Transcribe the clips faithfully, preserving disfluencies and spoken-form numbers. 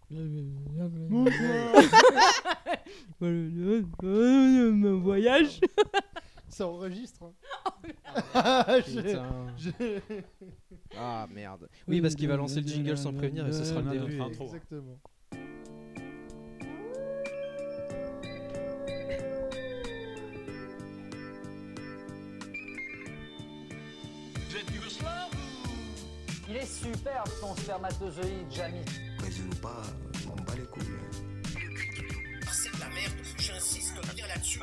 Mon voyage. Ça enregistre. Hein. Ah, je, je... Ah merde. Oui, parce qu'il va lancer le jingle sans prévenir et ce sera le début. Exactement. Il est superbe ton spermatozoïde, Jamie. Présume pas, je m'en bats les couilles. C'est de la merde, j'insiste bien là-dessus.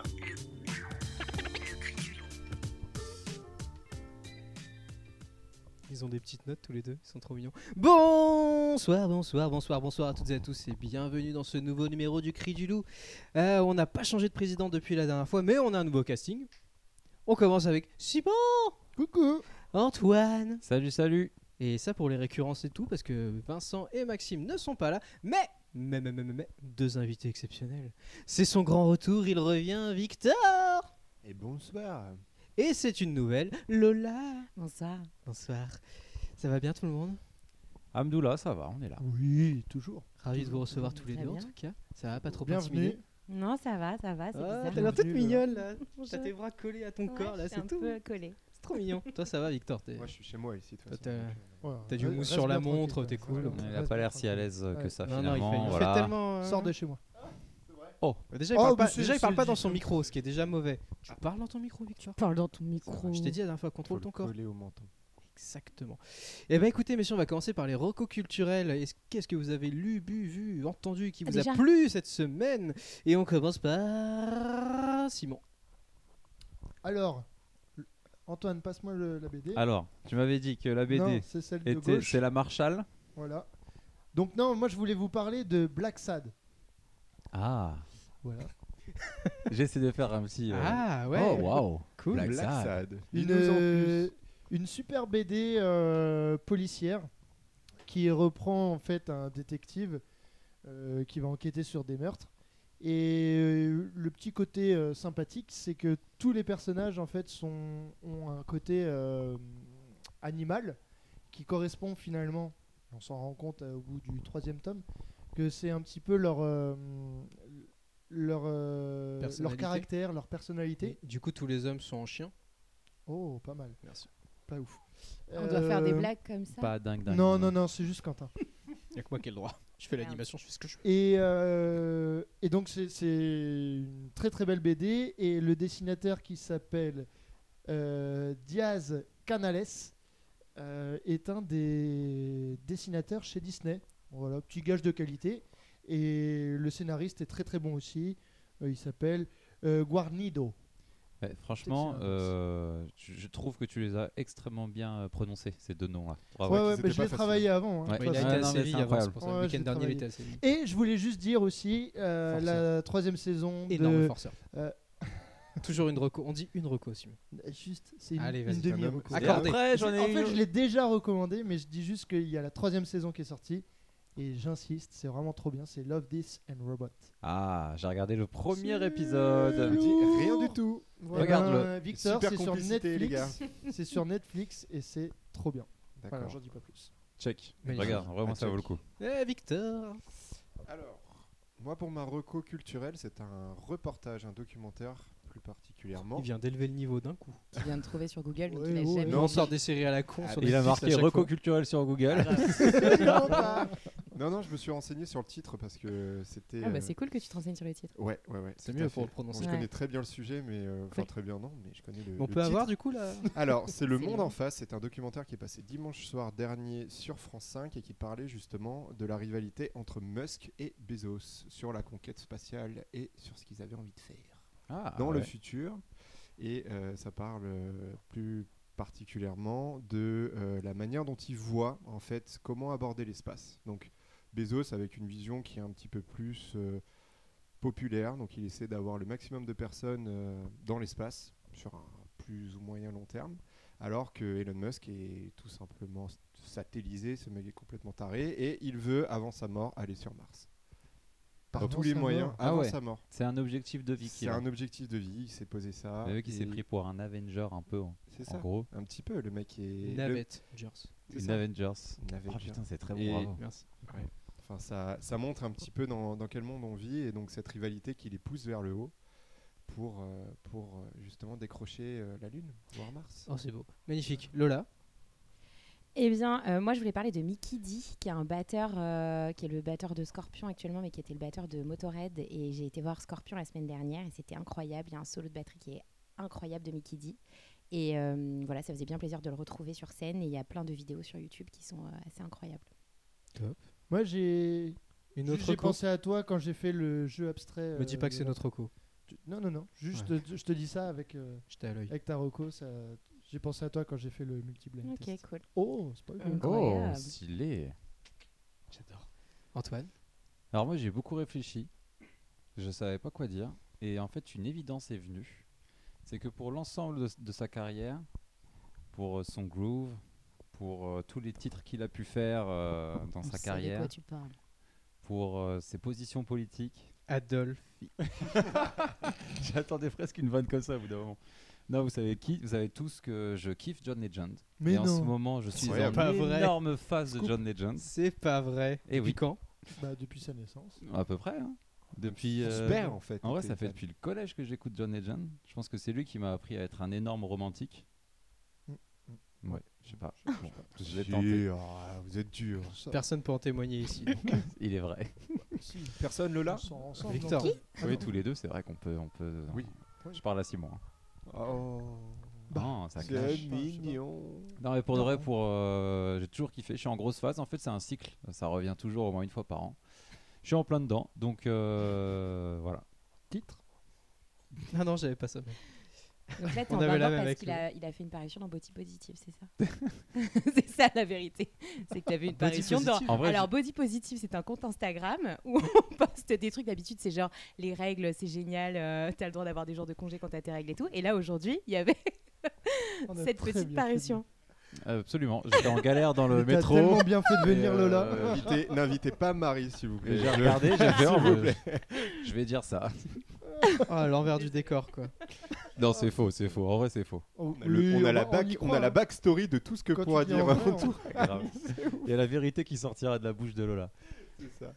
Ils ont des petites notes tous les deux, ils sont trop mignons. Bonsoir, bonsoir, bonsoir, bonsoir à toutes et à tous et bienvenue dans ce nouveau numéro du Cri du Loup. Euh, on n'a pas changé de président depuis la dernière fois, mais on a un nouveau casting. On commence avec Simon. Coucou. Antoine. Salut, salut. Et ça pour les récurrences et tout, parce que Vincent et Maxime ne sont pas là, mais, mais, mais, mais, mais, mais deux invités exceptionnels. C'est son grand retour, il revient, Victor. Et bonsoir. Et c'est une nouvelle, Lola. Bonsoir. Bonsoir. Ça va bien tout le monde? Hamdoullah, ça va, on est là. Oui, toujours. Ravi de vous recevoir tous les Très deux en bien. tout cas. Ça va pas trop Bienvenue. intimider? Non, ça va, ça va, c'est Ah, bizarre. t'as l'air toute Bienvenue, mignonne là. Bonjour. T'as tes bras collés à ton Ouais, corps là, je suis c'est un tout. peu collée. C'est trop mignon. Toi ça va Victor? T'es- Moi je suis chez moi ici. de toute Toi, façon, t'as- donc, euh, Ouais, T'as du reste mousse sur la bien montre, tranquille, t'es ouais. cool. Ouais, Il reste a pas bien l'air si à tranquille. l'aise euh, que Ouais. ça Non, non, il finalement. fait, il fait voilà. tellement. euh, Sors de chez moi. Oh, Déjà il Oh, parle mais pas, c'est- déjà, il parle c'est pas dans dit son comme micro, ce qui est déjà mauvais. Tu parles dans ton micro Victor? Parle dans ton micro. Je t'ai dit la dernière fois, faut contrôle le ton corps. coller au menton. Exactement. Et ben écoutez messieurs, on va commencer par les recos culturels. Est-ce- Qu'est-ce que vous avez lu, bu, vu, entendu qui Ah, vous a déjà plu cette semaine? Et on commence par Simon. Alors, Antoine, passe-moi le- la B D. alors, tu m'avais dit que la B D Non, c'est celle de était, gauche. c'est la Marshall. Voilà. Donc non, moi je voulais vous parler de Black Sad. Ah, Voilà. j'ai essayé de faire un petit. euh, Ah ouais. Oh waouh, Cool. Black Black Sad. Sad. Une, Dis-nous en plus. euh, une super B D euh, policière qui reprend en fait un détective euh, qui va enquêter sur des meurtres. Et euh, le petit côté euh, sympathique, c'est que tous les personnages en fait sont, ont un côté euh, animal qui correspond finalement, on s'en rend compte euh, au bout du troisième tome, que c'est un petit peu leur, euh, leur, euh, leur Personnalité. caractère, leur personnalité. Et du coup tous les hommes sont en chien. Oh, pas mal. Merci. Pas ouf. On doit faire des Euh, blagues comme ça. Pas dingue dingue. Non, non, non, c'est juste Quentin. Y'a que moi qui ai le droit. Je fais Merde. l'animation, je fais ce que je veux. Et, euh, et donc, c'est c'est une très très belle B D. Et le dessinateur qui s'appelle euh, Diaz Canales euh, est un des dessinateurs chez Disney. Voilà, petit gage de qualité. Et le scénariste est très très bon aussi. Euh, il s'appelle euh, Guarnido. Ouais, franchement, Peut-être c'est un euh, je, je trouve que tu les as extrêmement bien euh, prononcés, ces deux noms-là. Ouais, Bravo. ouais, qu'ils mais étaient je pas l'ai faciles. travaillé avant. hein, Ouais, de Ouais, toute il a façon. été Ah, non, à mais Séville c'est avant, c'est incroyable. pour ça. Ouais, Le je week-end l'ai dernier, il travaillé. était à Séville. Et je voulais juste dire aussi euh, Forceur. la troisième saison Énorme de... forceur. euh, Toujours une reco. On dit une reco, Simon. Juste, c'est une, Allez, une vas-y, t'es un demi homme. reco. Accordé. Après, j'en ai En une fait, autre. je l'ai déjà recommandé, mais je dis juste qu'il y a la troisième saison qui est sortie. Et j'insiste, c'est vraiment trop bien. C'est Love This and Robot. Ah, j'ai regardé le premier C'est épisode. Je dis rien du tout. Voilà. Regarde-le. Ben, Victor, Super c'est sur complicité, les Netflix. C'est sur Netflix et c'est trop bien. D'accord. Voilà, j'en dis pas plus. Check. Magnifique. Regarde, vraiment Ah, ça vaut le check. coup. Eh Victor. Alors, moi pour ma reco culturelle, c'est un reportage, un documentaire plus particulièrement. Il vient d'élever le niveau d'un coup. Tu viens de trouver sur Google, donc Ouais, il a ouais. jamais Nous on vu. sort des séries à la con. Ah, sur Il a Netflix à marqué chaque reco fois. culturel sur Google. Non, pas. Non, non, je me suis renseigné sur le titre parce que c'était. Ah bah euh, c'est cool que tu te renseignes sur le titre. Ouais, ouais, ouais. C'est tout mieux à pour fait. le prononcer. Bon, je Ouais. connais très bien le sujet, mais euh, enfin Oui. très bien non, mais je connais le. On le peut avoir titre. du coup là. Alors, c'est Le C'est Monde long. en face. C'est un documentaire qui est passé dimanche soir dernier sur France cinq et qui parlait justement de la rivalité entre Musk et Bezos sur la conquête spatiale et sur ce qu'ils avaient envie de faire Ah, dans le ouais. futur. Et euh, ça parle euh, plus particulièrement de euh, la manière dont ils voient en fait comment aborder l'espace. Donc Bezos avec une vision qui est un petit peu plus euh, populaire, donc il essaie d'avoir le maximum de personnes euh, dans l'espace sur un plus ou moyen long terme, alors que Elon Musk est tout simplement satellisé, ce mec est complètement taré et il veut avant sa mort aller sur Mars. Par Avant tous les sa moyens, mort. Ah avant ouais. sa mort. C'est un objectif de vie C'est qu'il a. un objectif de vie, il s'est posé ça. Le mec, il s'est et- pris pour un Avenger un peu, en, C'est en ça, gros. un petit peu, le mec est... le- Navette. Jers. c'est Une ça. Avengers. Une Avenger. Oh putain, c'est très Et- bon, bravo. Merci. Enfin, ça, ça montre un petit peu dans, dans quel monde on vit et donc cette rivalité qui les pousse vers le haut pour, euh, pour euh, justement décrocher euh, la Lune, voire Mars. Oh, c'est beau. Magnifique. Lola. Eh bien, euh, moi, je voulais parler de Mickey D, qui est un batteur, euh, qui est le batteur de Scorpion actuellement, mais qui était le batteur de Motorhead. Et j'ai été voir Scorpion la semaine dernière et c'était incroyable. Il y a un solo de batterie qui est incroyable de Mickey D. Et euh, voilà, ça faisait bien plaisir de le retrouver sur scène. Et il y a plein de vidéos sur YouTube qui sont euh, assez incroyables. Top. Moi, j'ai. Une Juste, autre J'ai reco. pensé à toi quand j'ai fait le jeu abstrait. Me dis euh, pas que c'est de- notre reco. Tu- Non, non, non. Juste, Ouais. euh, je te dis ça avec, euh, J'étais à l'œil. avec ta reco. Ça... J'ai pensé à toi quand j'ai fait le multi-blind Ok, test. cool. Oh, c'est pas Mm. cool. Oh, Incroyable. stylé. J'adore. Antoine. Alors moi j'ai beaucoup réfléchi, je savais pas quoi dire, et en fait une évidence est venue. C'est que pour l'ensemble de, de sa carrière, pour euh, son groove, pour euh, tous les titres qu'il a pu faire euh, dans On sa sait de carrière, quoi tu parles. pour euh, ses positions politiques. Adolphe. J'attendais presque une vanne comme ça au bout d'un moment. Non, vous savez qui Vous savez tous que je kiffe John Legend. Mais et en ce non. moment, je suis Incroyable. en Pas vrai. énorme phase de Scoop. John Legend. C'est pas vrai. Eh Depuis oui. quand Bah, depuis sa naissance. À peu près. Hein. Depuis. On se euh, perd en fait. En vrai, T'es ça fait fan. depuis le collège que j'écoute John Legend. Je pense que c'est lui qui m'a appris à être un énorme romantique. Mm, Ouais, je sais pas. Je- Bon, je sais je l'ai Si, tenté. ah, vous êtes dur. Ça- Personne peut en témoigner ici. donc. Il est vrai. si, Personne Lola on sort ensemble, Victor. non Qui Ah oui, non. tous les deux, c'est vrai qu'on peut, on peut. Oui. Je parle à Simon. hein. Oh, non, ça c'est clash. mignon. Non, mais pour de Non. vrai, pour, euh, j'ai toujours kiffé. Je suis en grosse phase. En fait, c'est un cycle. Ça revient toujours au moins une fois par an. Je suis en plein dedans. Donc euh, voilà. Titre. Ah non, j'avais pas ça. Donc là, t'es On en avait la bavard même parce avec qu'il le- a, il a fait une parution dans Body Positive, c'est ça C'est ça la vérité. C'est que t'avais une Body parution dans... Positive. En vrai, Alors Body Positive, c'est un compte Instagram où on poste des trucs. D'habitude, c'est genre les règles, c'est génial, euh, t'as le droit d'avoir des jours de congé quand t'as tes règles et tout. Et là, aujourd'hui, il y avait On a cette très petite bien fait parution. Absolument. J'étais en galère dans le Mais t'as métro. tellement bien fait de Et, venir, euh, Lola. Invitez- N'invitez pas Marie, s'il vous Et plaît. j'ai regardé, j'ai fait. S'il oh, vous bah, plaît. Je vais dire ça. Ah, l'envers du décor, quoi. Non, c'est faux, c'est faux. En vrai, c'est faux. Oh, On a, le- oui, on a la va- back, y on a croit, la hein. backstory de tout ce que Quand pourra tu dis dire en vrai, Antoine. on- Grave. Il y a la vérité qui sortira de la bouche de Lola. C'est ça.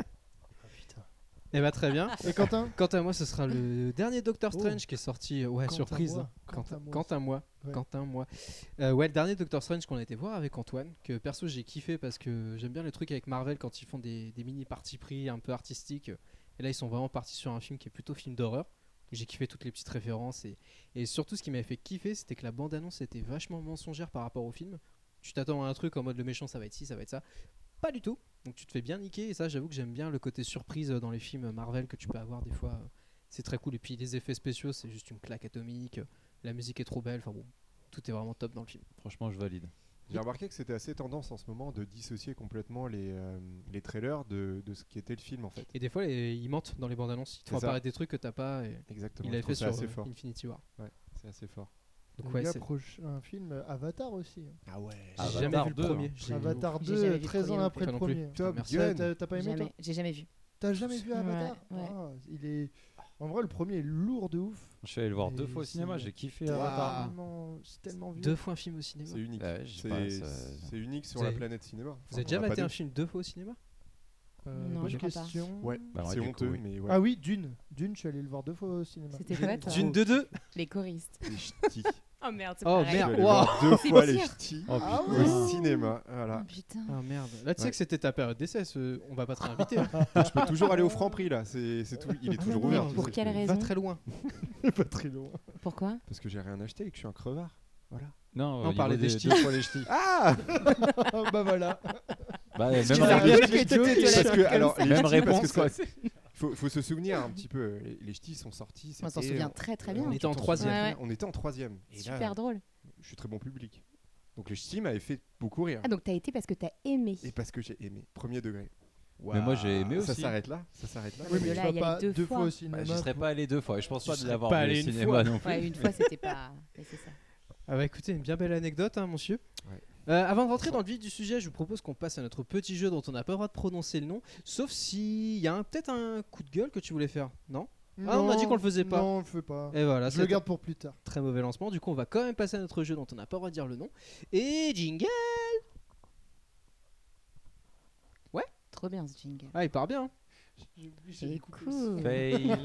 Eh bah très bien. Et Quentin Quant à moi, ce sera le dernier Doctor Oh. Strange qui est sorti. euh, Ouais, Quant à surprise. moi. hein. Quant Quentin, à moi. Quentin, moi. Ouais. Quentin, moi. Euh, ouais, le dernier Doctor Strange qu'on a été voir avec Antoine, que perso j'ai kiffé parce que j'aime bien les trucs avec Marvel quand ils font des, des mini parties pris un peu artistiques. Et là, ils sont vraiment partis sur un film qui est plutôt film d'horreur. J'ai kiffé toutes les petites références et, et surtout ce qui m'avait fait kiffer, c'était que la bande-annonce était vachement mensongère par rapport au film. Tu t'attends à un truc en mode le méchant ça va être ci, ça va être ça. Pas du tout. Donc tu te fais bien niquer et ça j'avoue que j'aime bien le côté surprise dans les films Marvel que tu peux avoir des fois. C'est très cool et puis les effets spéciaux c'est juste une claque atomique. La musique est trop belle. Enfin bon, tout est vraiment top dans le film. Franchement, je valide. J'ai remarqué que c'était assez tendance en ce moment de dissocier complètement les, euh, les trailers de, de ce qui était le film en fait. Et des fois les- ils mentent dans les bandes annonces. Ils te font C'est ça. apparaître des trucs que t'as pas. Et Exactement. il je avait trouve fait ça sur assez euh, fort. Infinity War. Ouais, c'est assez fort. Donc Le ouais, gars c'est- proche- un film euh, Avatar aussi. hein. Ah ouais. j'ai Avatar jamais vu le deux, premier. hein. J'ai- Avatar J'ai deux, jamais vu le treize premier ans non après plus. le Toi non plus. premier. Top Merci. T'as- Gun. T'as t'as pas aimé toi Jamais- J'ai jamais vu. T'as jamais vu Avatar Ouais, ouais. Ah, il est... En vrai, le premier est lourd de ouf. Je suis allé le voir Et deux fois au c'est- cinéma, j'ai kiffé C'est Avatar. tellement, c'est tellement vieux. Deux fois un film au cinéma. C'est unique. Ouais, je sais c'est pas, ça- c'est unique sur Vous la avez- planète cinéma. Vous Enfin, avez déjà on en a maté pas un deux. film deux fois au cinéma Euh, Non, bonne je crois pas. question. Ouais, Bah ouais, c'est du honteux, coup, oui. mais ouais. Ah oui, Dune. Dune, je suis allé le voir deux fois au cinéma. C'était quoi, toi D'une de deux. Les choristes. Les ch'tis. Oh merde, c'est Oh, pareil. Je merde. suis allé Wow. voir deux C'est fois les pire. ch'tis Oh, Ah putain. ouais. au cinéma. Oh Voilà. Ah putain. merde. Là tu sais Ouais. que c'était ta période d'essai. ce- On va pas te réinviter. hein. Je peux toujours aller au Franprix là. C'est c'est tout. Il est Ah toujours non, ouvert. non, tu Pour sais, quelle je peux- raison Va très loin. Pas très loin. Pourquoi Parce que j'ai rien acheté et que je suis un crevard. Voilà. Non, Non, au parlait niveau des des ch'tis. deux fois les ch'tis. Ah Bah voilà. Bah, même Tu avec l'as les vu ch'tis. que t'étais Parce là que comme alors ça. les Même ch'tis, parce réponse, que quoi. ça- faut, faut se souvenir un petit peu. Les, les ch'tis sont sortis. On s'en c'était- souvient très très euh, bien. On était en tu t'en troisième. souviens Ouais, très bien. On était en troisième. Et là, Super drôle. je suis très bon public. Donc les ch'tis m'avaient fait beaucoup rire. Ah donc t'as été parce que t'as aimé. Et parce que j'ai aimé. Premier degré. Mais moi, j'ai aimé Ça aussi. s'arrête là. Ça s'arrête là. Oui, mais de tu là, vas y aller pas deux deux fois fois. au cinéma. Bah, j'y serais pas allé deux fois. Je pense Tu pas de serais l'avoir pas vu allé au une cinéma fois. non plus. Ouais, une fois c'était pas nécessaire. Ah bah écoutez, une bien belle anecdote, hein, monsieur. Ouais. Euh, avant de rentrer dans le vif du sujet, je vous propose qu'on passe à notre petit jeu dont on n'a pas le droit de prononcer le nom, sauf s'il y a un- peut-être un coup de gueule que tu voulais faire, non? Ah, on m'a dit qu'on le faisait pas. Non, on le fait pas. Et voilà, Je le c'est garde pour plus tard. un très mauvais lancement. Du coup, on va quand même passer à notre jeu dont on n'a pas le droit de dire le nom. Et jingle. Ouais, trop trop bien ce jingle. Ah, il part bien. J'ai oublié, C'est j'avais coupé cool. Fail.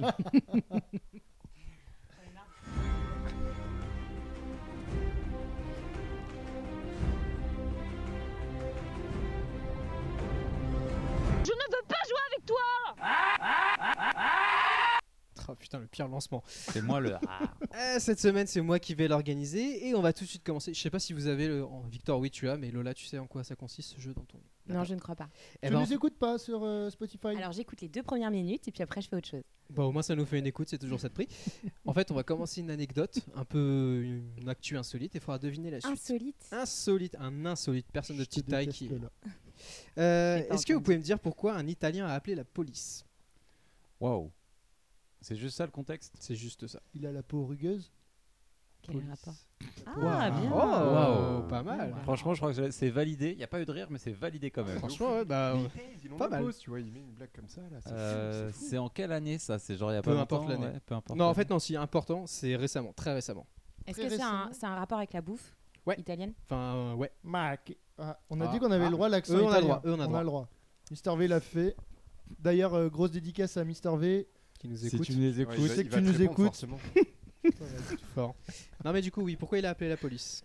Oh putain, le pire lancement. C'est moi le. Ah. Euh, cette semaine, c'est moi qui vais l'organiser et on va tout de suite commencer. Je sais pas si vous avez le. oh, Victor, oui, tu as, mais Lola, tu sais en quoi ça consiste ce jeu dans ton. Non, je ne crois pas. Eh Tu ben, les écoutes pas sur euh, Spotify? Alors j'écoute les deux premières minutes et puis après je fais autre chose. Bah, au moins, ça nous fait une écoute, c'est toujours ça de prix. En fait, on va commencer une anecdote, un peu une actu insolite, et il faudra deviner la suite. Insolite. Insolite, un insolite, personne de Je te petite taille déteste, qui. Lola. Euh, J'ai pas Est-ce que vous entendu. pouvez me dire pourquoi un Italien a appelé la police? Waouh. C'est juste ça le contexte. C'est juste ça. Il a la peau rugueuse. Quel est le rapport? Ah, Waouh. bien. Oh, Waouh. pas mal. Ouais. Franchement, je crois que c'est validé. Il n'y a pas eu de rire, mais c'est validé quand même. Franchement, ouais, bah, Mais ouais. il pèse, il en Pas mal. impose, tu vois, il met une blague comme ça là. C'est Euh, fou, c'est fou. c'est en quelle année ça? C'est genre il y a Peu pas importe longtemps, l'année. ouais, peu importe Non, en l'année. fait, non, si important, c'est récemment, très récemment. Est-ce Très que c'est un, récemment. c'est un rapport avec la bouffe Ouais. italienne? Enfin, euh, ouais. Mac. Ah, on a Ah. dit qu'on avait Ah. le droit à l'accent Eux, on a le italien. droit, eux, on a le droit. Mister V l'a fait. D'ailleurs, euh, grosse dédicace à Mister V. Qui nous Si écoute. tu les Ouais, écoutes, il va- sais il que va tu te nous répondre, écoutes. forcément. Fort. Non, mais du coup, oui, pourquoi il a appelé la police?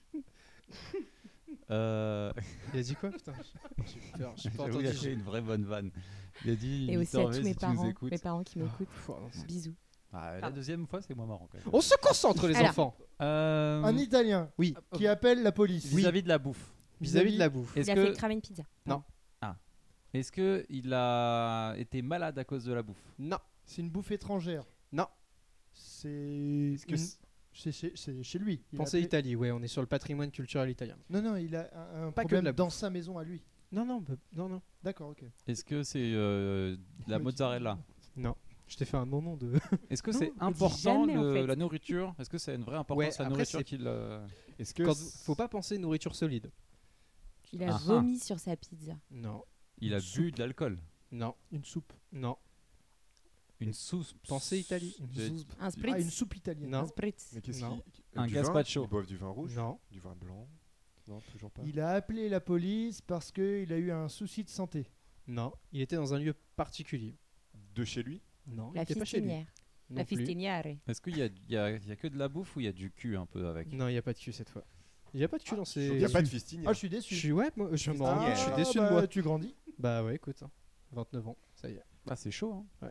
euh... Il a dit quoi? Putain, j'ai peur, j'ai pas j'avoue, entendu. il a fait une vraie bonne vanne. Il a dit Et aussi à Mister tous V, mes si tu nous parents, écoutes. mes parents qui m'écoutent. Pff, oh, non, c'est- Bisous. Ah, la Pardon. deuxième fois, c'est moins marrant quand même. On se concentre, les Alors. enfants. Euh, Un Italien Oui, qui appelle la police. Vis-à-vis de la bouffe. vis-à-vis de la bouffe. Est-ce Il a fait que, cramer une pizza. est-ce que il a été malade à cause de la bouffe? Non, C'est une bouffe étrangère. non. C'est Est-ce que une- c'est- c'est chez, c'est chez lui. Il a Pensez appelé- Italie, ouais, on est sur le patrimoine culturel italien. Non, non, il a un, un Pas que problème de la dans bouffe. sa maison à lui. Non, non, bah, non, non. D'accord, ok. Est-ce que c'est euh, de la Ouais, mozzarella? Non. Je t'ai fait un non-non de. Est-ce que Non, c'est on dit important jamais, en le- fait. la nourriture? Est-ce que c'est une vraie importance Ouais, la après, nourriture c'est- qu'il euh, Est-ce que Quand- c'est- Faut pas penser nourriture solide. Il a Ah ah. vomi sur sa pizza. Non, il a Une bu de l'alcool? non, Une soupe. non. Une sauce? Pensez Italie. Une J'ai- soupe. Un Ah, spritz. une soupe italienne. Non. Un spritz. Mais qu'est-ce Non. qu'il- Un du gazpacho. vin Ils boivent du vin rouge, Non. du vin blanc. Non, toujours pas. Il a appelé la police parce qu'il a eu un souci de santé. Non. Il était dans un lieu particulier. De chez lui Non, il La était pas chez lui. fistinière. Non La plus. fistinière. Est-ce qu'il y a, il y, a, il y a que de la bouffe ou il y a du cul un peu avec? Non, il y a pas de cul cette fois. Il y a pas de cul dans ces. Il n'y a pas de fistinière. Ah, je suis Je déçu. suis ouais, moi, je, me rends Ah, compte, je suis déçu bah, de moi. Tu grandis. Bah ouais, écoute, hein. vingt-neuf ans, ça y est. Ah, c'est chaud, hein.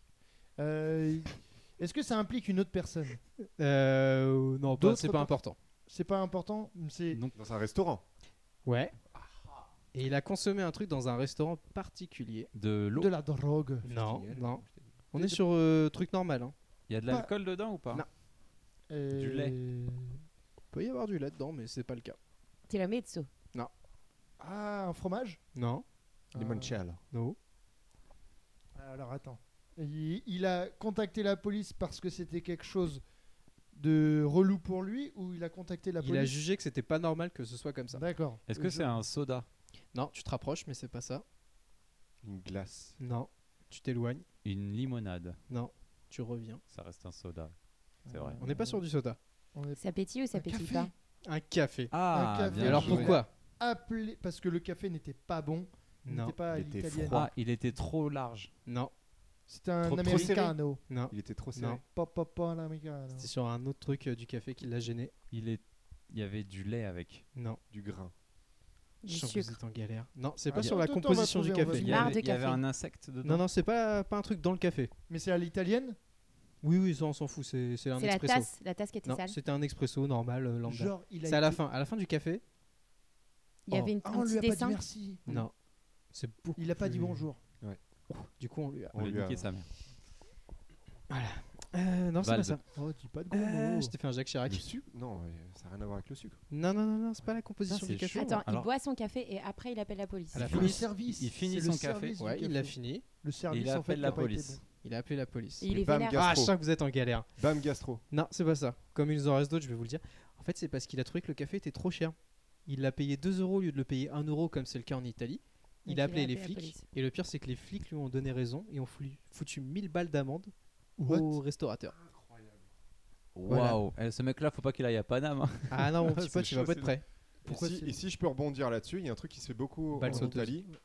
Euh, Est-ce que ça implique une autre personne? Euh, non, pas- D'autres c'est pas per- important. C'est pas important. C'est Non. Dans un restaurant. Ouais. Et il a consommé un truc dans un restaurant particulier. De l'eau? de la drogue. Non, Fistinière, non. je t'ai dit. On est sur euh, truc normal. Hein. Il y a de Pas- l'alcool dedans ou pas? Non. Euh, Du lait. Il peut y avoir du lait dedans, mais c'est pas le cas. Tiramisu. Ah, un fromage. Non, Limoncello. non. Alors attends. Il, il a contacté la police parce que c'était quelque chose de relou pour lui ou il a contacté la Il police? a jugé que c'était pas normal que ce soit comme ça. D'accord. Est-ce que Je- c'est un soda? Non, tu te rapproches, mais c'est pas ça. Une glace. Non, tu t'éloignes. Une limonade? Non, tu reviens. Ça reste un soda. C'est vrai. On n'est pas sur du soda. On est Ça pétille ou ça Un pétille café. pas? Un café. Ah, café. bien Alors joué. pourquoi? appelé parce que le café n'était pas bon. Il Non, n'était pas à il était l'italienne. froid. Ah, il était trop large. non, C'était un Trop- trop americano. non. Il était trop serré. Non. Pas pas pas un americano. C'était sur un autre truc euh, du café qui l'a gêné. Il, est... il y avait du lait avec. Non, Du grain. Du je sens que vous sucre. êtes en galère. Non, c'est Ah, pas bien. sur la Attends, on va composition du trouver, on va café. Il y Barre avait, de il y avait café. un insecte dedans? Non, non, c'est pas, pas un truc dans le café. Mais c'est à l'italienne. Oui, oui, ça on s'en fout, c'est c'est un C'est la expresso. tasse, la tasse qui était Non, sale. c'était un expresso normal, euh, lambda. Genre il a C'est à la été- fin, à la fin du café. Il y avait une, Ah, un on petit lui a pas dit dessin. merci. Non, c'est beaucoup. Il a pas dit plus- bonjour. Du coup, on lui a. On On lui lui a a- niqué sa mère. Euh, non, c'est pas Valde. ça. Oh, dis pas de gros Euh, mots. je t'ai fait un Jacques Chirac. Le sucre Non, ouais, ça n'a rien à voir avec le sucre. Non, non, non, non, c'est pas la composition c'est du café. chaud. Attends, Alors- il boit son café et après il appelle la police. À la Il fait le police. service. Il finit C'est le son café. service du Ouais, il café. l'a fini. Le service il en fait appelle qui la a pas été police. bon. Il a appelé la police. Et il est Bam, vénère. gars. Ah, je Gastro. sens que vous êtes en galère. Bam gastro. Non, c'est pas ça. Comme il nous en reste d'autres, je vais vous le dire. En fait, c'est parce qu'il a trouvé que le café était trop cher. Il l'a payé deux euros au lieu de le payer un euro comme c'est le cas en Italie. Il Donc, a appelé les la flics. police. Et le pire, c'est que les flics lui ont donné raison et ont foutu, foutu mille balles d'amende What au restaurateur. Waouh! Eh, ce mec-là, faut pas qu'il aille à Paname. hein. Ah non, mon petit C'est pote, il va chaud, pas être c'est- prêt. Pourquoi et, si, c'est- et si je peux rebondir là-dessus, il y a un truc qui se fait beaucoup Balle en sauteuse. Italie.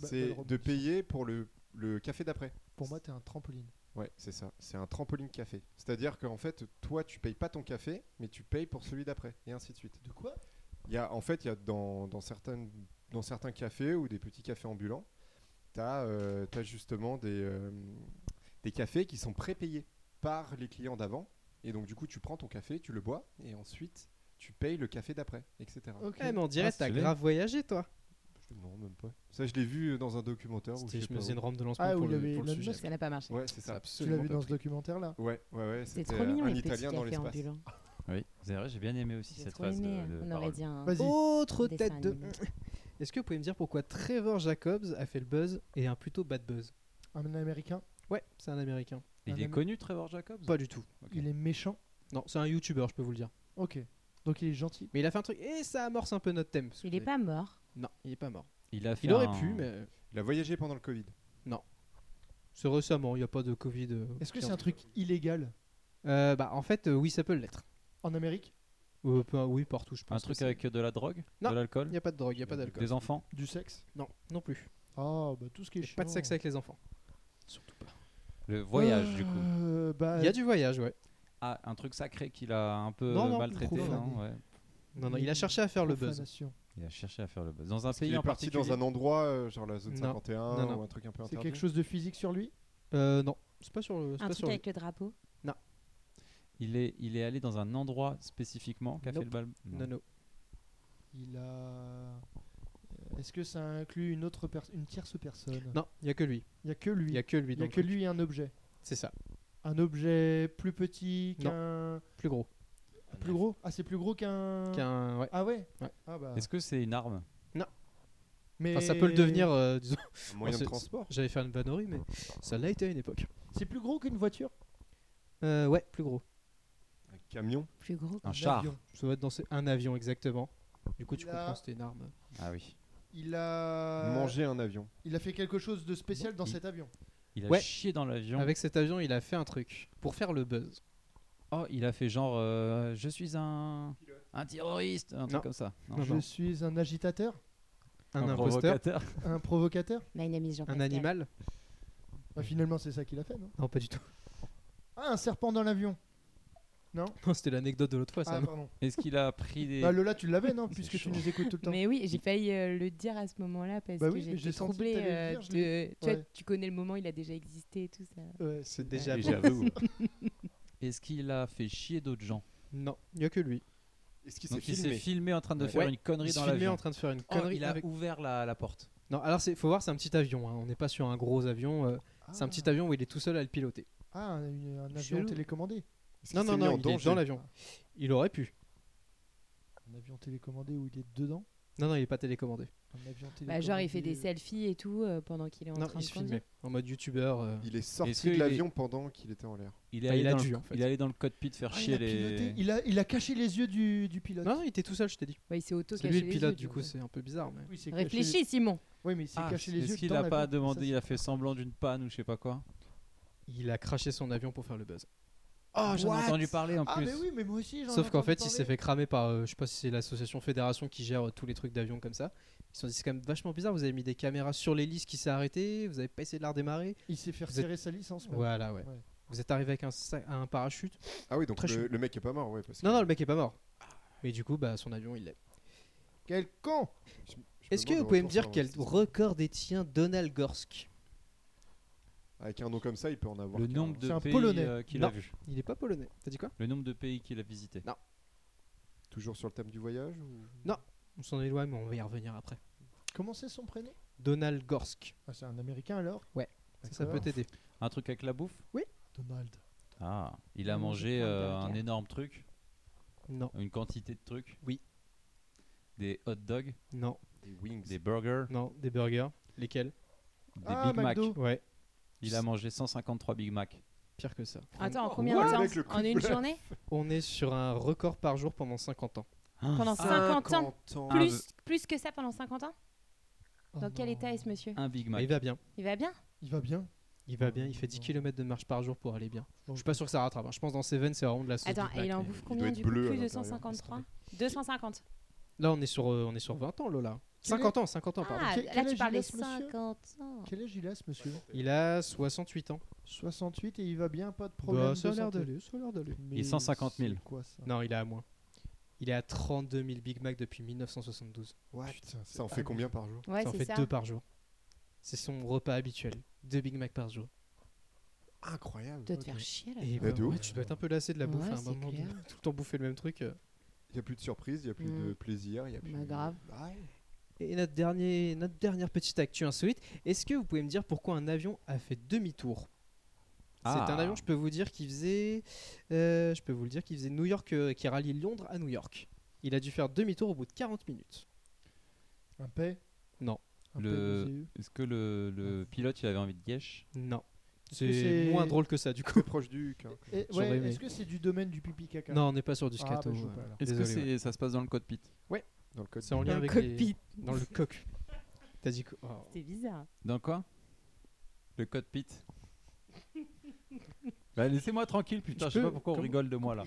Bah, C'est bah, le de rebondissement. payer pour le, le café d'après. Pour moi, t'es un trampoline. Ouais, c'est ça. C'est un trampoline café. C'est-à-dire qu'en fait, toi, tu payes pas ton café, mais tu payes pour celui d'après, et ainsi de suite. De quoi? Il y a, en fait, il y a dans, dans, certaines, dans certains cafés ou des petits cafés ambulants, tu as euh, justement des, euh, des cafés qui sont prépayés par les clients d'avant. Et donc, du coup, tu prends ton café, tu le bois, et ensuite, tu payes le café d'après, et cetera. Ok. Eh, mais on dirait Ah, que t'as stylé. grave voyagé, toi. Non, même pas. Ça, je l'ai vu dans un documentaire. Où C'était- je sais je me pas faisais où. une rampe de lancement Ah, pour où il y le, avait pour le Elon sujet. Musk. Ça n'a pas marché. Ouais, c'est C'est ça. Tu absolument l'as vu pas dans pris. ce documentaire-là? Ouais, ouais, ouais. C'est C'était trop mignon un les petits Italien dans cafés l'espace. ambulants. Oui, c'est vrai, j'ai bien aimé aussi J'ai cette trop phase de, aimé. de On parole. aurait dit un. Vas-y. Autre Dessin tête de. animé. Est-ce que vous pouvez me dire pourquoi Trevor Jacobs a fait le buzz et un plutôt bad buzz? Un américain? Ouais, c'est un américain. Il Un est ami- connu, Trevor Jacobs? Pas du tout. Ok. Il est méchant? Non, c'est un youtubeur, je peux vous le dire. Ok. Donc il est gentil. Mais il a fait un truc et ça amorce un peu notre thème. parce que Il vous est avez- pas mort. Non, il est pas mort. Il a fait Il aurait un- pu, mais Il a voyagé pendant le Covid. c'est récemment, il n'y a pas de Covid. euh, Est-ce que qui c'est en- un truc illégal Euh, Bah, en fait, euh, oui, ça peut l'être. en Amérique? Euh, peu- oui, partout, je pense. Un que truc c'est- avec de la drogue? Non. De l'alcool? Il n'y a pas de drogue, il n'y a pas d'alcool. Des enfants? Du sexe? Non, non plus. Ah, bah tout ce qui est Et pas de chiant. sexe avec les enfants. Surtout pas. Le voyage, du coup. Euh, bah, Il y a du voyage, ouais. Ah, un truc sacré qu'il a un peu Non, non, maltraité, profané. non? Ouais. Non, non, il a cherché à faire le buzz. profanation. Il a cherché à faire le buzz. Dans un Parce qu'il pays est en parti particulier? dans un endroit, euh, genre la zone Non. cinquante et un, Non, non. ou un truc un peu C'est interdit. quelque chose de physique sur lui? Euh, non, c'est pas sur le. c'est Un pas truc sur le- avec le drapeau. Il est, il est allé dans un endroit spécifiquement qui a Nope. fait le bal. Non, non. Il a. euh, Est-ce que ça inclut une autre personne, une tierce personne? Non, il n'y a que lui. Il y a que lui. Il n'y a que lui. Il y dans a le que truc. lui et un objet. C'est ça. Un objet plus petit Non. qu'un. Plus gros. Plus gros? Ah, c'est plus gros qu'un. Qu'un. Ouais. Ah ouais. Ouais. Ah bah. Est-ce que c'est une arme? Mais Enfin, ça peut le devenir, euh, disons. Un moyen c'est- de transport. J'allais faire une vannerie, mais ça l'a été à une époque. c'est plus gros qu'une voiture? Euh, ouais, plus gros. Un camion. Plus gros. Un Un char? avion. Ça doit être dans ce- un avion, exactement. Du coup, tu Il a- comprends, c'était une arme. Ah oui. Il a. Manger un avion. Il a fait quelque chose de spécial dans Il- cet avion. Il a Ouais. chié dans l'avion. Avec cet avion, il a fait un truc pour faire le buzz. Oh, il a fait genre euh, je suis un un terroriste, un Non. truc comme ça. Non. Non, Je non. suis un agitateur? Un, Un imposteur, provocateur. Un provocateur? My name is Jean un Pascal. animal. Bah, finalement, c'est ça qu'il a fait, non? Non, pas du tout. Ah, un serpent dans l'avion? Non? Non, c'était l'anecdote de l'autre fois, ça. Ah, non pardon. Est-ce qu'il a pris des Bah, Lola, tu l'avais, non? C'est Puisque chaud. tu nous écoutes tout le temps. Mais oui, j'ai failli euh, le dire à ce moment-là parce Bah que oui, mais j'étais j'ai senti que troublée. t'allais le euh, dire, je de- l'ai- tu, vois, ouais. tu connais le moment, il a déjà existé et tout ça. Ouais, C'est c'est déjà Et vu. j'avoue. Est-ce qu'il a fait chier d'autres gens? Non, il n'y a que lui. Est-ce qu'il s'est Donc il s'est filmé? filmé en train de Ouais. faire une connerie Il se dans filmait l'avion. en train de faire une Oh, connerie il a avec... ouvert la, la porte. Non, alors il faut voir, c'est un petit avion. hein. On n'est pas sur un gros avion. euh, C'est un petit avion où il est tout seul à le piloter. Ah, un, une- un avion Chelou. télécommandé. Est-ce Non, qu'il non, s'est mis non, en il est danger dans l'avion. Il aurait pu. Un avion télécommandé où il est dedans. Non, non, il est pas télécommandé. Un avion Bah, genre, il fait des télécommandé- selfies et tout euh, pendant qu'il est en Non, train il de se conduire. filmait en mode youtubeur. euh. Il est sorti Est-ce de qu'il l'avion pendant qu'il était en l'air. Il est, Bah, allé il a dans dû, le, en fait. il est allé dans le cockpit faire Ah, il, chier a piloté. les. il, a, il a caché les yeux du, du pilote. Non, non, il était tout seul, je t'ai dit. Ouais, il s'est auto C'est caché lui le les pilote, yeux, du coup, c'est un peu bizarre. Mais... Oui, il s'est caché Réfléchis, Simon. les- Oui, mais il s'est Ah, caché les yeux Est-ce qu'il dans a pas l'avion. demandé, Ça, il a c'est- fait semblant d'une panne ou je sais pas quoi? Il a craché son avion pour faire le buzz. Oh, j'en ai What entendu parler en Ah, plus. mais oui, mais moi aussi. j'en ai Sauf qu'en entendu fait, il parler. s'est fait cramer par, euh, je sais pas si c'est l'association Fédération qui gère euh, tous les trucs d'avion comme ça. Ils se sont dit, c'est quand même vachement bizarre, vous avez mis des caméras sur l'hélice qui s'est arrêtée, vous avez pas essayé de la redémarrer. Il s'est fait Vous êtes- retirer sa licence. même. Voilà, ouais. Ouais. Vous êtes arrivé avec un, sac- un parachute. Ah oui, donc Très le, chaud. le mec est pas mort, ouais. Parce que Non, non, le mec est pas mort. Mais du coup, bah, son avion, il l'est. Quel con! je- je me Est-ce que demande vous le pouvez me retour dire sur quel investissement. record détient Donald Gorsk? Avec un nom comme ça, il peut en avoir. Le qu'un. nombre C'est de un pays Polonais. euh, qu'il Non. a vu. Il est pas polonais. T'as dit quoi? Le nombre de pays qu'il a visité. Non. Toujours sur le thème du voyage ou... On s'en éloigne, mais on va y revenir après. Comment c'est son prénom? Donald Gorsk. Ah, c'est un américain alors? Ça, ça peut t'aider. Un truc avec la bouffe? Donald. Ah, il a Mmh, mangé je prends un euh, un burger. énorme truc, Non, une quantité de trucs. Oui. Des hot dogs, non, Des wings. des burgers, non. Des burgers. Lesquels? des Ah, Big Mac. McDo. Ouais, Il a mangé cent cinquante-trois Big Mac. pire que ça. Attends, en Oh, combien what de Avec le temps coup En de une fleur. journée On est sur un record par jour pendant cinquante ans. Pendant cinquante ans ans. Ah, plus, plus que ça pendant cinquante ans Oh Dans quel non. état est ce monsieur Un Big Mais Mac. il va bien. Il va bien Il va bien. Il va bien, il fait dix kilomètres de marche par jour pour aller bien. Je suis pas sûr que ça rattrape. hein. Je pense dans Seven, c'est vraiment de la sauce Attends, Big et Mac, il en mais- bouffe doit combien être du coup? bleu à Plus de l'intérieur. cent cinquante-trois deux cent cinquante. Là, on est sur, euh, on est sur vingt ans, Lola. cinquante ans, cinquante ans, pardon. Ah, Quel- là quel tu âge parles il a, des ce monsieur cinquante ans. Quel âge il a ce monsieur? Il a soixante-huit ans. soixante-huit et il va bien, pas de problème. Bah, ça a de l'air santé. d'aller, ça a l'air d'aller. Mais Il est cent cinquante mille. c'est quoi ça? Non, il est à moins. Il est à trente-deux mille Big Mac depuis mille neuf cent soixante-douze. What Putain, c'est Ça en fait combien par jour? Ouais, ça en c'est fait ça. deux par jour. C'est son repas habituel. Deux Big Mac par jour. Incroyable. Tu dois te Ok. faire chier là. Et Bah, bah, de ouais, ouf. tu dois être un peu lassé de la Ouais, bouffe à un c'est moment. de- clair. Tout le temps bouffer le même truc. euh. Il n'y a plus de surprise, il n'y a plus Mm. de plaisir, il n'y a plus. Bah, grave. Ah ouais. Et notre, dernier, notre dernière petite actu insolite, est-ce que vous pouvez me dire pourquoi un avion a fait demi-tour? Ah. C'est un avion, je peux vous dire, qui faisait, euh, je peux vous le dire, qui faisait New York, euh, qui rallie Londres à New York. Il a dû faire demi-tour au bout de quarante minutes. Un paix? Non. Un Le- paix de C E? Est-ce que le, le pilote il avait envie de guèche? Non. Est-ce que C'est c'est- moins drôle que ça du coup. C'est proche du Huc, hein. Et- J'aurais ouais, aimé. Est-ce que c'est du domaine du pipi caca? Non, on n'est pas sur du Ah, scato. bah, je veux euh. pas, alors. Est-ce que Désolé, c'est ouais. ça se passe dans le cockpit? Dans le code. C'est en lien Dans le avec cockpit. les... Dans le coq. T'as dit quoi? Oh. C'est bizarre. Dans quoi? Le cockpit. Bah laissez-moi tranquille, putain, Je je sais peux- pas pourquoi on comment- rigole de moi là.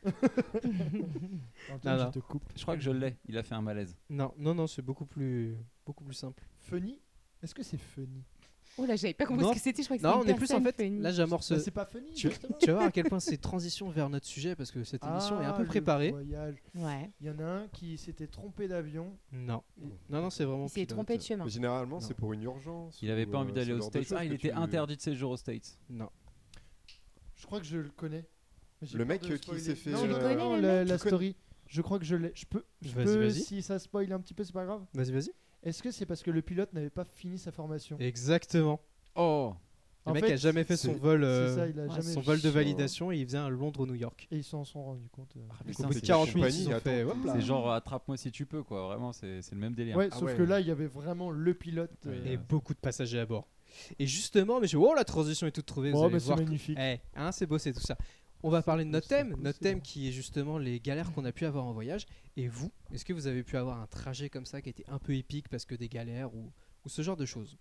Antoine, Non, je non. te coupe. Je crois que je l'ai, il a fait un malaise. Non, non, non, c'est beaucoup plus, beaucoup plus simple. Funny? Est-ce que c'est funny? Oh là, j'avais pas compris Non. ce que c'était. Je crois que Non, on c'était est une plus en fait. personne funny. Là, j'amorce. Bah, c'est pas funny, Tu, justement. tu vas voir à quel point c'est transition vers notre sujet parce que cette émission est un Ah, peu le préparée. voyage. Ouais. Il y en a un qui s'était trompé d'avion. Non, non, non, c'est vraiment. Il s'est pilote. trompé de chemin. Mais généralement, Non. c'est pour une urgence. Il avait ou, pas envie euh, d'aller ce aux genre de States. choses Ah, il que était tu- interdit de séjour aux States. Non. Je crois que je le connais. Mais j'ai Le peur mec de qui spoiler. s'est fait, Non, Tu le non, connais, non, le la, mec la Tu connais- story. Je crois que je l'ai. Je peux. Je Vas-y, peux vas-y. Si ça spoil un petit peu, c'est pas grave. Vas-y, vas-y. Est-ce que c'est parce que le pilote n'avait pas fini sa formation? Exactement. Oh. Le En mec fait, a jamais fait c'est- son vol, euh, C'est ça, il a ouais, jamais son vol de fait- validation et il faisait un Londres-New York. Et ils s'en sont rendus compte. euh. Ah, Donc, putain, au bout de c'est quarante compagnie, minutes, ils ont attends. fait. hop là. C'est genre attrape-moi si tu peux quoi, vraiment c'est c'est le même délire. Ouais, Ah sauf ouais. que là, il y avait vraiment le pilote. Oui, euh, Et beaucoup de passagers à bord. Et justement, mais je... oh, la transition est toute trouvée. Vous Oh, allez mais c'est voir. magnifique. Eh, hein, c'est bossé tout ça. On va C'est parler de notre bossé, thème, bossé, notre thème hein. qui est justement les galères qu'on a pu avoir en voyage. Et vous, est-ce que vous avez pu avoir un trajet comme ça qui était un peu épique parce que des galères ou, ou ce genre de choses?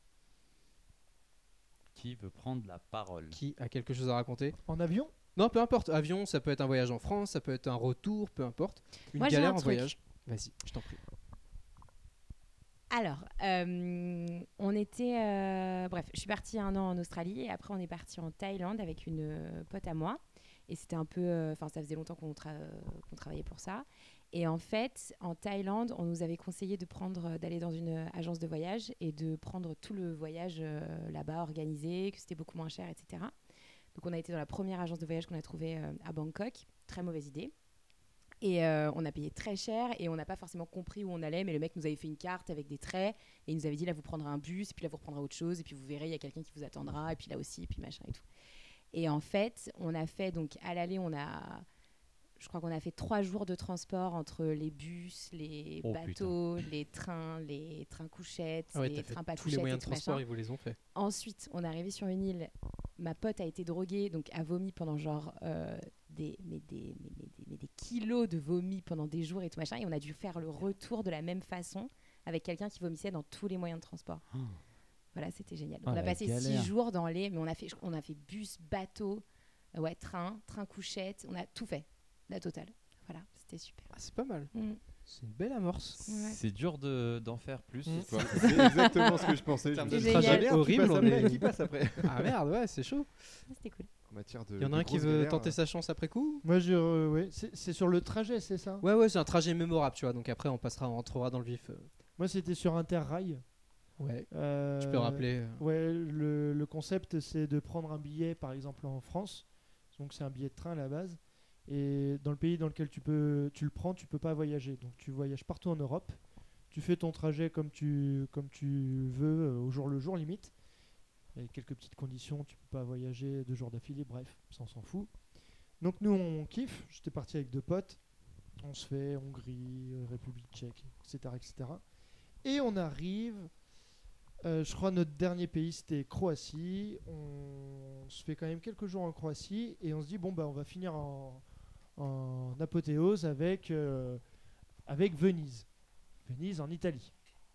Qui veut prendre la parole? Qui a quelque chose à raconter? En avion? Non, peu importe. Avion, ça peut être un voyage en France, ça peut être un retour, peu importe. Une Moi, j'ai galère un en truc. voyage. Vas-y, je t'en prie. Alors, euh, on était. euh, bref, je suis partie un an en Australie et après, on est parti en Thaïlande avec une euh, pote à moi. Et c'était un peu. Enfin, ça faisait longtemps qu'on tra- qu'on travaillait pour ça. Et en fait, en Thaïlande, on nous avait conseillé de prendre, d'aller dans une euh, agence de voyage et de prendre tout le voyage euh, là-bas organisé, que c'était beaucoup moins cher, et cetera. Donc, on a été dans la première agence de voyage qu'on a trouvée euh, à Bangkok. Très mauvaise idée. Et euh, on a payé très cher et on n'a pas forcément compris où on allait, mais le mec nous avait fait une carte avec des traits et il nous avait dit là vous prendrez un bus, et puis là vous reprendrez autre chose, et puis vous verrez, il y a quelqu'un qui vous attendra, et puis là aussi, et puis machin et tout. Et en fait, on a fait, donc à l'aller, on a, je crois qu'on a fait trois jours de transport entre les bus, les Oh, bateaux, les trains, les trains couchettes, Ah ouais, les t'as fait trains pas tous les couchettes, moyens et de tout transport, machin. ils vous les ont fait. Ensuite, on est arrivé sur une île. Ma pote a été droguée, donc a vomi pendant genre euh, des, mais des, mais, mais des, mais des kilos de vomi pendant des jours et tout machin. Et on a dû faire le retour de la même façon avec quelqu'un qui vomissait dans tous les moyens de transport. Oh. Voilà, c'était génial. Oh, on a la passé galère. six jours dans les, mais on a fait, on a fait bus, bateau, euh, ouais, train, train couchette. On a tout fait, la totale. Voilà, c'était super. Ah, c'est pas mal. Mm. C'est une belle amorce. Ouais. C'est dur de d'en faire plus. Mm. quoi. C'est exactement ce que je pensais. En je termes me de suis C'est dit, génial. trajet merde, qui horrible, passe on après, est- qui passe après Ah merde, ouais, c'est chaud. Ah, c'était cool. En matière de. Il y en a de un qui grosses veut galères, tenter euh, sa chance après coup? Moi, je, euh, ouais, c'est c'est sur le trajet, c'est ça? Ouais, ouais, c'est un trajet mémorable, tu vois. Donc après, on passera, on rentrera dans le vif. euh. Moi, c'était sur Interrail. Ouais. Euh, Tu peux rappeler. euh. Ouais, le, le concept, c'est de prendre un billet, par exemple en France. Donc, c'est un billet de train à la base. Et dans le pays dans lequel tu, peux, tu le prends, tu peux pas voyager. Donc, tu voyages partout en Europe. Tu fais ton trajet comme tu, comme tu veux, euh, au jour le jour, limite. Il y a quelques petites conditions. Tu peux pas voyager deux jours d'affilée. Bref, ça, on s'en fout. Donc, nous, on kiffe. J'étais parti avec deux potes. On se fait Hongrie, euh, République tchèque, et cetera, et cetera. Et on arrive... Euh, je crois notre dernier pays c'était Croatie. On se fait quand même quelques jours en Croatie et on se dit bon bah on va finir en, en apothéose avec euh, avec Venise. Venise en Italie.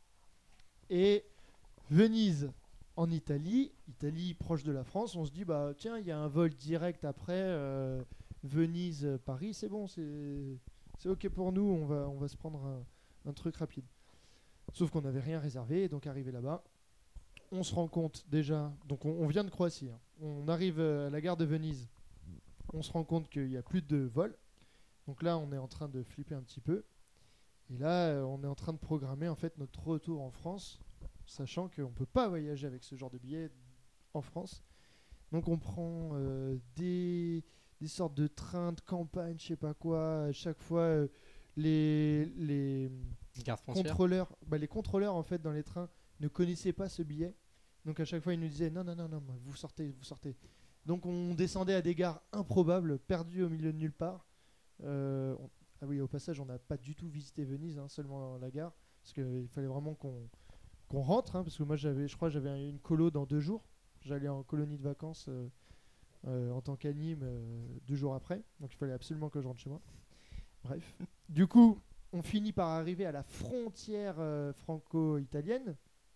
Et Venise en Italie, Italie proche de la France, on se dit bah tiens il y a un vol direct après euh, Venise Paris, c'est bon, c'est c'est ok pour nous, on va on va se prendre un, un truc rapide. Sauf qu'on n'avait rien réservé, et donc arrivé là-bas, on se rend compte déjà, donc on, on vient de Croatie, hein. On arrive euh, à la gare de Venise, on se rend compte qu'il n'y a plus de vol. Donc là, on est en train de flipper un petit peu. Et là, euh, on est en train de programmer en fait notre retour en France, sachant qu'on ne peut pas voyager avec ce genre de billets en France. Donc on prend euh, des, des sortes de trains de campagne, je sais pas quoi. À chaque fois, euh, les, les Garde frontière. contrôleurs, bah, les contrôleurs en fait dans les trains ne connaissaient pas ce billet. Donc à chaque fois, ils nous disaient non, non, non, non, vous sortez, vous sortez. Donc on descendait à des gares improbables, perdus au milieu de nulle part. Euh, on- ah oui, au passage, on n'a pas du tout visité Venise, hein, seulement la gare, parce qu'il fallait vraiment qu'on qu'on rentre, hein, parce que moi, j'avais, je crois, que j'avais une colo dans deux jours. J'allais en colonie de vacances euh, euh, en tant qu'anime euh, deux jours après, donc il fallait absolument que je rentre chez moi. Bref, du coup, on finit par arriver à la frontière euh, franco-italienne.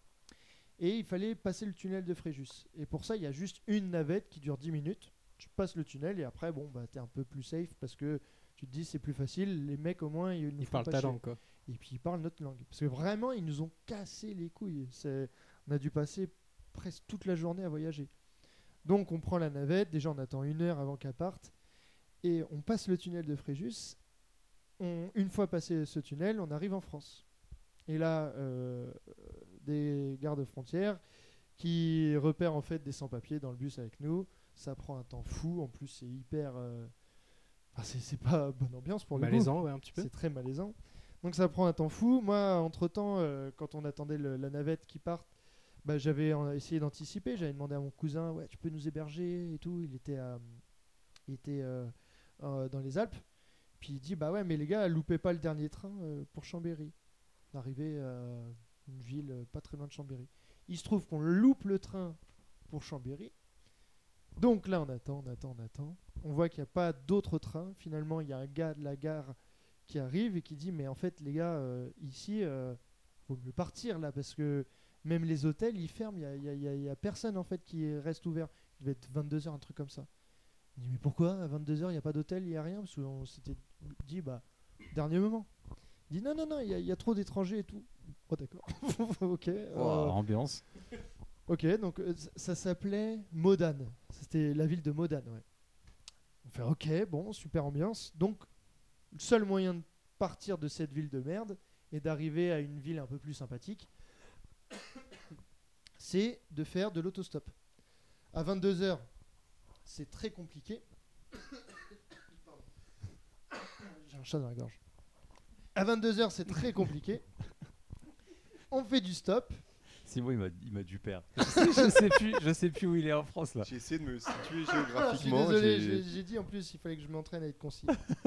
Et il fallait passer le tunnel de Fréjus. Et pour ça, il y a juste une navette qui dure dix minutes. Tu passes le tunnel et après, bon, bah, t'es un peu plus safe parce que tu te dis c'est plus facile. Les mecs, au moins, ils nous Ils font parlent pas ta chier. langue, quoi. Et puis, ils parlent notre langue. Parce que vraiment, ils nous ont cassé les couilles. C'est- On a dû passer presque toute la journée à voyager. Donc, on prend la navette. Déjà, on attend une heure avant qu'elle parte. Et on passe le tunnel de Fréjus. On- Une fois passé ce tunnel, on arrive en France. Et là, euh, des gardes frontières qui repèrent en fait des sans-papiers dans le bus avec nous. Ça prend un temps fou. En plus, c'est hyper. euh, enfin, c'est, c'est pas bonne ambiance pour le coup. Malaisant, ouais, un petit peu. C'est très malaisant. Donc ça prend un temps fou. Moi, entre-temps, euh, quand on attendait le- la navette qui parte, bah, j'avais euh, essayé d'anticiper. J'avais demandé à mon cousin, ouais, tu peux nous héberger et tout. Il était, à- il était euh, euh, dans les Alpes. Puis il dit, bah ouais, mais les gars, loupez pas le dernier train euh, pour Chambéry. On arrivait à une ville euh, pas très loin de Chambéry. Il se trouve qu'on loupe le train pour Chambéry. Donc là, on attend, on attend, on attend. On voit qu'il n'y a pas d'autre train. Finalement, il y a un gars de la gare qui arrive et qui dit mais en fait les gars euh, ici euh, faut mieux partir là parce que même les hôtels ils ferment, il y a, il y a- il y a- il y a personne en fait qui reste ouvert. Il devait être vingt-deux heures, un truc comme ça. Il dit mais pourquoi à vingt-deux heures il n'y a pas d'hôtel, il n'y a rien parce qu'on s'était dit bah dernier moment. Il dit non non non il y, a- il y a trop d'étrangers et tout. Oh d'accord. Ok. euh, Wow, ambiance. Ok, donc euh, ça, ça s'appelait Modane. C'était la ville de Modane, ouais. On fait ok, bon, super ambiance. Donc, le seul moyen de partir de cette ville de merde et d'arriver à une ville un peu plus sympathique, c'est de faire de l'autostop. À vingt-deux heures, c'est très compliqué. Pardon. J'ai un chat dans la gorge. À vingt-deux heures, c'est très compliqué. On fait du stop. Simon, il m'a, il m'a dû perdre. Je sais, je sais plus, je sais plus où il est en France là. J'ai essayé de me situer Je suis géographiquement. désolé, j'ai- j'ai j'ai dit en plus il fallait que je m'entraîne à être concis.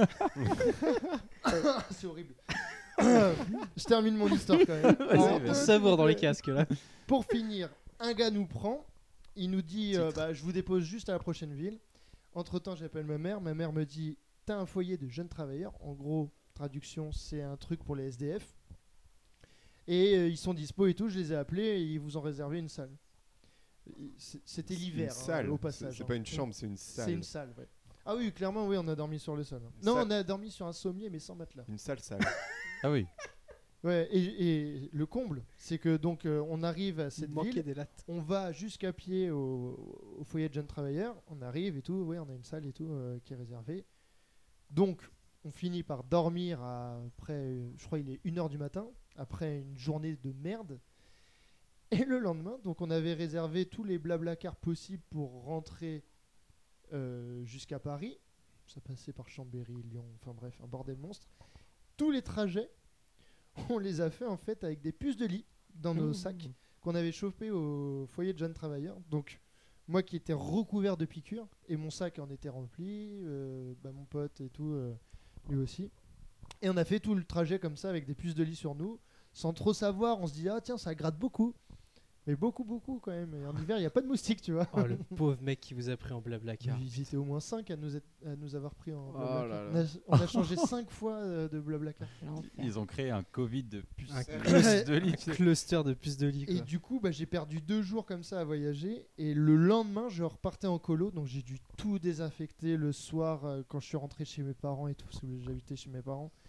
C'est horrible. Je termine mon histoire quand même. Vas-y, Alors, vas-y. On savoure dans les casques, là. Pour finir, un gars nous prend, il nous dit euh, bah, je vous dépose juste à la prochaine ville. Entre temps, j'appelle ma mère. Ma mère me dit t'as un foyer de jeunes travailleurs. En gros, traduction, c'est un truc pour les S D F. Et euh, ils sont dispo et tout. Je les ai appelés et ils vous ont réservé une salle. Et c- C'était Une l'hiver hein, salle. au C'est- passage. C'est hein. pas une chambre, c'est une salle. C'est une salle, ouais. Ah oui, clairement, oui, on a dormi sur le sol. hein. Une Non, salle. on a dormi sur un sommier, mais sans matelas. Une salle salle. Ah oui. Ouais, et, et le comble, c'est que donc euh, on arrive à cette Il manquait ville, des lattes. on va jusqu'à pied au, au foyer de jeunes travailleurs, on arrive et tout, ouais, on a une salle et tout euh, qui est réservée. Donc, on finit par dormir à- après, euh, je crois il est une heure du matin, après une journée de merde. Et le lendemain, donc on avait réservé tous les blabla-cars possibles pour rentrer euh, jusqu'à Paris. Ça passait par Chambéry, Lyon, enfin bref, un bordel monstre. Tous les trajets, on les a fait en fait avec des puces de lit dans nos Mmh. sacs qu'on avait chauffés au foyer de jeunes travailleurs. Donc moi qui étais recouvert de piqûres et mon sac en était rempli, euh, bah, mon pote et tout, euh, lui aussi. Et on a fait tout le trajet comme ça avec des puces de lit sur nous, sans trop savoir. On se dit ah tiens ça gratte beaucoup, mais beaucoup beaucoup quand même. Et en hiver il n'y a pas de moustiques tu vois. Oh, le pauvre mec qui vous a pris en blablacar. Ils étaient au moins cinq à nous, être- à nous avoir pris en Oh blablacar. là On, a, on a changé cinq fois euh, de blablacar. L'enfer. Ils ont créé un Covid de puces Un puces de lit. Un cluster de puces de lit, Et quoi. du coup, bah, j'ai perdu deux jours comme ça à voyager. Et le lendemain, je repartais en colo. Donc j'ai dû tout désinfecter le soir euh, quand je suis rentré chez mes parents et tout. Parce que j'habitais chez mes parents.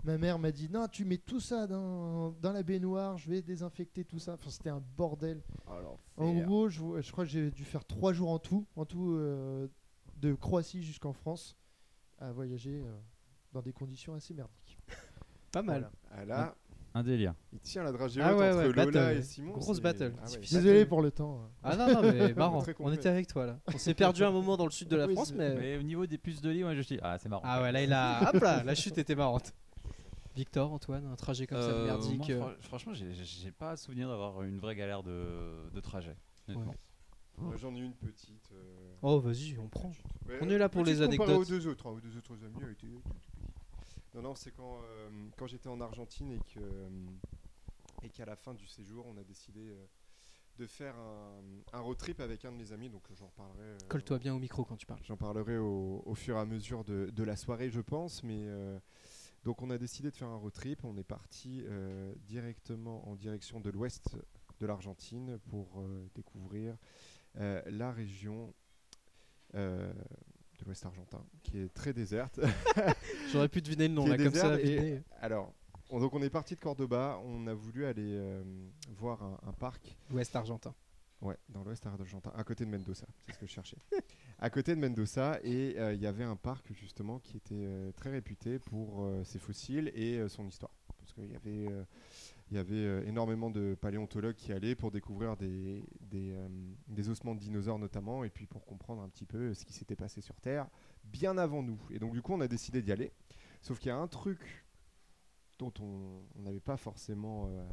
Ma mère m'a dit non, tu mets tout ça dans, dans la baignoire, je vais désinfecter tout ça. Enfin, c'était un bordel. En gros, je, je crois que j'ai dû faire trois jours en tout, en tout euh, de Croatie jusqu'en France, à voyager euh, dans des conditions assez merdiques. Pas mal. Voilà. Ah là, Un délire. il tient la dragée Ah haute ouais, entre ouais, Lola battle. et Simon. Grosse c'est- battle. Ah ouais, Désolé pour le temps. hein. Ah non, non, mais marrant. Très On concret. était avec toi là. On s'est perdu un moment dans le sud de la Oui, France, c'est- mais. Mais au niveau des puces de lit, moi je dis ah c'est marrant. Ah ouais, là, il a. Hop là, la chute était marrante. Victor, Antoine, un trajet comme ça Euh, merdique. moi, euh, fran- franchement, j'ai j'ai pas souvenir d'avoir une vraie galère de, de trajet. honnêtement. Moi, j'en ai une petite. euh, Oh, vas-y, on prend. petite. Mais, On est là pour petite les comparée anecdotes. aux deux autres, hein, aux deux autres amis, elle était tout, tout petite. Non, non, c'est quand, euh, quand j'étais en Argentine et que euh, et qu'à la fin du séjour, on a décidé euh, de faire un, un road trip avec un de mes amis. Donc, j'en reparlerai. euh, Colle-toi bien au micro quand tu parles. J'en parlerai au, au fur et à mesure de, de la soirée, je pense. Mais euh, donc, on a décidé de faire un road trip. On est parti euh, directement en direction de l'ouest de l'Argentine pour euh, découvrir euh, la région euh, de l'ouest argentin, qui est très déserte. J'aurais pu deviner le nom Qui là, est comme ça. déserte et- deviner. Alors, on, donc on est parti de Cordoba. On a voulu aller euh, voir un, un parc. Ouest argentin. Ouais, dans l'ouest argentin, à côté de Mendoza, c'est ce que je cherchais. À côté de Mendoza, et euh, il y avait un parc justement qui était euh, très réputé pour euh, ses fossiles et euh, son histoire. Parce qu'il y avait, euh, il y avait euh, énormément de paléontologues qui allaient pour découvrir des, des, euh, des ossements de dinosaures notamment, et puis pour comprendre un petit peu ce qui s'était passé sur Terre bien avant nous. Et donc du coup, on a décidé d'y aller. Sauf qu'il y a un truc dont on on n'avait pas forcément... euh,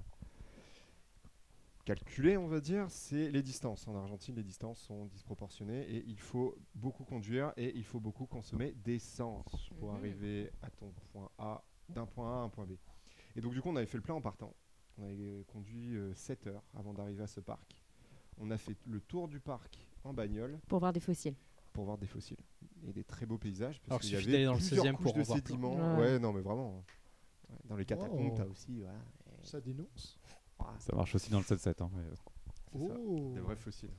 calculé, on va dire, c'est les distances. En Argentine, les distances sont disproportionnées et il faut beaucoup conduire et il faut beaucoup consommer d'essence pour Mhm. arriver à ton point A, d'un point A à un point B. Et donc du coup, on avait fait le plein en partant. On avait conduit euh, sept heures avant d'arriver à ce parc. On a fait le tour du parc en bagnole Pour voir des fossiles. pour voir des fossiles et des très beaux paysages. Parce Alors qu'il qu'il y suffit d'aller avait dans le plusieurs seizième couches pour de en voir plein. sédiments. Ouais. Ouais, non, mais vraiment. Ouais, dans les catacombes, Oh. t'as aussi. Voilà. Et- Ça dénonce. Ça marche aussi dans le sept sept. Hein, mais- c'est ça. Oh. Des vrais fossiles.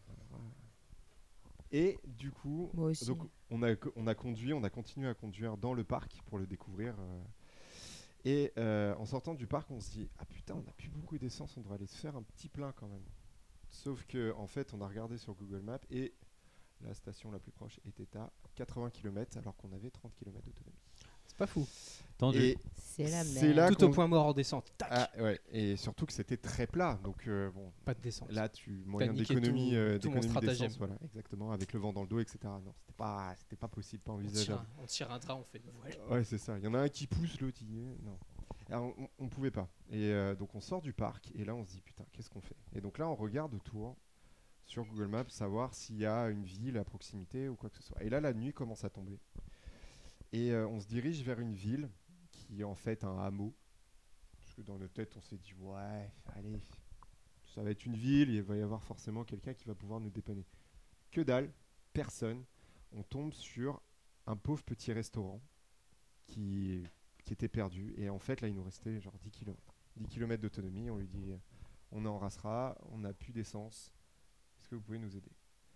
Et du coup, Moi aussi. donc on a, on a conduit, on a continué à conduire dans le parc pour le découvrir. euh, et euh, en sortant du parc, on se dit ah putain, on n'a plus beaucoup d'essence, on devrait aller se faire un petit plein quand même. Sauf que en fait, on a regardé sur Google Maps et la station la plus proche était à quatre-vingts kilomètres alors qu'on avait trente kilomètres d'autonomie. C'est pas fou. Tendu. Et C'est la c'est merde. là Tout au qu'on- point mort en descente. Tac. ah, ouais, et surtout que c'était très plat, donc euh, bon, Pas de descente. là, tu moyen niqué d'économie, tout- euh, tout mon d'économie stratagème. d'essence, voilà, exactement, avec le vent dans le dos, et cetera. Non, c'était pas, c'était pas possible, pas on, tire envisageable. un, on tire un drap, on fait une voile. Ouais, c'est ça. Il y en a un qui pousse, l'autre il est- non. Alors, on, on pouvait pas. Et euh, donc on sort du parc et là on se dit putain, qu'est-ce qu'on fait? Et donc là on regarde autour sur Google Maps savoir s'il y a une ville à proximité ou quoi que ce soit. Et là la nuit commence à tomber. Et euh, on se dirige vers une ville qui est en fait un hameau. Parce que dans notre tête on s'est dit ouais, allez, ça va être une ville, il va y avoir forcément quelqu'un qui va pouvoir nous dépanner. Que dalle, personne. On tombe sur un pauvre petit restaurant qui, qui était perdu. Et en fait, là, il nous restait genre dix kilomètres. dix kilomètres d'autonomie. On lui dit, euh, on est en Rassera, on n'a plus d'essence. Est-ce que vous pouvez nous aider?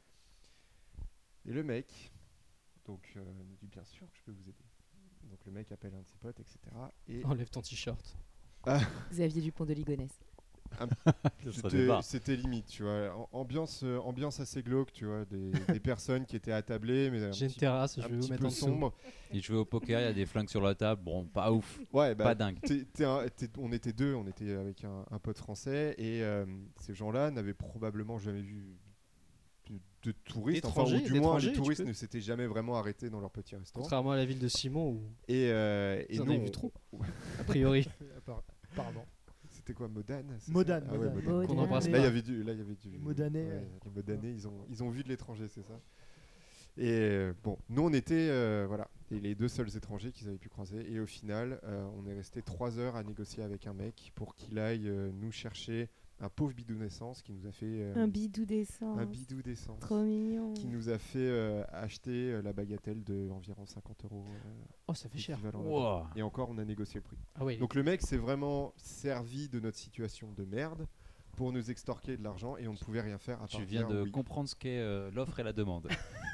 Et le mec, donc, euh, nous dit, bien sûr que je peux vous aider. Donc le mec appelle un de ses potes, et cetera. Et Enlève ton t-shirt. Xavier Dupont de Ligonnès. Ce serait C'était- débat. c'était limite, tu vois. Am- Ambiance, euh, ambiance assez glauque, tu vois. Des, des personnes qui étaient attablées, mais un J'ai une petit, terrasse, un je vais vous petit mettre peu en dessous. sombre. Il jouait au poker, il y a des flingues sur la table. Bon, pas ouf. Ouais, bah, Pas dingue. t'es- t'es un- t'es- on était deux, on était avec un, un pote français et euh, ces gens-là n'avaient probablement jamais vu de, de touristes, enfin, ou D'étrangers, du moins d'étrangers, les tu touristes peux. ne s'étaient jamais vraiment arrêtés dans leur petit restaurant. Contrairement à la ville de Simon où Et, euh, et Vous en nous, avez vu on- trop. a priori. Appar- Apparemment. c'était quoi, Modane c'est ça Modane, Ah ouais, Modane. Modane. Qu'on embrasse Là, il y pas. avait du, là, il y avait du. Les Modanais, ouais, ouais. les Modanais, ils ont, ils ont vu de l'étranger, c'est ça. Et euh, bon, nous, on était, euh, voilà, les, les deux seuls étrangers qu'ils avaient pu croiser. Et au final, euh, on est resté trois heures à négocier avec un mec pour qu'il aille euh, nous chercher un pauvre bidou d'essence qui nous a fait. euh, Un bidou d'essence. un bidou d'essence. Trop mignon. Qui nous a fait euh, acheter euh, la bagatelle de environ cinquante euros. euh, Oh, ça fait cher. équivalent Wow. là-bas. Et encore, on a négocié le prix. Ah oui. Donc le mec s'est vraiment servi de notre situation de merde pour nous extorquer de l'argent et on ne pouvait rien faire à part Tu viens dire de oui. comprendre ce qu'est euh, l'offre et la demande.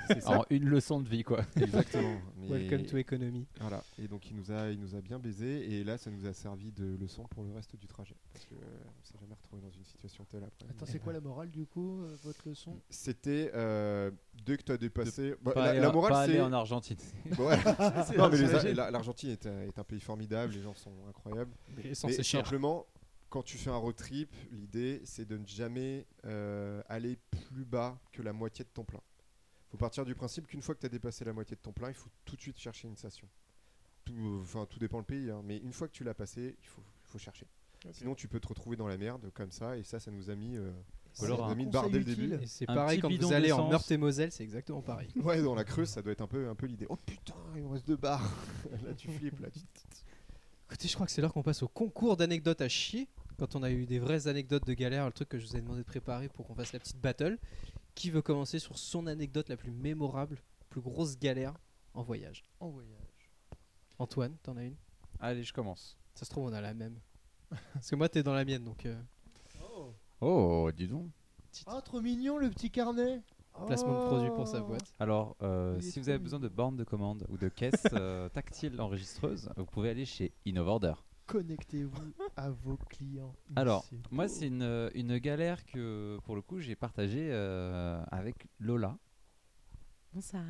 C'est ça. En une leçon de vie, quoi. Exactement. Mais- Welcome to economy. Voilà. Et donc il nous a, il nous a bien baisé et là ça nous a servi de leçon pour le reste du trajet parce que euh, on s'est jamais retrouvé dans une situation telle après. Attends, c'est quoi la morale du coup, euh, votre leçon? C'était euh, dès que tu as dépassé. Bah, Pas la, aller la en- morale pas c'est. aller en Argentine. Ouais. non mais les- J'imagine. la- l'Argentine est, un- est un pays formidable, les gens sont incroyables. L'essence, Mais c'est cher. simplement, quand tu fais un road trip, l'idée c'est de ne jamais euh, aller plus bas que la moitié de ton plein. Il faut partir du principe qu'une fois que tu as dépassé la moitié de ton plein, il faut tout de suite chercher une station. Tout, enfin, tout dépend le pays, hein, mais une fois que tu l'as passé, il faut, il faut chercher. Sinon, tu peux te retrouver dans la merde comme ça, et ça, ça nous a mis, euh, Ou alors ça nous a un mis une barre dès le conseil début. utile. Et c'est Un pareil petit quand bidon vous allez en d'essence. Meurthe et Moselle, c'est exactement pareil. Ouais, dans la Creuse, ça doit être un peu, un peu l'idée. Oh putain, il me reste deux barres. Là, tu flippes. Là, tu... Écoutez, je crois que c'est l'heure qu'on passe au concours d'anecdotes à chier. Quand on a eu des vraies anecdotes de galère, le truc que je vous ai demandé de préparer pour qu'on fasse la petite battle. Qui veut commencer sur son anecdote la plus mémorable, plus grosse galère en voyage? En voyage. Antoine, t'en as une? Allez, je commence. Ça se trouve, on a la même. Parce que moi, t'es dans la mienne, donc euh, Oh. Oh, dis donc. Ah, trop mignon le petit carnet. placement de produit pour sa Oh. boîte. Alors, euh, Il est si vous trop avez besoin de bornes de commande ou de caisses euh, tactiles enregistreuses, vous pouvez aller chez Innovorder. Connectez-vous à vos clients. Alors, C'est moi, beau. c'est une, une galère que, pour le coup, j'ai partagée euh, avec Lola. Bonsoir.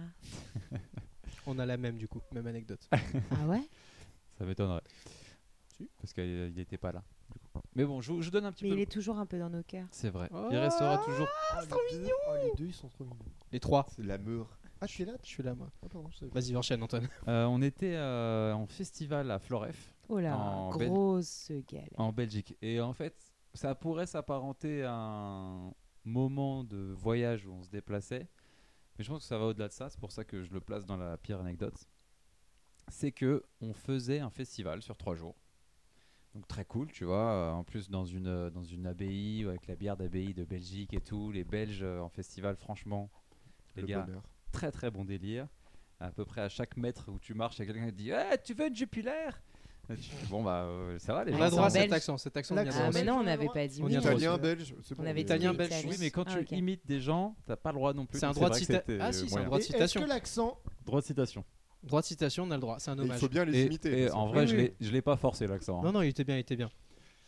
On a la même, du coup, même anecdote. Ah ouais? Ça m'étonnerait. Si. Parce qu'il n'était pas là. Du coup. Mais bon, je, vous- je vous donne un petit Mais peu. il le- est toujours un peu dans nos cœurs. C'est vrai. Oh. Il restera toujours. Ah, les deux, oh, les deux, ils sont trop mignons. Les trois. C'est l'amour. Ah, tu es là? Je suis là, moi. Ah, pardon, je savais pas. Vas-y, enchaîne, Antoine. Euh, on était euh, en festival à Floref, Oh là, En Bel- grosse galère. en Belgique. Et en fait, ça pourrait s'apparenter à un moment de voyage où on se déplaçait. Mais je pense que ça va au-delà de ça. C'est pour ça que je le place dans la pire anecdote. C'est que on faisait un festival sur trois jours. Donc très cool, tu vois. euh, En plus dans une euh, dans une abbaye avec la bière d'abbaye de Belgique et tout. Les Belges euh, en festival, franchement, les Le gars, bonheur. très très bon délire. À peu près à chaque mètre où tu marches, il y a quelqu'un qui te dit Eh, tu veux une jupilaire? Et tu fais, bon bah euh, ça va les On gens. a droit à en cet belge. accent. Cet accent, on y a L'accent droit Ah, aussi. mais non, on on a n'avait droit. pas dit On y oui. a droit. Italien, aussi. belge, c'est On bon. avait mais- Italien, dit belge, italien. Oui, mais quand Ah, tu ok. imites des gens, t'as pas le droit non plus. C'est un donc droit de vrai que cita- c'était, Ah, si, euh, c'est un moyen. droit de Et citation. Est-ce que l'accent. Droit de citation. Droit de citation, on a le droit. C'est un Et il hommage. faut bien les Et, imiter. et parce que- en vrai, Oui, je oui. l'ai- je l'ai pas forcé l'accent. hein. Non, non, il était bien, il était bien.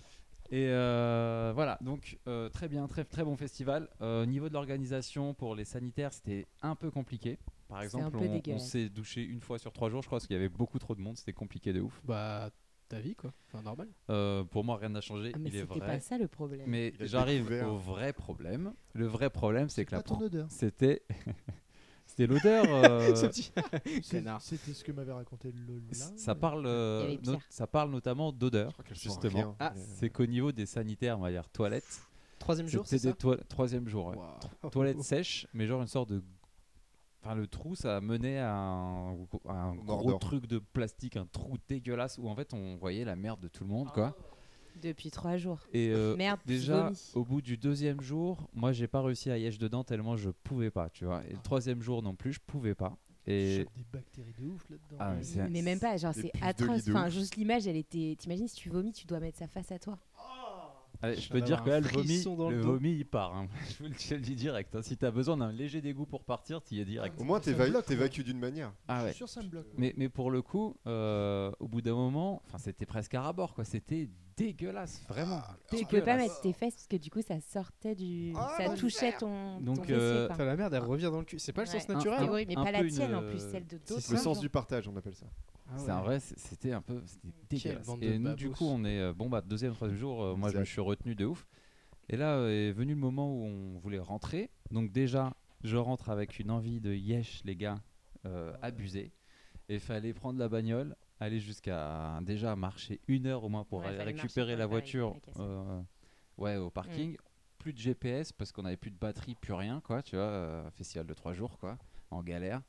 Et euh, voilà, donc euh, très bien, très, très bon festival. Euh, au niveau de l'organisation, pour les sanitaires, c'était un peu compliqué. Par C'est exemple, un peu on, on dégueulasse. s'est douché une fois sur trois jours, je crois, parce qu'il y avait beaucoup trop de monde, c'était compliqué de ouf. Bah, ta vie, quoi. Enfin, normal. Euh, pour moi, rien n'a changé, Ah, mais il est c'était vrai. pas ça le problème. Mais Il a j'arrive découvert. au vrai problème. Le vrai problème, c'est que la Pas ton pro- odeur. c'était c'était l'odeur. euh, Ce petit- C'est- Connard. C'était ce que m'avait raconté Lola. ça parle, euh, Il y avait no- pire. ça parle notamment d'odeur, Je crois qu'elle sent justement. rien. Ah, Elle- C'est qu'au niveau des sanitaires, on va dire toilettes, Troisième jour, c'est c'était ça des toi- troisième jour. ouais. Waouh. Toilettes sèches, mais genre une sorte de. Enfin, le trou, ça menait à un, à un gros Mordor. truc de plastique, un trou dégueulasse où en fait on voyait la merde de tout le monde, quoi. Depuis trois jours. Et euh, Merde, déjà, vomi. au bout du deuxième jour, moi j'ai pas réussi à y être dedans tellement je pouvais pas, tu vois. Et le troisième jour non plus, je pouvais pas. Et Chope des bactéries de ouf là-dedans. Ah, mais c'est- Mais même pas, genre Des c'est puces de atroce. lit de Enfin, ouf. juste l'image, elle était. T'imagines si tu vomis, tu dois mettre sa face à toi. allez, je Ça peux va dire avoir que là, un le vomi, frisson dans le le dos. vomi il part. hein. Je vous le je le dis direct. hein. Si t'as besoin d'un léger dégoût pour partir, t'y es direct. Au moins, Ça me t'éva- bloque, t'évacues d'une manière. Ah Je ouais. suis sûr, ça me bloque. Mais, mais pour le coup, euh, au bout d'un moment, enfin c'était presque à ras-bord, quoi. C'était dégueulasse, vraiment. Tu peux pas dégueulasse. mettre tes fesses parce que du coup ça sortait du. Ah, ça l'enfer. touchait ton. Donc, ton fessier, euh, quoi. Putain, la merde, elle revient dans le cul. C'est pas le Ouais. sens Un- naturel. un- Et oui, mais un pas la peu une, tienne en plus, euh, celle de c'est d'autres. Le ça. sens du partage, on appelle ça. Ah C'est ouais. un vrai, c- c'était un peu, c'était dégueulasse. bande Et de nous, du babos. coup, on est euh, bon bah deuxième, troisième jour. euh, moi, je me Exact. suis retenu de ouf. Et là euh, est venu le moment où on voulait rentrer. Donc déjà, je rentre avec une envie de yesh, les gars, euh, abusé. Et fallait prendre la bagnole, aller jusqu'à déjà marcher une heure au moins pour Ouais, aller fallait récupérer marcher la pour aller voiture. la casser. euh, ouais, au parking. Plus de G P S parce qu'on avait plus de batterie, plus rien, quoi. Tu vois, euh, festival de trois jours, quoi, en galère.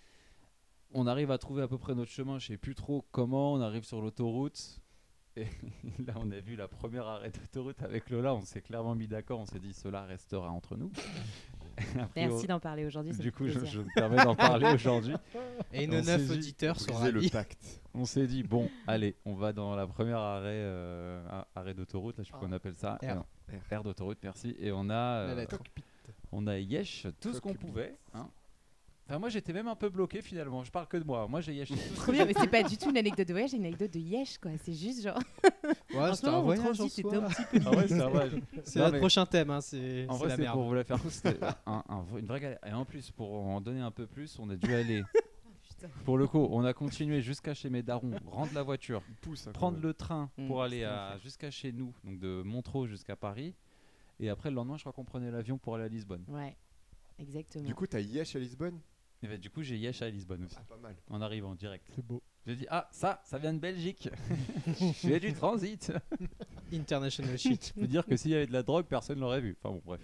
On arrive à trouver à peu près notre chemin, je sais plus trop comment, on arrive sur l'autoroute. Et là, on a vu la première arrêt d'autoroute avec Lola, on s'est clairement mis d'accord, on s'est dit cela restera entre nous. Après, Merci d'en parler aujourd'hui. ça du me coup, fait je, plaisir. je me permets d'en parler aujourd'hui. Et On nos s'est neuf dit, auditeurs sont Briser le ravis. pacte. On s'est dit, bon, allez, on va dans la première arrêt, euh, a- arrêt d'autoroute, là, je sais pas Ah. qu'on appelle ça. R. Et on- R d'autoroute, merci. Et on a, La euh, lettre. on a yesh tout ce qu'on Cockpit. pouvait. hein. Enfin, moi, j'étais même un peu bloqué finalement. Je parle que de moi. Moi, j'ai yéché tout ce Trop que bien, j'ai- mais c'est pas du tout une anecdote de voyage, c'est une anecdote de Yesh, quoi. C'est juste genre. Ouais, en ce c'était un moment, mon voyage en transit était soi. un petit peu Ah ouais, c'est un vrai. C'est Non, notre mais- prochain thème, hein, c'est En c'est vrai, la c'est merde. pour vous la faire courte, c'était un- un- une vraie galère. Et en plus, pour en donner un peu plus, on a dû aller. Putain. Pour le coup, on a continué jusqu'à chez mes darons, rendre la voiture, Il pousse, hein, quand prendre même. le train Mm, pour aller c'était à- l'enfer. jusqu'à chez nous, donc de Montreux jusqu'à Paris. Et après, le lendemain, je crois qu'on prenait l'avion pour aller à Lisbonne. Ouais, exactement. Du coup, t'as Yesh à Lisbonne. Et bah, du coup, j'ai Yesh à Lisbonne aussi, Ah, pas mal. en arrivant direct. C'est beau. J'ai dit, ah, ça, ça vient de Belgique. Je fais du transit. International shit. Je peux dire que s'il y avait de la drogue, personne l'aurait vu. Enfin bon, bref.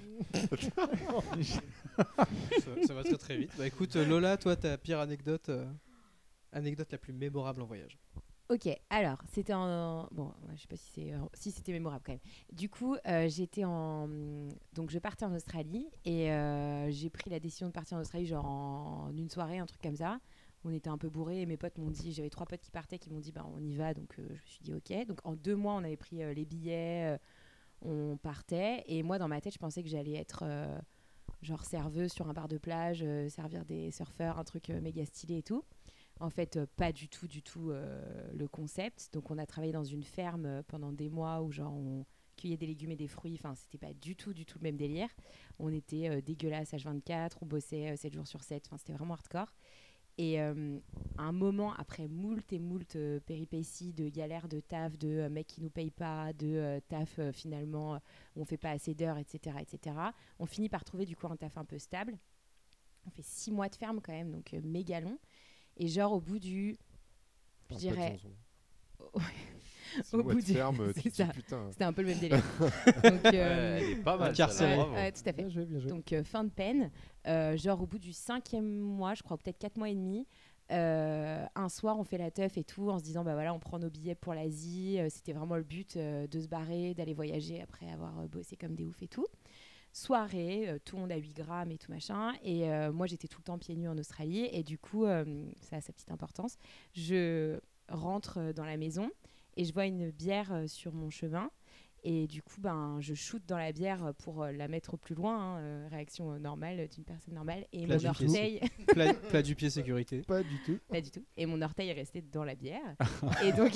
ça, ça va très très vite. Bah écoute, euh, Lola, toi, ta pire anecdote, euh, anecdote la plus mémorable en voyage. Ok, alors c'était en bon, ouais, je sais pas si c'est euh, si c'était mémorable quand même. Du coup, euh, j'étais en donc je partais en Australie et euh, j'ai pris la décision de partir en Australie genre en, en une soirée, un truc comme ça. On était un peu bourrés et mes potes m'ont dit, j'avais trois potes qui partaient qui m'ont dit bah on y va, donc euh, je me suis dit ok. Donc en deux mois on avait pris euh, les billets, euh, on partait et moi dans ma tête je pensais que j'allais être euh, genre serveuse sur un bar de plage, euh, servir des surfeurs, un truc euh, méga stylé et tout. En fait, euh, pas du tout, du tout euh, le concept. Donc, on a travaillé dans une ferme euh, pendant des mois où genre on cueillait des légumes et des fruits. Enfin, c'était pas du tout, du tout le même délire. On était euh, dégueulasse H vingt-quatre, on bossait euh, sept jours sur sept. Enfin, c'était vraiment hardcore. Et euh, un moment après moult et moult euh, péripéties de galères de taf, de euh, mecs qui nous payent pas, de euh, taf euh, finalement euh, où on fait pas assez d'heures, et cetera, et cetera. On finit par trouver du coup un taf un peu stable. On fait six mois de ferme quand même, donc euh, méga long. Et genre au bout du, je Parle pas de dirais, Zonzon. Six au mois bout de du, ferme, tu c'est te ça. dis, putain. C'était un peu le même délire. Donc, Ouais, euh, elle est pas mal. Incarcéré. celle-là, ouais, bravo. ouais, tout à fait. Bien joué, bien joué. Donc euh, fin de peine, euh, genre au bout du cinquième mois, je crois peut-être quatre mois et demi, euh, un soir on fait la teuf et tout en se disant bah voilà on prend nos billets pour l'Asie, euh, c'était vraiment le but euh, de se barrer, d'aller voyager après avoir euh, bossé comme des oufs et tout. Soirée, euh, tout le monde a huit grammes et tout machin, et euh, moi j'étais tout le temps pieds nus en Australie et du coup euh, ça a sa petite importance, je rentre euh, dans la maison et je vois une bière euh, sur mon chemin. Et du coup, ben, je shoot dans la bière pour euh, la mettre au plus loin, hein, euh, réaction euh, normale d'une personne normale. Et Plat mon du pied. orteil, Plat, plat du pied sécurité. Pas du tout. pas du tout. Et mon orteil est resté dans la bière. Et donc,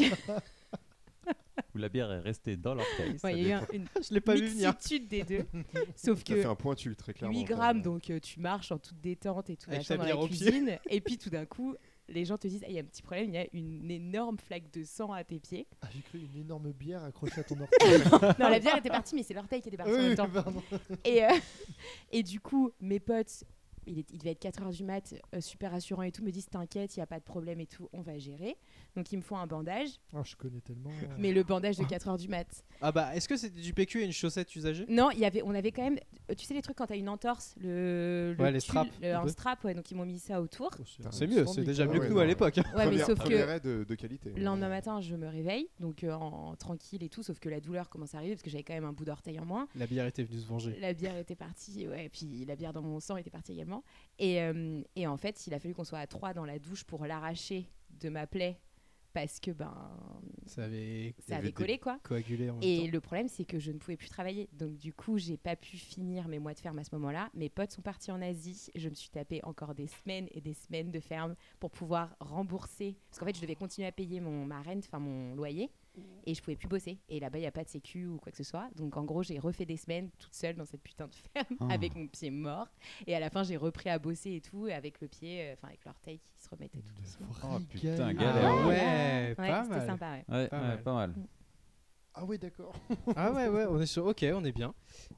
Où la bière est restée dans l'orteil. ouais, il y a eu un- une Je l'ai pas vu venir. mixitude des deux. Sauf Ça fait que un pointu, très clairement. huit grammes, donc euh, tu marches en toute détente et tout Avec machin ta dans bière la au pied. cuisine. Et puis tout d'un coup, les gens te disent, ah, il y a un petit problème, il y a une énorme flaque de sang à tes pieds. Ah, j'ai cru une énorme bière accrochée à ton orteil. Non, la bière était partie, mais c'est l'orteil qui était parti en Oui, même temps. pardon. Et, euh, et du coup, mes potes, il, est, il devait être quatre heures du mat, euh, super rassurant et tout, me disent t'inquiète, il n'y a pas de problème et tout, on va gérer. Donc ils me font un bandage, Ah, je connais tellement. euh, mais le bandage de quatre heures du mat. Ah bah, est-ce que c'était du P Q et une chaussette usagée? Non, il y avait, on avait quand même, euh, tu sais les trucs quand t'as une entorse, le, le Ouais, les tulle, straps, le- un un peu. strap, ouais, donc ils m'ont mis ça autour. oh, C'est un mieux, c'est standing, déjà quoi. mieux ouais, que nous non, à ouais. l'époque. Ouais, mais Première- sauf que première aide de, de qualité. le lendemain matin, je me réveille, donc euh, en, tranquille et tout, sauf que la douleur commence à arriver parce que j'avais quand même un bout d'orteil en moins. La bière était venue se venger. La bière était partie, ouais, et puis la bière dans mon sang était partie également. Et, euh, et en fait, il a fallu qu'on soit à trois dans la douche pour l'arracher de ma plaie parce que ben Ça avait ça avait avait des- collé quoi. coagulé en même Et temps. le problème, c'est que je ne pouvais plus travailler. Donc, du coup, j'ai pas pu finir mes mois de ferme à ce moment-là. Mes potes sont partis en Asie. Je me suis tapé encore des semaines et des semaines de ferme pour pouvoir rembourser. Parce qu'en fait, je devais continuer à payer mon, ma rente, enfin mon loyer. Et je pouvais plus bosser. Et là-bas, il n'y a pas de sécu ou quoi que ce soit. Donc, en gros, j'ai refait des semaines toute seule dans cette putain de ferme Ah. avec mon pied mort. Et à la fin, j'ai repris à bosser et tout, avec le pied, euh, enfin, avec l'orteil qui se remettait tout doucement. Oh, putain, Régalé. galère. Ah ouais. ouais, Ouais, pas c'était mal. sympa, ouais. Ouais, Pas ouais, mal. pas mal. Ah ouais, d'accord. Ah ouais, ouais, on est sur. Ok, on est bien.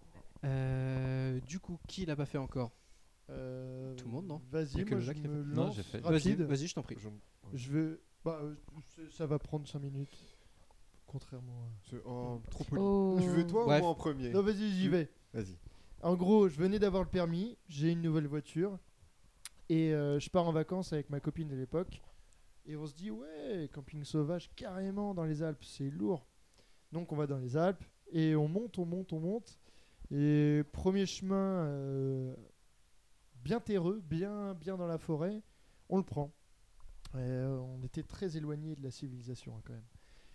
Euh, du coup, qui l'a pas fait encore? Euh, Tout le monde, non? Vas-y, Y a que moi Lola je qui l'a me fait. Non, lance j'ai fait. Vas-y, rapide. vas-y, je t'en prie. Je- Je vais... Bah, euh, c'est- ça va prendre cinq minutes. Contrairement à... c'est- oh, trop poli. Oh. Tu veux toi Bref. ou moi en premier? Non, vas-y, j'y Tu- vais. Vas-y. En gros, je venais d'avoir le permis, j'ai une nouvelle voiture et euh, je pars en vacances avec ma copine de l'époque et on se dit ouais, camping sauvage carrément dans les Alpes, c'est lourd. Donc on va dans les Alpes et on monte, on monte, on monte et premier chemin euh, bien terreux, bien bien dans la forêt, on le prend. Et, euh, on était très éloigné de la civilisation hein, quand même.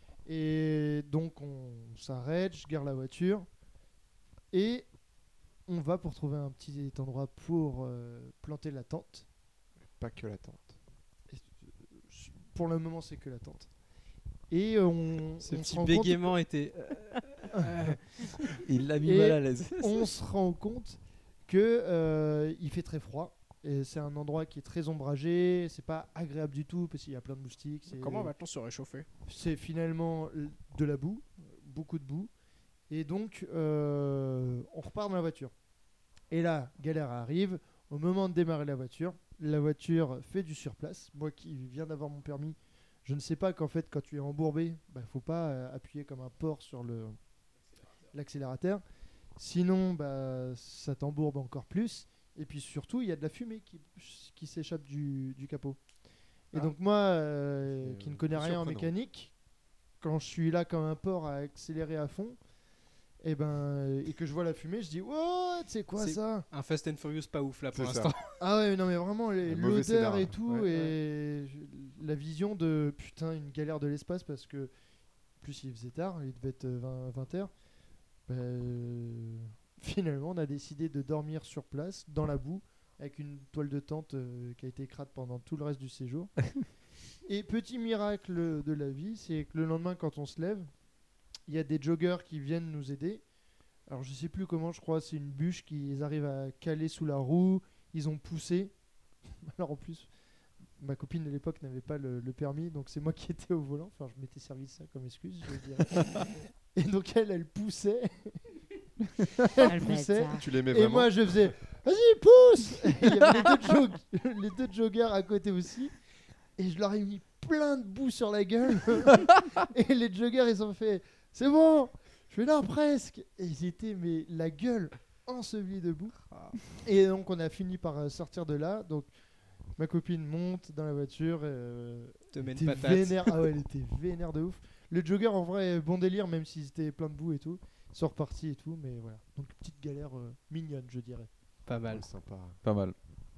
Et donc on s'arrête, je gare la voiture et on va pour trouver un petit endroit pour euh, planter la tente. pas que l'attente. Et, euh, pour le moment, c'est que l'attente. Et on, Ce on se petit rend bégaiement était. Il l'a mis Et mal à l'aise. compte, on se rend compte que euh, il fait très froid. Et c'est un endroit qui est très ombragé. C'est pas agréable du tout parce qu'il y a plein de moustiques. C'est, Comment va-t-on se réchauffer? c'est finalement l- de la boue, beaucoup de boue. Et donc, euh, on repart dans la voiture. Et là, galère arrive. Au moment de démarrer la voiture, la voiture fait du surplace. Moi qui viens d'avoir mon permis, je ne sais pas qu'en fait, quand tu es embourbé, bah, faut pas euh, appuyer comme un porc sur le, l'accélérateur. Sinon, bah, ça t'embourbe encore plus. Et puis surtout, il y a de la fumée qui, qui s'échappe du, du capot. Et Ah. donc moi, euh, C'est, qui ne euh, connais rien en surprenant. mécanique, quand je suis là comme un porc à accélérer à fond, et, ben, et que je vois la fumée, je dis « What? C'est quoi C'est- ça » Un Fast and Furious pas ouf là pour C'est ça. l'instant. Ah ouais, non mais vraiment, les- Un mauvais l'odeur scénar, et hein. tout, Ouais, et je- la vision de putain, une galère de l'espace parce que, en plus il faisait tard, il devait être vingt, vingt heures. Bah, euh, finalement, on a décidé de dormir sur place, dans la boue, avec une toile de tente euh, qui a été crade pendant tout le reste du séjour. Et petit miracle de la vie, c'est que le lendemain, quand on se lève, il y a des joggers qui viennent nous aider. Alors je sais plus comment, je crois c'est une bûche qu'ils arrivent à caler sous la roue, ils ont poussé. Alors en plus, ma copine de l'époque n'avait pas le, le permis, donc c'est moi qui étais au volant, enfin je m'étais servi de ça comme excuse, je veux dire. Et donc elle, elle poussait. elle poussait. Tu l'aimais Et vraiment moi je faisais, vas-y pousse. Et il y avait les deux, jog- les deux joggers à côté aussi. Et je leur ai mis plein de boue sur la gueule. Et les joggers ils ont fait, c'est bon. Je fais là presque. Et ils étaient mais la gueule ensevelie de boue. Et donc on a fini par euh, sortir de là. Donc ma copine monte dans la voiture. Euh, Te mène était patate. vénère. Ah ouais, elle était vénère de ouf. Le jogger en vrai bon délire même s'ils étaient plein de boue et tout. Ils sont repartis et tout. Mais voilà. Donc petite galère euh, mignonne je dirais. Pas mal. Ouais, sympa. Pas mal.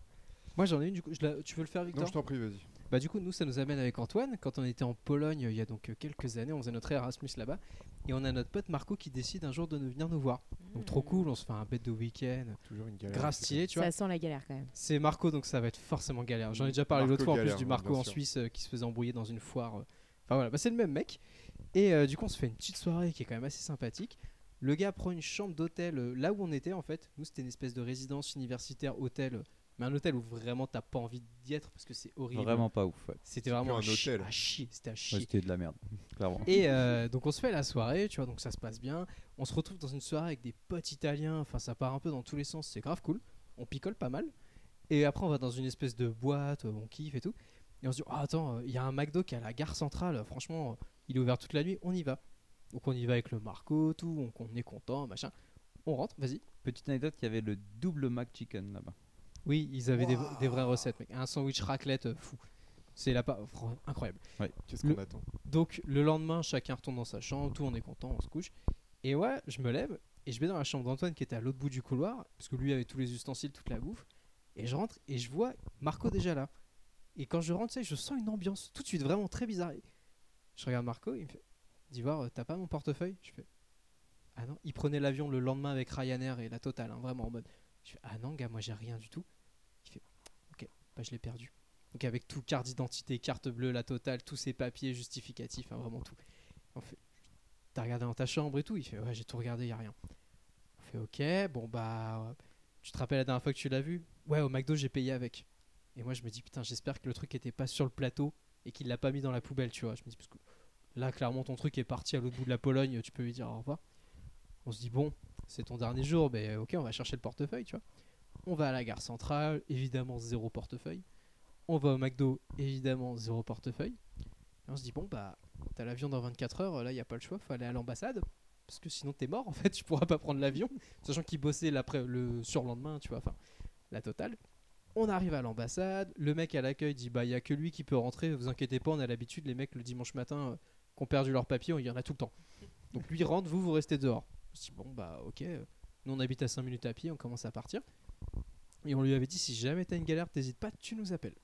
Moi j'en ai une du coup. Je la- Tu veux le faire, Victor? Non, je t'en prie, vas-y. Bah du coup nous ça nous amène avec Antoine quand on était en Pologne il y a donc euh, quelques années, on faisait notre Erasmus là-bas et on a notre pote Marco qui décide un jour de nous venir nous voir. Donc trop cool, on se fait un bête de week-end, Toujours une galère. grave stylé tu vois. Ça sent la galère quand même. C'est Marco donc ça va être forcément galère. J'en ai déjà parlé Marco l'autre fois en galère, plus du ouais, Marco bien en sûr. Suisse euh, qui se faisait embrouiller dans une foire. euh. Enfin voilà, bah, c'est le même mec. Et euh, du coup on se fait une petite soirée qui est quand même assez sympathique. Le gars prend une chambre d'hôtel euh, là où on était en fait. Nous c'était une espèce de résidence universitaire hôtel. euh, Mais un hôtel où vraiment t'as pas envie d'y être parce que c'est horrible. Vraiment pas ouf. Ouais. C'était C'est vraiment plus un chi- hôtel. à chier. C'était à Ouais, chier. C'était de la merde, clairement. Et euh, donc on se fait la soirée, tu vois, donc ça se passe bien. On se retrouve dans une soirée avec des potes italiens, enfin ça part un peu dans tous les sens, c'est grave cool. On picole pas mal. Et après on va dans une espèce de boîte, euh, on kiffe et tout. Et on se dit, oh, attends, il y a un McDo qui est à la gare centrale, franchement, euh, il est ouvert toute la nuit, on y va. Donc on y va avec le Marco, tout, on, on est content, machin. On rentre, vas-y. Petite anecdote, il y avait le double McChicken là-bas. Oui, ils avaient des, des vraies recettes, mec. Un sandwich raclette euh, fou. C'est là pas incroyable. Qu'est-ce qu'on Le- attend? Donc le lendemain, chacun retourne dans sa chambre, tout, on est content, on se couche. Et ouais, je me lève et je vais dans la chambre d'Antoine qui était à l'autre bout du couloir, parce que lui avait tous les ustensiles, toute la bouffe. Et je rentre et je vois Marco déjà là. Et quand je rentre, tu sais, je sens une ambiance tout de suite vraiment très bizarre. Et je regarde Marco, il me fait, d'Ivoire, euh, t'as pas mon portefeuille? Je fais, ah non, il prenait l'avion le lendemain avec Ryanair et la totale, hein, vraiment en mode. Je fais, ah non, gars, moi j'ai rien du tout. Il fait, ok, bah je l'ai perdu. Donc avec tout, carte d'identité, carte bleue, la totale, tous ces papiers justificatifs, hein, vraiment tout. On fait, t'as regardé dans ta chambre et tout? Il fait, ouais, j'ai tout regardé, y a rien. On fait, ok, bon bah, tu te rappelles la dernière fois que tu l'as vu? Ouais, au McDo, j'ai payé avec. Et moi, je me dis, putain, j'espère que le truc était pas sur le plateau et qu'il l'a pas mis dans la poubelle, tu vois. Je me dis, parce que là, clairement, ton truc est parti à l'autre bout de la Pologne, tu peux lui dire au revoir. On se dit, bon, c'est ton dernier jour, mais ok, on va chercher le portefeuille, tu vois. On va à la gare centrale, évidemment, zéro portefeuille. On va au McDo, évidemment, zéro portefeuille. Et on se dit, bon, bah, t'as l'avion dans vingt-quatre heures, là, il n'y a pas le choix, faut aller à l'ambassade. Parce que sinon, t'es mort, en fait, tu pourras pas prendre l'avion. Sachant qu'il bossait l'après, le surlendemain, tu vois, enfin, la totale. On arrive à l'ambassade, le mec à l'accueil dit, bah, il n'y a que lui qui peut rentrer, vous inquiétez pas, on a l'habitude, les mecs, le dimanche matin, euh, qui ont perdu leur papier, il y en a tout le temps. Donc lui rentre, vous, vous restez dehors. Je me dis, bon, bah, ok, nous, on habite à cinq minutes à pied, on commence à partir. Et on lui avait dit, si jamais t'as une galère, t'hésites pas, tu nous appelles.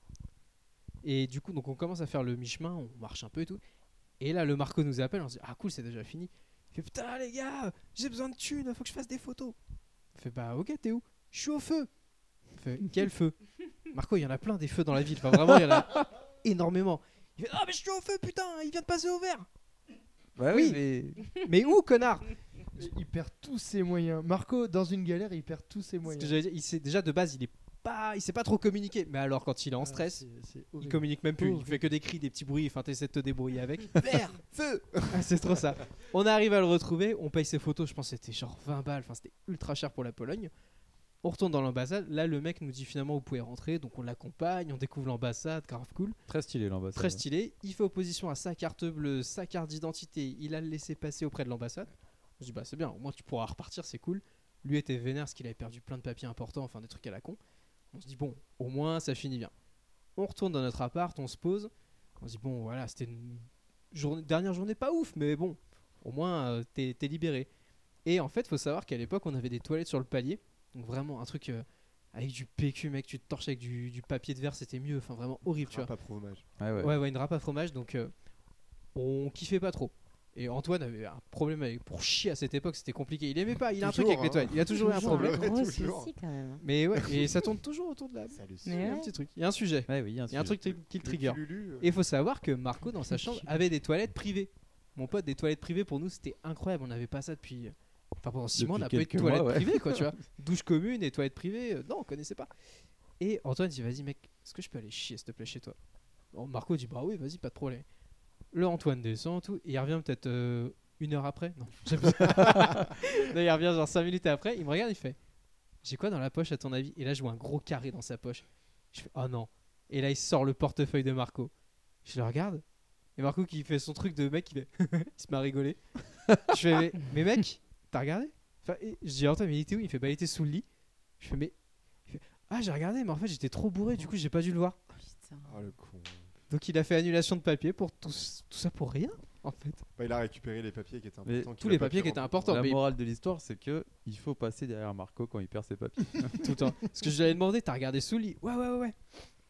Et du coup, donc on commence à faire le mi-chemin, on marche un peu et tout. Et là, le Marco nous appelle, on se dit, ah cool, c'est déjà fini. Il fait, putain, les gars, j'ai besoin de thunes, faut que je fasse des photos. On fait, bah, ok, t'es où? Je suis au feu. On fait, quel feu? Marco, il y en a plein des feux dans la ville. Enfin, vraiment, il y en a énormément. Il fait ah mais je suis au feu, putain, il vient de passer au vert. Bah Oui. mais Mais où, connard? Il perd tous ses moyens. Marco, dans une galère, il perd tous ses Ce que moyens. j'allais dire, il sait déjà de base, il est pas, il sait pas trop communiquer. Mais alors, quand il est en Ah, stress, c'est- c'est il horrible. communique même plus. Il Horrible. fait que des cris, des petits bruits. Enfin, t'essaies de te débrouiller avec. Vert, feu. Ah, c'est trop ça. On arrive à le retrouver. On paye ses photos. Je pense que c'était genre vingt balles. Enfin, c'était ultra cher pour la Pologne. On retourne dans l'ambassade. Là, le mec nous dit finalement, vous pouvez rentrer. Donc, on l'accompagne. On découvre l'ambassade. Grave cool. très stylé l'ambassade. Très stylé. Il fait opposition à sa carte bleue, sa carte d'identité. Il a le laissé passer auprès de l'ambassade. Je dis, bah, c'est bien. Au moins, tu pourras repartir. C'est cool. Lui était vénère parce qu'il avait perdu plein de papiers importants. Enfin, des trucs à la con. On se dit, bon, au moins, ça finit bien. On retourne dans notre appart. On se pose. On se dit, bon, voilà, c'était une journée, dernière journée pas ouf. Mais bon, au moins, euh, t'es, t'es libéré. Et en fait, faut savoir qu'à l'époque, on avait des toilettes sur le palier. Donc, vraiment, un truc. Euh, avec du P Q, mec, tu te torches avec du, du papier de verre, c'était mieux. Enfin, vraiment horrible, tu vois. Pas fromage. Ouais, ouais. Ouais, ouais, une râpe à fromage, donc euh, on kiffait pas trop. Et Antoine avait un problème avec, pour chier à cette époque, c'était compliqué. Il aimait pas, il a un truc Toujours, avec les hein. toilettes. Il a toujours eu un Toujours problème. un Ouais, gros toujours. souci quand même. Mais ouais, et ça tourne toujours autour de la. Ça le Il y Mais a un ouais. petit truc, il y a un sujet. Ouais, oui, un Il y a un sujet. truc tri- qui le Le trigger. Cululu, euh, Et il faut savoir que Marco, dans sa chambre, avait des toilettes privées. Mon pote, des toilettes privées pour nous, c'était incroyable. On n'avait pas ça depuis. Enfin, pendant six mois, on n'a pas Depuis eu de quelques toilettes mois, ouais. privées, quoi, tu vois. Douche commune et toilettes privées, euh, non, on connaissait pas. Et Antoine dit, vas-y, mec, est-ce que je peux aller chier, s'il te plaît, chez toi? Bon, Marco dit, bah oui, vas-y, pas de problème. Le Antoine descend, tout, et il revient peut-être euh, une heure après. Non, j'abuse. Non, il revient genre cinq minutes après, il me regarde, il fait, j'ai quoi dans la poche à ton avis? Et là, je vois un gros carré dans sa poche. Je fais, oh non. Et là, il sort le portefeuille de Marco. Je le regarde. Et Marco qui fait son truc de mec, il, fait il se met à rigoler. Je fais, mais, mais mec, t'as regardé? Enfin, et je dis, Antoine, mais il était où? Il fait, bah, il était sous le lit. Je fais, mais. Il fait, ah, j'ai regardé, mais en fait, j'étais trop bourré, du coup, j'ai pas dû le voir. Putain. Oh le con. Donc, il a fait annulation de papier pour tout, c- tout ça pour rien, en fait. Bah, il a récupéré les papiers qui étaient Mais importants. qu'il Tous a les pas papiers pu qui étaient rendre. importants. La Mais morale de l'histoire, c'est que il faut passer derrière Marco quand il perd ses papiers. tout le temps. Parce que je lui avais demandé, t'as regardé sous le lit? Ouais, ouais, ouais, ouais.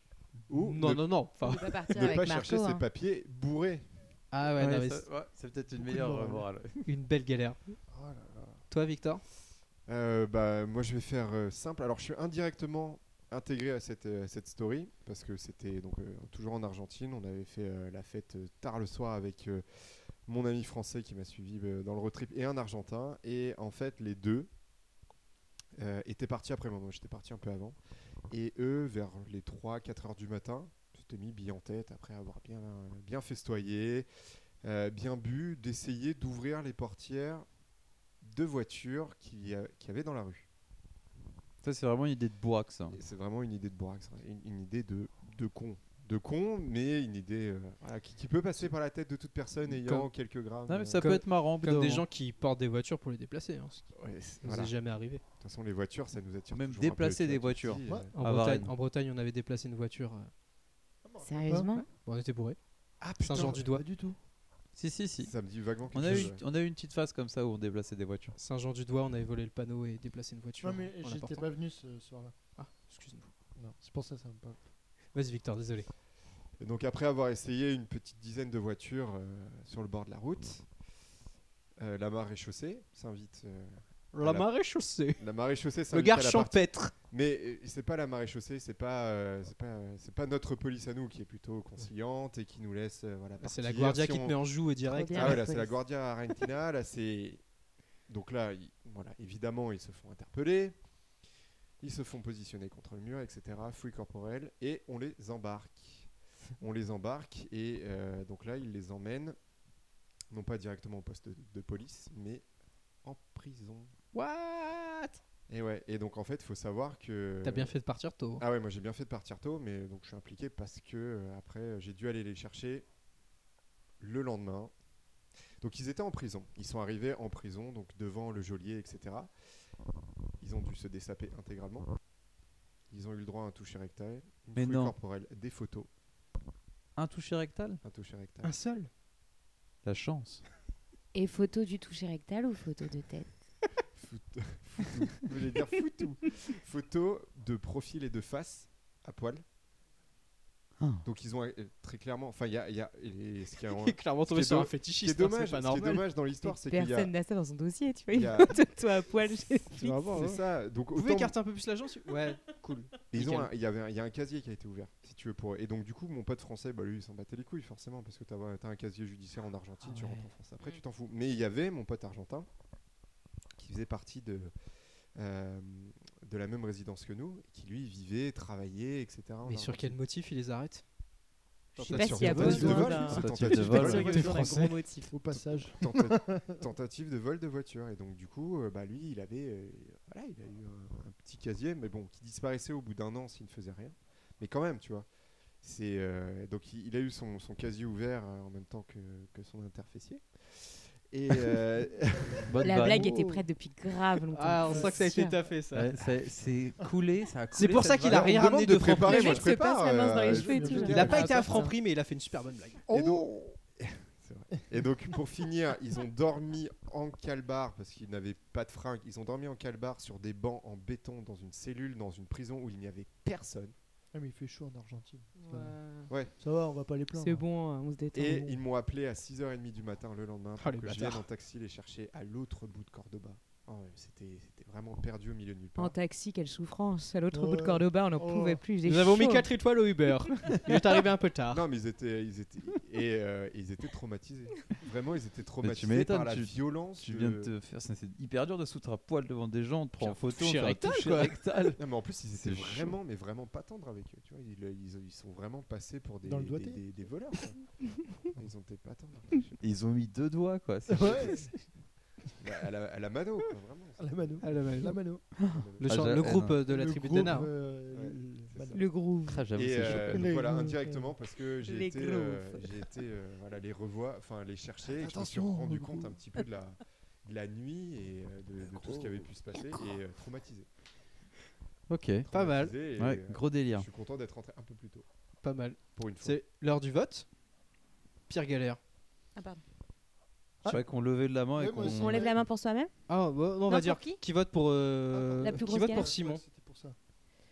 Ou non, ne, non, non. Enfin, On peut pas partir ne avec pas Marco. chercher ses hein. papiers bourrés. ah ouais, non, Ouais, mais ça- c'est ouais, c'est peut-être une Beaucoup de meilleure morale. euh, morale. une belle galère. Oh là là. Toi, Victor? Euh, bah, moi, je vais faire euh, simple. Alors, je suis indirectement intégré à cette, euh, cette story parce que c'était donc euh, toujours en Argentine. On avait fait euh, la fête euh, tard le soir avec euh, mon ami français qui m'a suivi euh, dans le road trip et un Argentin. Et en fait, les deux euh, étaient partis après moi. Moi, j'étais parti un peu avant. Et eux, vers les trois quatre heures du matin, s'étaient mis billes en tête après avoir bien, bien festoyé, euh, bien bu, d'essayer d'ouvrir les portières de voitures qu'il y, a- qu'il y avait dans la rue. Ça, c'est vraiment une idée de bourraque, ça. Et c'est vraiment une idée de bourraque, ça. une, une idée de, de con. De con, mais une idée euh, voilà, qui, qui peut passer par la tête de toute personne ayant Comme- quelques grammes. Non, mais euh, ça Comme- peut être marrant. au bout Comme d'un des moment. gens qui portent des voitures pour les déplacer. Hein, ce qui ouais, c'est- nous voilà. est De jamais arrivé. toute façon, les voitures, ça nous attire Même toujours un peu, déplacer tu des vois, tu te voitures. dis, Ouais. euh, En, À Bretagne, Varennes. en Bretagne, on avait déplacé une voiture. euh, Sérieusement? Bon, on était bourré. Ah putain, Saint-Jean-du-Doigt. Pas du tout. Si, si, si. ça me dit vaguement quelque On a, eu, chose. ouais. on a eu une petite phase comme ça où on déplaçait des voitures. Saint-Jean-du-Doigt, on avait volé le panneau et déplacé une voiture. Non, mais en j'étais apportant. pas venu ce soir-là. Ah, excuse-nous. Non, c'est pour ça que ça me parle. Vas-y, Victor, désolé. Et donc après avoir essayé une petite dizaine de voitures euh, sur le bord de la route, euh, la marée chaussée s'invite. euh, La la- marée chaussée. la marée chaussée Le s'invite gars à la partie- champêtre. Mais euh, c'est pas la marée chaussée, c'est pas, euh, c'est pas, euh, c'est pas notre police à nous qui est plutôt conciliante et qui nous laisse euh, voilà. C'est la partir Guardia si qui te on- met en joue et direct. Trop bien. Ah ouais, la là c'est la police. Guardia Argentina, là c'est donc là ils- voilà évidemment ils se font interpeller, ils se font positionner contre le mur, et cetera. Fouille corporelle et on les embarque, on les embarque et euh, donc là ils les emmènent non pas directement au poste de, de police mais en prison. What? Et ouais et donc en fait il faut savoir que T'as bien fait de partir tôt. ah ouais, moi j'ai bien fait de partir tôt, mais donc je suis impliqué parce que euh, après euh, j'ai dû aller les chercher le lendemain. Donc ils étaient en prison. Ils sont arrivés en prison, donc devant le geôlier, et cetera. Ils ont dû se dessaper intégralement. Ils ont eu le droit à un toucher rectal, une Mais fouille non. corporelle, des photos, Un toucher rectal? un toucher rectal. Un seul? La chance. Et photo du toucher rectal ou photo de tête? Fout- foutou. Vous voulez dire foutou. Photo de profil et de face à poil. Donc ils ont euh, très clairement, enfin il y a, il y a et ce qui est en- Il est clairement ce qui tombé est sur do- un ce qui est fétichiste, hein, dommage, c'est pas ce qui est normal. dommage dans l'histoire, c'est qu'il y a, Personne n'a ça dans son dossier, tu vois. il Il y a- toi à poil chez C'est Netflix. vraiment, c'est hein. ça. Donc Vous pouvez autant écarter un peu plus l'agent si- Ouais, cool. ils ont Nickel. un- il y avait un- il y a un casier qui a été ouvert, si tu veux pour. Et donc du coup mon pote français, bah lui il s'en battait les couilles forcément parce que t'as as un casier judiciaire en Argentine, Ah tu ouais. rentres en France. Après tu t'en fous. Mais il y avait mon pote argentin qui faisait partie de euh, de la même résidence que nous, qui lui vivait, travaillait, et cetera. en Mais sur quel Argentine. motif il les arrête Je sais pas s'il y a Tentative de besoin vol, d'un. c'est Tentative tentative de de vol. vol. Sûr qu'il y a T'es besoin d'un français. gros motif. Au passage. Tenta- tentative de vol de voiture. Et donc du coup, euh, bah lui, il avait, euh, voilà, il a eu un, un petit casier, mais bon, qui disparaissait au bout d'un an s'il ne faisait rien. Mais quand même, tu vois. C'est euh, donc il, il a eu son, son casier ouvert euh, en même temps que, que son interfessier. Et euh, Bonne La vanne. blague était prête depuis grave longtemps. Ah, on c'est sent que ça a été sûr. taffé ça. Ouais, c'est- c'est coulé, ça a coulé. C'est pour ça cette qu'il a vanne. rien on me demande ramené de de Franprix. préparer, Le moi mec je se passe prépare. la main dans les euh, cheveux et tout. il genre. Il a pas Ah, été à ça. Franprix, mais il a fait une super bonne blague. Et donc, c'est vrai. Et donc, pour finir, ils ont dormi en calbar parce qu'ils n'avaient pas de fringues. Ils ont dormi en calbar sur des bancs en béton dans une cellule, dans une prison où il n'y avait personne. Ah, mais il fait chaud en Argentine. Ça- Ouais. Ça va, on va pas les plaindre. C'est bon, hein, on se détend. Et ils m'ont appelé à six heures trente du matin le lendemain Oh, pour les que je bâtards. vienne en taxi les chercher à l'autre bout de Cordoba. Oh, ouais, c'était c'était vraiment perdu au milieu de nulle En part. taxi, quelle souffrance. À l'autre Ouais. bout de Cordoba, on n'en Oh. pouvait plus. J'ai Nous avons mis chaud. quatre étoiles au Uber. Il est arrivé un peu tard. Non, mais ils étaient, ils étaient, et, euh, ils étaient traumatisés. Vraiment, ils étaient traumatisés m'étonnes, par la tu- violence. Tu de- viens de te faire. C'est c'est hyper dur de se foutre à poil devant des gens, on te prend en photo, on toucher te fait un rectal, toucher quoi. rectal. Non, mais en plus, ils C'est étaient chaud. vraiment, mais vraiment pas tendres avec eux. Tu vois, ils, ils- ils sont vraiment passés pour des, Dans le des, doigté. des- des voleurs. quoi. Ils ont été pas tendres. Ils ont mis deux doigts, quoi. c'est- Ouais, Bah, à, la, à la mano, quoi, vraiment. à la mano. Ah, la mano. La mano. Le, Ah, chant- j'ai- le eh, groupe non. euh, de la Le tribu groupe, de Nana. euh, Ouais, le- c'est Mano. ça. Le groove. Ah, j'avoue, Et c'est euh, chaud. donc Les voilà, groupes, indirectement, parce que j'ai Les été, euh, groupes. j'ai été euh, voilà, les revoir, enfin les chercher, et je me suis Attention, rendu le compte un groupe. petit peu de la, de la nuit et euh, de, de tout ce qui avait pu se passer, et euh, traumatisé. Ok, pas mal. Traumatisé, et, Ouais, euh, gros délire. Je suis content d'être rentré un peu plus tôt, Pas mal. pour une fois. C'est l'heure du vote. Pire galère. Ah, pardon. Je croyais qu'on levait de la main et Ouais, moi qu'on. aussi. On lève la main pour soi-même. Ah, bah, on Non, va pour dire qui qui vote pour. euh, La plus qui grosse vote galère. pour Simon. Ouais, C'était pour ça.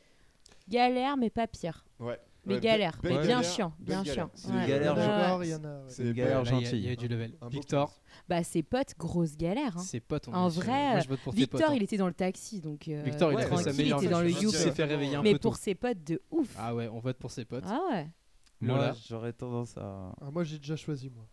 Galère, mais pas pire. Ouais. Mais Ouais, galère. belle Mais galère, bien chiant. belle Bien galère. chiant. C'est une Ouais. galère, Ouais, je ouais. D'accord, il y en a. ouais. C'est Une galère Là, il y a- gentille. Il y a du level. Un beau Victor, Bah, ses potes, grosse galère. hein. ses potes. on En est sur- vrai, moi, je vote pour tes Victor, potes, hein. il était dans le taxi, donc. euh, Victor, il a ouais, fait sa tranquille, meilleure il était dans le version. youp. Il s'est fait réveiller un Mais peu pour tôt. ses potes de ouf. Ah ouais, on vote pour ses potes. Ah ouais. Moi, Lola. j'aurais tendance à. Ah, moi, j'ai déjà choisi, moi.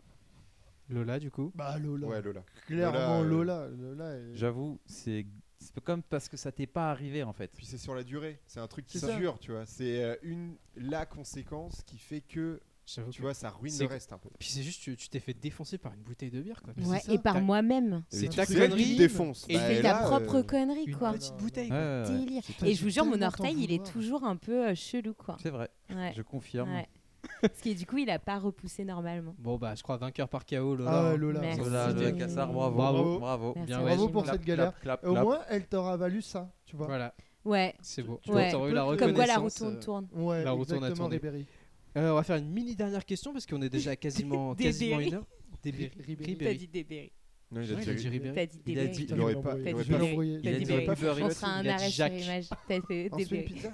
Lola, du coup. Bah, Lola. Ouais, Lola. Clairement, Lola, Lola. euh, Lola est- J'avoue, c'est c'est comme parce que ça t'est pas arrivé en fait. Puis c'est sur la durée, c'est un truc qui C'est ça. dure, tu vois. C'est euh, une la conséquence qui fait que, J'avoue tu que- vois, ça ruine C'est- le reste un peu. Puis c'est juste, tu tu t'es fait défoncer par une bouteille de bière, quoi. Mais Ouais, c'est ça. et par T'as- moi-même. C'est Et ta c'est elle qui connerie. te défonce. et Bah, C'est et ta là, propre euh, connerie, Une quoi. petite non, bouteille. Ouais, quoi. ouais, ouais. Délire. Putain, Et j'ai je vous jure, mon tellement orteil, t'en il est vouloir. toujours un peu euh, chelou, quoi. C'est vrai, Ouais. je confirme. Ouais. Parce que du coup, il a pas repoussé normalement. Bon, bah, je crois vainqueur par K O, Lola. Ah, hein. ouais, Lola. Merci. Lola, Lola Cassar, bravo. Bravo. Bravo. Merci, Bien, Régine. ouais. Bravo pour Clap, cette galère. clap, clap, Au clap. moins, elle t'aura valu ça, tu vois. Voilà, Ouais. c'est beau. Tu- Ouais. T'aurais eu la Comme quoi, la roue reconnaissance, tourne, euh, tourne. Ouais, La roue tourne à exactement, tourner. Ribéry. Euh, on va faire une mini dernière question parce qu'on est déjà à quasiment, Des quasiment Berry. une heure. Des Berry. Ribéry. T'as dit Débéry. Non, il Ouais, a il a dit dit Ribéry. T'as dit Il a Débéry. dit- Il aurait pas, T'as il dit aurait Je vais pas- Ribéry. l'envoyer. T'as Il a dit dit Ribéry. Ribéry. On fera un Il a dit arrêt sur Jacques. image. T'as fait On se fait une Débéry. pizza.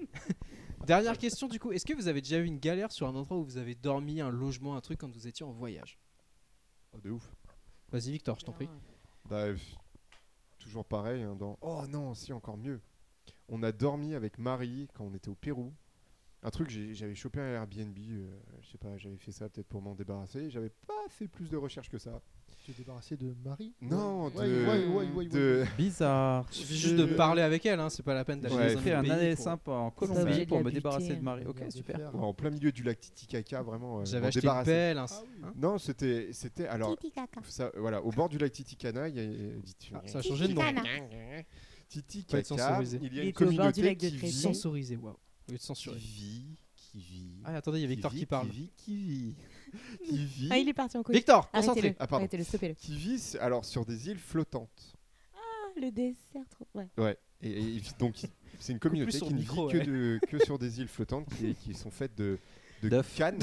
Dernière question, du coup. Est-ce que vous avez déjà eu une galère sur un endroit où vous avez dormi, un logement, un truc quand vous étiez en voyage? Oh, de ouf. Vas-y, Victor, je t'en prie. Bah, pff, toujours pareil. hein, dans... Oh non, si, encore mieux. On a dormi avec Marie quand on était au Pérou. Un truc, j'ai- j'avais chopé un Airbnb. euh, je sais pas, j'avais fait ça peut-être pour m'en débarrasser. J'avais pas fait plus de recherches que ça. Tu es débarrassé de Marie. Non, Ouais, de. ouais, ouais, ouais, ouais, de- Bizarre. Il suffit juste de Euh, parler avec elle, hein, c'est pas la peine d'aller Ouais, dans un J'ai fait autre un pays aller pour- simple en obligé Colombie de pour me l'habiter. débarrasser de Marie. Ok, Regarde super. faire. Ouais, en plein milieu du lac Titicaca, vraiment. euh, J'avais m'en acheté une débarrasser. pelle, un... Ah oui. hein. Non, c'était, c'était alors Titi caca. ça, voilà, au bord du lac Titicaca, il y a, euh, dit- Ah, ça a changé de nom. Titi caca. Faut être Titicaca, sensorisé. il y a Il une était au bord du communauté lac de qui Créteil. vit, Sensorisé, waouh. Au lieu de qui censurer. vit, qui vit. Ah, attendez, il y a Victor vit, qui parle. Qui vit, qui vit, qui vit, Ah, il est parti en couille. Victor, concentré. Arrêtez-le. Ah, pardon. Arrêtez-le, stoppez-le. qui vit s- alors sur des îles flottantes. Ah, le dessert, trop. Ouais. Ouais. Et, et il vit- donc il- c'est une plus communauté sur qui le ne micro, vit ouais. que, de, que sur des îles flottantes qui, qui sont faites de, de D'œufs. cannes.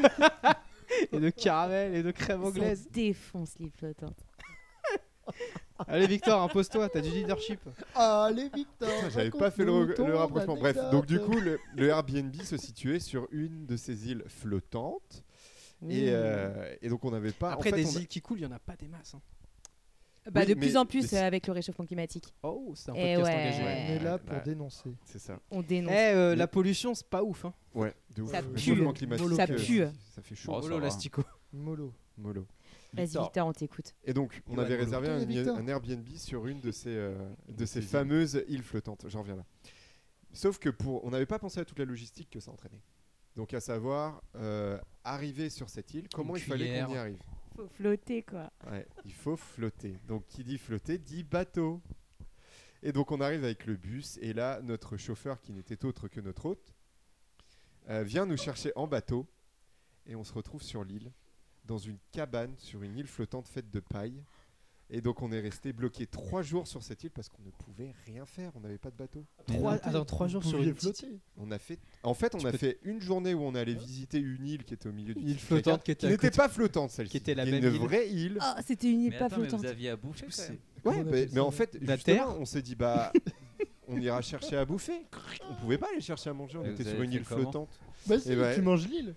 Et de caramel et de crème Ça anglaise. défonce les flottantes. Allez Victor, impose-toi, t'as du leadership. Allez, Victor. Putain, J'avais pas fait le, raconte-nous re- ton le rapprochement. Bref, donc du anecdote. coup, le, le Airbnb se situait sur une de ces îles flottantes. Et, euh, et donc on n'avait pas. Après en fait, des on a- îles qui coulent, il y en a pas des masses. hein. Bah, Oui, de mais- plus en plus mais c'est- euh, avec le réchauffement climatique. Oh, c'est un Eh podcast ouais. engagé. On est là Ouais, pour bah, dénoncer. C'est ça. On Eh, dénonce. euh, Mais- la pollution, c'est pas ouf. Hein. Ouais, de ouf. Ça Le pue. changement climatique. Ça euh, pue. Ça fait chaud. Oh, ça Molo va. l'astico. Mollo. Mollo. Vas-y, Victor. Victor, on t'écoute. Et donc, on Johan avait Mollo. réservé un, Allez, Victor. un Airbnb sur une de ces, euh, de De ces ces îles. fameuses îles flottantes. J'en reviens là. Sauf que pour, on n'avait pas pensé à toute la logistique que ça entraînait. Donc, à savoir, euh, arriver sur cette île, comment il fallait cuillère. qu'on y arrive. Faut flotter, quoi. Ouais, il faut flotter. Donc, qui dit flotter dit bateau. Et donc, on arrive avec le bus. Et là, notre chauffeur, qui n'était autre que notre hôte, euh, vient nous chercher en bateau. Et on se retrouve sur l'île, dans une cabane, sur une île flottante faite de paille. Et donc, on est resté bloqué trois jours sur cette île parce qu'on ne pouvait rien faire. On n'avait pas de bateau. Trois, attends, trois jours Vous sur pouviez une petite flotter. On a fait, en fait, on Tu a peux- fait une journée où on allait visiter une île qui était au milieu du île Pacifique, flottante qui était qui à n'était côté. pas flottante, celle-ci. Qui était la Qui est même une île. vraie île. Ah, c'était une île Mais pas attends, mais flottante. vous aviez à bouffer quand même. Ouais, Comment on mais, appelle mais ça en fait, De la justement, terre on s'est dit, bah, on ira chercher à bouffer. On pouvait pas aller chercher à manger, on Et était vous sur avez une fait île comment flottante. Bah si, Eh ben, tu manges l'île.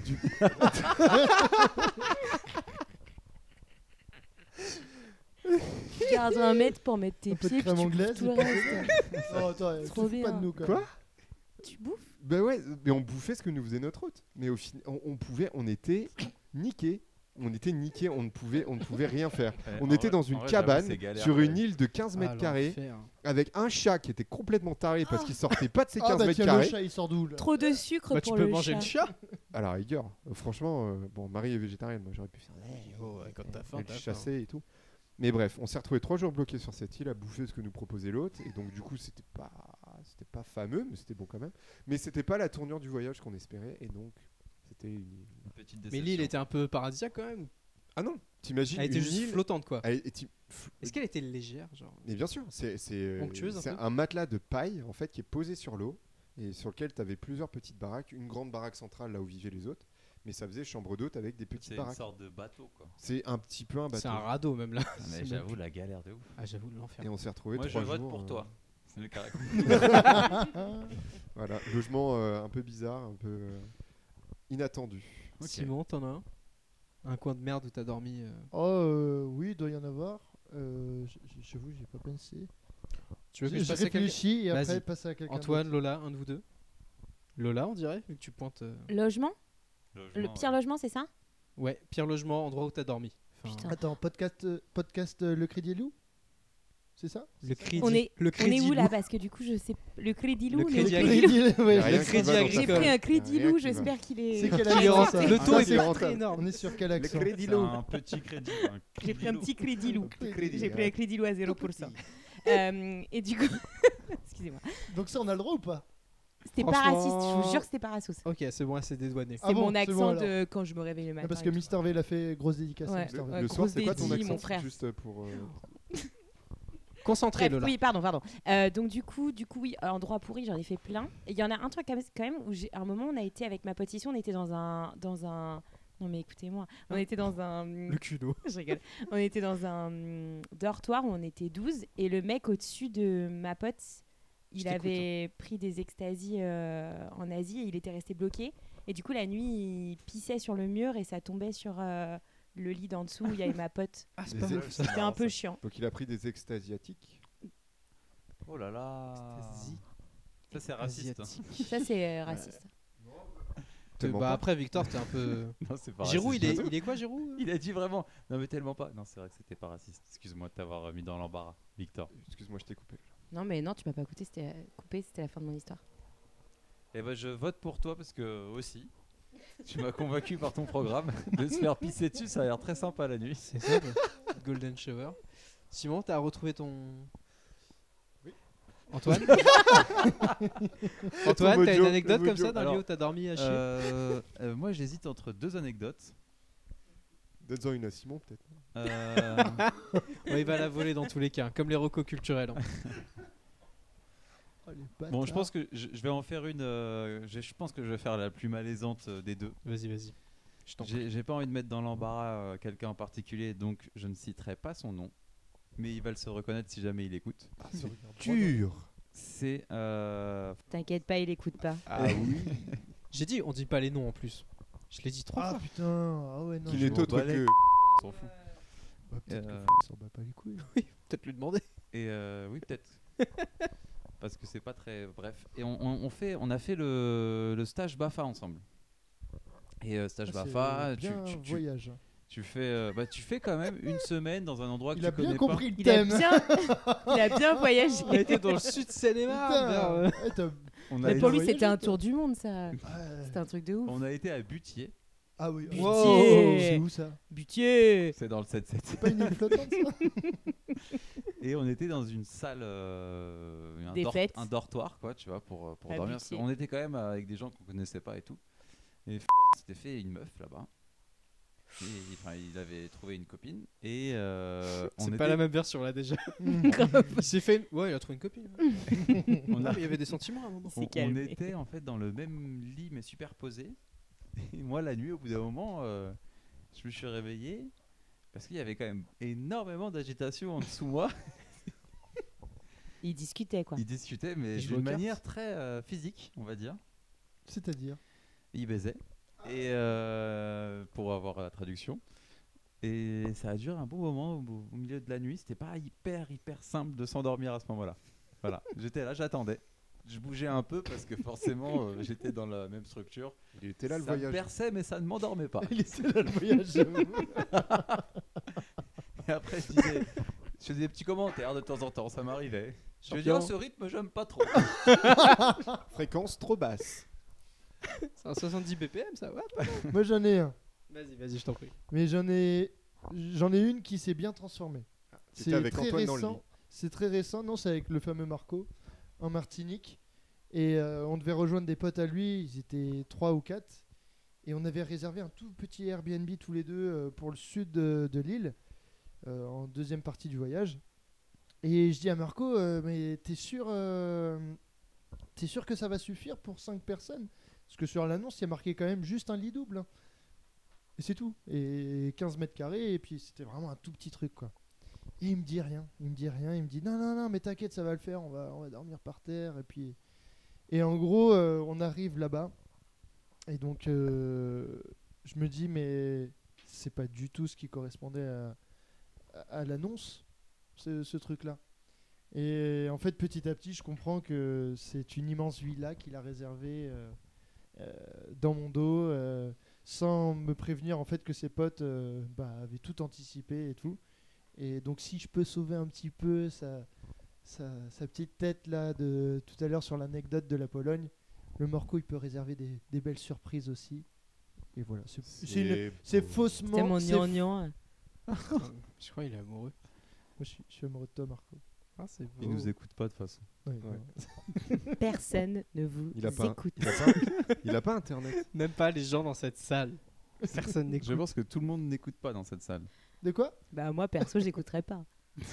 Garde un mètre pour mettre tes Un peu de pieds, puis crème tu anglaise, bouffes tout le et puis reste. Oh, attends, tu Trop fous pas de bien. nous quand Quoi même. Tu bouffes Bah ouais, mais on bouffait ce que nous faisait notre hôte. Mais au final, on, on pouvait, on était niqués. On était niqués, on ne pouvait, on ne pouvait rien faire. Ouais, On en était vrai- dans en une vrai, cabane j'avoue, c'est galère, sur ouais. une île de quinze mètres Ah, carrés l'enfer. avec un chat qui était complètement taré parce qu'il sortait pas de ses Ah quinze bah mètres tiens, le carrés. chat il sort d'où là Trop de sucre Bah, tu pour peux le manger chat. le chat. À la rigueur, euh, franchement, euh, bon, Marie est végétarienne, moi j'aurais pu faire. Oh, ouais, quand t'as faim, Elle t'as faim. chassait et tout. Mais bref, on s'est retrouvé trois jours bloqués sur cette île à bouffer ce que nous proposait l'autre. Et donc, du coup, c'était pas, c'était pas fameux, mais c'était bon quand même. Mais c'était pas la tournure du voyage qu'on espérait. Et donc, c'était une île. Une petite Mais déception. l'île était un peu paradisiaque quand même. Ah non, t'imagines Elle était une juste île. flottante quoi. Elle- et t'im- f- Est-ce qu'elle était légère genre Mais bien sûr, c'est c'est, euh, Onctueuse un c'est peu un matelas de paille en fait qui est posé sur l'eau et sur lequel tu avais plusieurs petites baraques, une grande baraque centrale là où vivaient les autres, mais ça faisait chambre d'hôte avec des petites C'est une baraques. sorte de bateau quoi. C'est un petit peu un C'est bateau. un radeau même là. Ah, mais C'est j'avoue même- la galère de ouf. Ah j'avoue l'enfer. Et on s'est retrouvé Moi je trois vote jours. pour euh, toi. C'est le caractère. Voilà, logement euh, un peu bizarre, un peu euh, inattendu. Ok. Simon, t'en as un Un coin de merde où t'as dormi euh, Oh euh, oui, il doit y en avoir. Euh, j- j- J'avoue, j'ai pas pensé. Tu veux que J'ai je passe à quelqu'un réfléchi et après Vas-y. passer à quelqu'un. Antoine, d'autre. Lola, un de vous deux Lola on dirait, vu que tu pointes. euh, Logement Le Logement, pire ouais. logement, c'est ça Ouais, pire logement, endroit où t'as dormi. Enfin, Putain. Attends, podcast, euh, podcast euh, Le Crédit Loup. C'est ça le crédit. On est, le on crédit est où là loup. Parce que du coup, je sais. Le crédit Le loup crédit le agricole. crédit loup. ouais, Y a rien Le qui crédit va dans ta J'ai agricole. pris un Y a crédit rien loup, qui va. j'espère qu'il est. C'est quel Il est accent rent- ça Le Ah, taux ça, est c'est pas rentable. très énorme. On est sur quel accent crédit C'est loup. un petit crédit. un J'ai pris un crédit petit crédit loup. Crédit, J'ai pris ouais. un crédit loup à zéro pour cent. Euh, et du coup, excusez-moi. Donc ça, on a le droit ou pas? C'était pas Franchement- raciste, je vous jure que c'était pas raciste. Ok, c'est bon, elle s'est dédouanée. C'est Ah bon, mon c'est accent bon, alors. de quand je me réveille le matin. Ah, Parce et que tout. Mister V, il a fait grosse dédicace à Ouais. Mister V. Ouais. Le soir, grosse c'est quoi ton dédie, accent mon frère. Juste pour. euh, Concentré Bref, Lola. oui, pardon, pardon. Euh, donc du coup, du coup, oui, endroit pourri, j'en ai fait plein. Et il y en a un truc quand même, quand même où j'ai, à un moment, on a été avec ma pote ici, on était dans un, dans un. Non mais écoutez-moi, on était dans un. Le culot. Je rigole. On était dans un hum, dortoir où on était douze et le mec au-dessus de ma pote, Je il t'écoute, avait pris des extasies euh, en Asie et il était resté bloqué. Et du coup, la nuit, il pissait sur le mur et ça tombait sur euh, le lit d'en dessous où il y avait ma pote. Ah, c'est Les pas ex- ouf ça. C'était un peu chiant. Donc il a pris des extasiatiques. Oh là là. Extasie. Ça c'est raciste. Asiatique. Ça, c'est euh, raciste. Tellement Bah pas. après Victor, t'es un peu. Non, c'est pas Giroud, il raciste. est, il est quoi Giroud Il a dit vraiment. Non mais tellement pas. Non, c'est vrai que c'était pas raciste. Excuse-moi de t'avoir mis dans l'embarras, Victor. Excuse-moi, je t'ai coupé. Non, mais non, tu m'as pas écouté, c'était euh, coupé, c'était la fin de mon histoire. Eh ben je vote pour toi parce que aussi. Tu m'as convaincu par ton programme de se faire pisser dessus, ça a l'air très sympa la nuit. C'est ça, le Golden Shower. Simon, t'as retrouvé ton. Oui. Antoine Ton Antoine, beau t'as une joke, anecdote le beau comme ça joke. d'un lieu Alors, où t'as dormi à chier Euh, euh, moi j'hésite entre deux anecdotes. Donne-en une à Simon, peut-être. Euh, Ouais, il va la voler dans tous les cas, comme les recos culturels. hein. Oh, les bon, je bâtards. pense que je, je vais en faire une. euh, je, je pense que je vais faire la plus malaisante euh, des deux. Vas-y, vas-y. Je t'en prie. J'ai j'ai pas envie de mettre dans l'embarras euh, quelqu'un en particulier, donc je ne citerai pas son nom. mais il va le se reconnaître si jamais il écoute. Ah, c'est dur. C'est. Euh... T'inquiète pas, il écoute pas. Ah oui. J'ai dit, on dit pas les noms en plus. Je l'ai dit trois Ah fois. putain, ah ouais, non. Qu'il je est m'en autre bats les- que. On s'en fout. Bah, peut-être Euh, que s'en bat pas les couilles. Oui, peut-être lui demander. Et euh, oui, peut-être. Parce que c'est pas très. Bref. Et on, on, on fait, on a fait le, le stage BAFA ensemble. Et euh, stage Ah, c'est BAFA, tu, bien tu, un tu, voyage. tu fais, euh, bah, tu fais quand même une semaine dans un endroit que Il tu a connais bien pas. compris le Il a thème. bien, il a bien voyagé. On a été dans le sud de Seine-et-Marne. vers, euh, Putain, eh, t'as- On a, Mais été, pour lui, voyagé, c'était un toi. tour du monde, ça. Ouais. C'était un truc de ouf. on a été à Butier. Ah oui. Butier. Wow, c'est où ça? Butier. C'est dans le sept sept. C'est pas une île flottante ça? Et on était dans une salle, euh, un, Des dor- fêtes. un dortoir, quoi, tu vois, pour, euh, pour À dormir. Butier. On était quand même avec des gens qu'on connaissait pas et tout. Et f- s'était fait une meuf là-bas. Et, enfin, il avait trouvé une copine. Et euh, on C'est était... pas la même version là déjà. Mm. Il s'est fait. Une... Ouais, il a trouvé une copine. on, a- Il y avait des sentiments à un moment. s'est on- on calmé. était en fait dans le même lit mais superposé. Et moi, la nuit, au bout d'un moment, euh, je me suis réveillé parce qu'il y avait quand même énormément d'agitation en dessous de moi. Il discutait, quoi. Ils discutaient, mais Ils jouaient d'une aux cartes. manière très euh, physique, on va dire. C'est-à-dire? Il baisait. Et euh, pour avoir la traduction. Et ça a duré un bon moment au, au milieu de la nuit. C'était pas hyper, hyper simple de s'endormir à ce moment-là. Voilà. J'étais là, j'attendais. Je bougeais un peu parce que forcément, euh, j'étais dans la même structure. Il était là le ça me voyage. perçait, mais ça ne m'endormait pas. Il était là le voyage, j'avoue. Et après, je disais, je faisais des petits commentaires de temps en temps, ça m'arrivait. Je me disais, oh, ce rythme, j'aime pas trop. Fréquence trop basse. C'est un soixante-dix B P M ça, ouais. Moi j'en ai un. Vas-y, vas-y, je t'en prie. Mais j'en ai, j'en ai une qui s'est bien transformée. C'était C'est avec très Antoine dans le lit. récent. C'est très récent. Non, c'est avec le fameux Marco en Martinique. Et euh, on devait rejoindre des potes à lui. Ils étaient trois ou quatre. Et on avait réservé un tout petit Airbnb tous les deux euh, pour le sud de, de l'île, euh, en deuxième partie du voyage. Et je dis à Marco, euh, mais t'es sûr, euh, t'es sûr que ça va suffire pour cinq personnes? Parce que sur l'annonce, il y a marqué quand même juste un lit double, hein. Et c'est tout. Et quinze mètres carrés, et puis c'était vraiment un tout petit truc, quoi. Et il me dit rien, il me dit rien, il me dit non, non, non, mais t'inquiète, ça va le faire, on va, on va dormir par terre. Et puis, et en gros, euh, on arrive là-bas, et donc euh, je me dis, mais c'est pas du tout ce qui correspondait à, à, à l'annonce, ce, ce truc-là. Et en fait, petit à petit, je comprends que c'est une immense villa qu'il a réservée euh, euh, dans mon dos, euh, sans me prévenir en fait que ses potes euh, bah, avaient tout anticipé et tout. Et donc, si je peux sauver un petit peu sa, sa, sa petite tête là de tout à l'heure sur l'anecdote de la Pologne, le Marco il peut réserver des, des belles surprises aussi. Et voilà, c'est c'est une- c'est faussement. C'était mon c'est gnangnan. Je crois qu'il est amoureux. Moi, je suis, je suis amoureux de toi, Marco. Ah, c'est Il nous écoute pas de toute façon. Ouais, Ouais. non. Personne ne vous Il a pas, écoute. il a pas, il a pas internet. Même pas les gens dans cette salle. Personne n'écoute. Je pense que tout le monde n'écoute pas dans cette salle. De quoi? Bah moi perso, j'écouterais pas.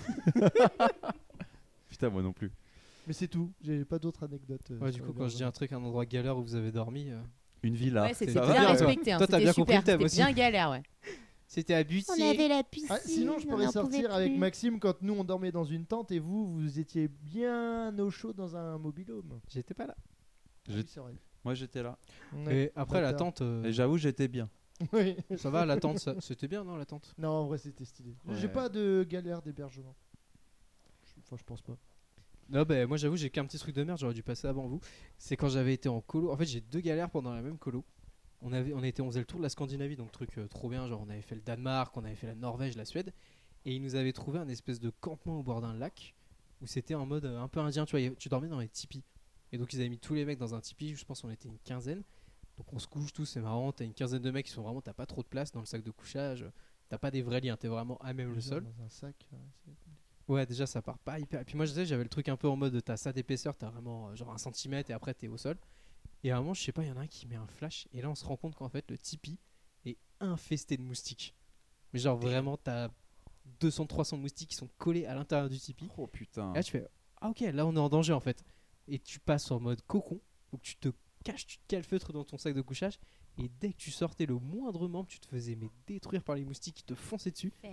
Putain, moi non plus. Mais c'est tout, j'ai pas d'autres anecdotes. euh, Ouais, du sur coup, le quand je dis un Verdun. truc, un endroit galère où vous avez dormi, euh, Une villa. Ouais, c'était ça bien va bien, toi. respecté. hein, Toi, t'as c'était bien compris super, le thème c'était aussi. bien galère, ouais. c'était à Butier. la piscine. Ah, sinon, je pourrais sortir avec Maxime quand nous on dormait dans une tente et vous, vous étiez bien au chaud dans un mobilhome. J'étais pas là. Je- Oui, c'est vrai. Moi j'étais là. Ouais, Et après, la bâtard. tente, euh, Et j'avoue, j'étais bien. Oui. ça va, la tente, ça- c'était bien, non, la tente? Non, en vrai, c'était stylé. J'ai Ouais. pas de galère d'hébergement. Je- Enfin, je pense pas. Non, bah, moi, j'avoue, j'ai qu'un petit truc de merde, j'aurais dû passer avant vous. C'est quand j'avais été en colo. En fait, j'ai deux galères pendant la même colo. On, avait, on, était, on faisait le tour de la Scandinavie, donc truc euh, trop bien. Genre, on avait fait le Danemark, on avait fait la Norvège, la Suède. Et ils nous avaient trouvé un espèce de campement au bord d'un lac où c'était en mode euh, un peu indien. Tu vois, y- tu dormais dans les tipis. Et donc, ils avaient mis tous les mecs dans un tipi. Je pense qu'on était une quinzaine. Donc, on se couche tous, c'est marrant. T'as une quinzaine de mecs qui sont vraiment. T'as pas trop de place dans le sac de couchage. T'as pas des vrais liens, t'es vraiment à même le sol. Dans un sac. ouais, c'est compliqué. Ouais, déjà ça part pas hyper. Et puis moi je sais, j'avais le truc un peu en mode t'as ça d'épaisseur, t'as vraiment euh, genre un centimètre et après t'es au sol. Et à un moment, je sais pas, il y en a un qui met un flash et là on se rend compte qu'en fait le tipi est infesté de moustiques. Mais genre vraiment, t'as deux cents trois cents moustiques qui sont collés à l'intérieur du tipi. Oh putain. Et là tu fais ah ok, là on est en danger en fait. Et tu passes en mode cocon, donc tu te caches, tu te calfeutres dans ton sac de couchage et dès que tu sortais le moindre membre, tu te faisais mais détruire par les moustiques qui te fonçaient dessus. Faire.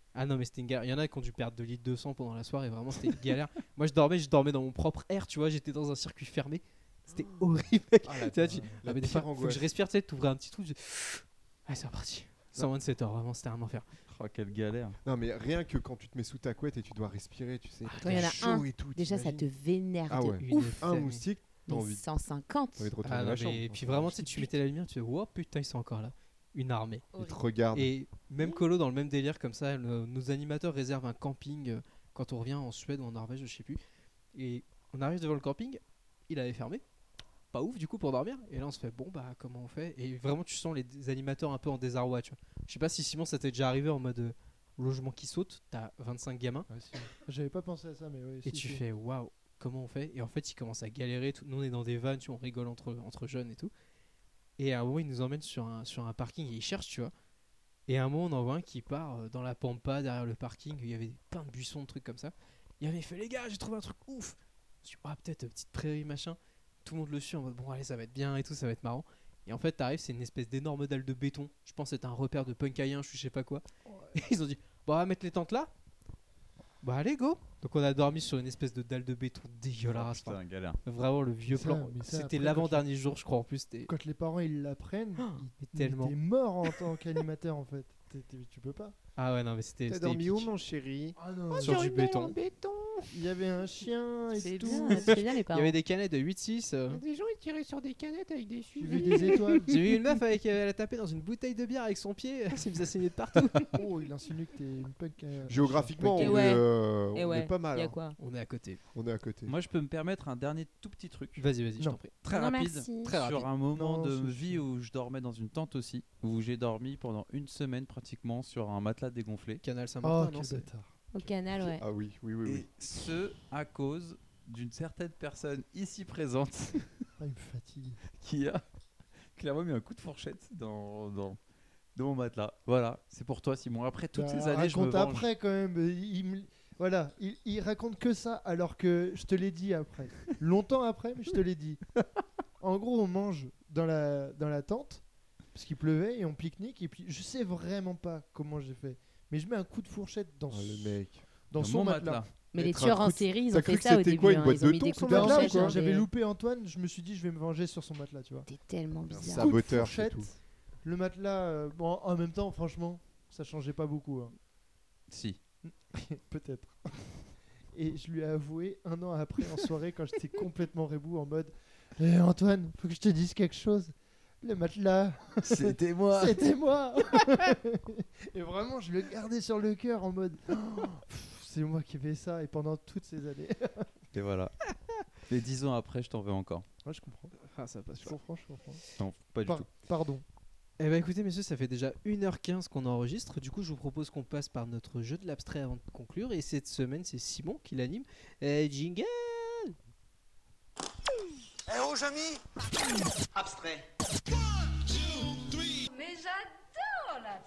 Ah non, mais c'était une galère. Il y en a qui ont dû perdre deux litres de sang pendant la soirée. Vraiment, c'était une galère. Moi, je dormais, je dormais dans mon propre air, tu vois. J'étais dans un circuit fermé. C'était horrible. mec. Ah, la Tu vois, tu- la ah, mais des pire fois, faut que angoisse. je respire, tu sais, t'ouvrais un petit trou. Je... Ah, c'est reparti. cent vingt-sept heures, vraiment, c'était un enfer. Oh, quelle galère. Non, mais rien que quand tu te mets sous ta couette et tu dois respirer, tu sais. Quand il y en a chaud un, et tout, déjà ça te t'imagines. vénère Ah de ouais. Une ouf. Un famille. moustique, t'as Mais envie, cent cinquante. t'as envie de retourner Ah à non, la chambre. mais puis vraiment, tu sais, tu mettais la lumière, tu fais, oh putain, ils sont encore là. Une armée. Ils te regardent. Et même colo dans le même délire comme ça, le- nos animateurs réservent un camping euh, quand on revient en Suède ou en Norvège, je sais plus. Et on arrive devant le camping, il avait fermé. Pas ouf du coup pour dormir. Et là on se fait bon bah comment on fait. Et vraiment tu sens les d- animateurs un peu en désarroi, tu vois. Je sais pas si Simon ça t'est déjà arrivé en mode euh, logement qui saute, t'as vingt-cinq gamins Ouais, si. J'avais pas pensé à ça, mais oui. et tu fais waouh comment on fait. Et en fait ils commencent à galérer. Tout. Nous on est dans des vannes, tu vois, on rigole entre, entre jeunes et tout. Et à un moment ils nous emmènent sur un, sur un parking et ils cherchent, tu vois. Et à un moment, on en voit un qui part euh, dans la pampa derrière le parking. Il y avait plein de buissons, de trucs comme ça. Il avait fait les gars, j'ai trouvé un truc ouf. Je me suis dit, ah, peut-être euh, petite prairie, machin. Tout le monde le suit en mode bon, allez, ça va être bien et tout, ça va être marrant. Et en fait, t'arrives, c'est une espèce d'énorme dalle de béton. Je pense que c'était un repère de punk haïen, je sais pas quoi. Et ils ont dit, bon, on va mettre les tentes là. Bah, allez, go. Donc, on a dormi sur une espèce de dalle de béton dégueulasse. Putain, galère. Vraiment, le vieux Ça, plan. mais ça, C'était après, l'avant-dernier jour, je crois, en plus. C'était Quand les parents ils l'apprennent, mais ils- tellement. t'es mort en tant qu'animateur en fait. T'es- t'es- tu peux pas. Ah ouais, non, mais c'était. T'as c'était dormi où, épique. mon chéri? Ah non, Sur du béton. il y avait un chien et C'est tout. bien, c'est bien les Il y parents. avait des canettes de huit six. euh. Des gens ils tiraient sur des canettes avec des Tu fusils. veux des étoiles. J'ai vu une meuf avec euh, elle a tapé dans une bouteille de bière avec son pied, ça me faisait saigner de partout. Oh, il insinue que t'es une punk. euh, Géographiquement, punk- Et on, ouais. est, euh, Et on ouais, est pas mal. y a hein. quoi? On est à côté. On est à côté. Moi, je peux me permettre un dernier tout petit truc. Vas-y, vas-y, je Non. t'en prie. Très Non, rapide. merci. Très rapide. Sur un moment Non, de c'est- vie où je dormais dans une tente aussi, où j'ai dormi pendant une semaine pratiquement sur un matelas dégonflé. Canal Oh, Saint-Martin, non quel c'est- bâtard. Au canal, ouais. Ah oui, oui, oui, Et oui. ce, à cause d'une certaine personne ici présente Ah, il me fatigue. qui a clairement mis un coup de fourchette dans, dans, dans mon matelas. Voilà, c'est pour toi, Simon. Après toutes Bah, ces années, je me raconte venge. après quand même. Il, il me- Voilà, il, il raconte que ça alors que je te l'ai dit après. Longtemps après, mais je te l'ai dit. En gros, on mange dans la, dans la tente parce qu'il pleuvait et on pique-nique. Et puis, je sais vraiment pas comment j'ai fait. Mais je mets un coup de fourchette dans, Oh, s- le mec. dans Dans son mon matelas. matelas. Mais les Être un tueurs en coup de- série, ils T'as ont cru fait que ça au c'était début. quoi, une hein. boîte Ils ont de mis thon, des son coups de Ben là, fourchette quand dans j'avais des- loupé Antoine, je me suis dit je vais me venger sur son matelas, tu vois. T'es tellement Un bizarre. Coup de saboteur, c'est fourchette, tout. le matelas, euh, bon, en même temps, franchement, ça changeait pas beaucoup. hein. Si. Peut-être. Et je lui ai avoué un an après en soirée quand j'étais complètement rebou en mode Eh, Antoine, faut que je te dise quelque chose. Le matelas, C'était moi. c'était moi. Et vraiment, je le gardais sur le cœur en mode Oh, pff, c'est moi qui ai fait ça et pendant toutes ces années. Et voilà. Et dix ans après, je t'en veux encore. Ouais, je comprends. Ah, ça passe Je pas. comprends, je comprends. Non, pas du Par- tout. Pardon. Eh bah écoutez messieurs, ça fait déjà une heure quinze qu'on enregistre. Du coup, je vous propose qu'on passe par notre jeu de l'abstrait avant de conclure. Et cette semaine, c'est Simon qui l'anime. Eh, jingle. Eh oh, Jamy Abstrait. Mais j'adore la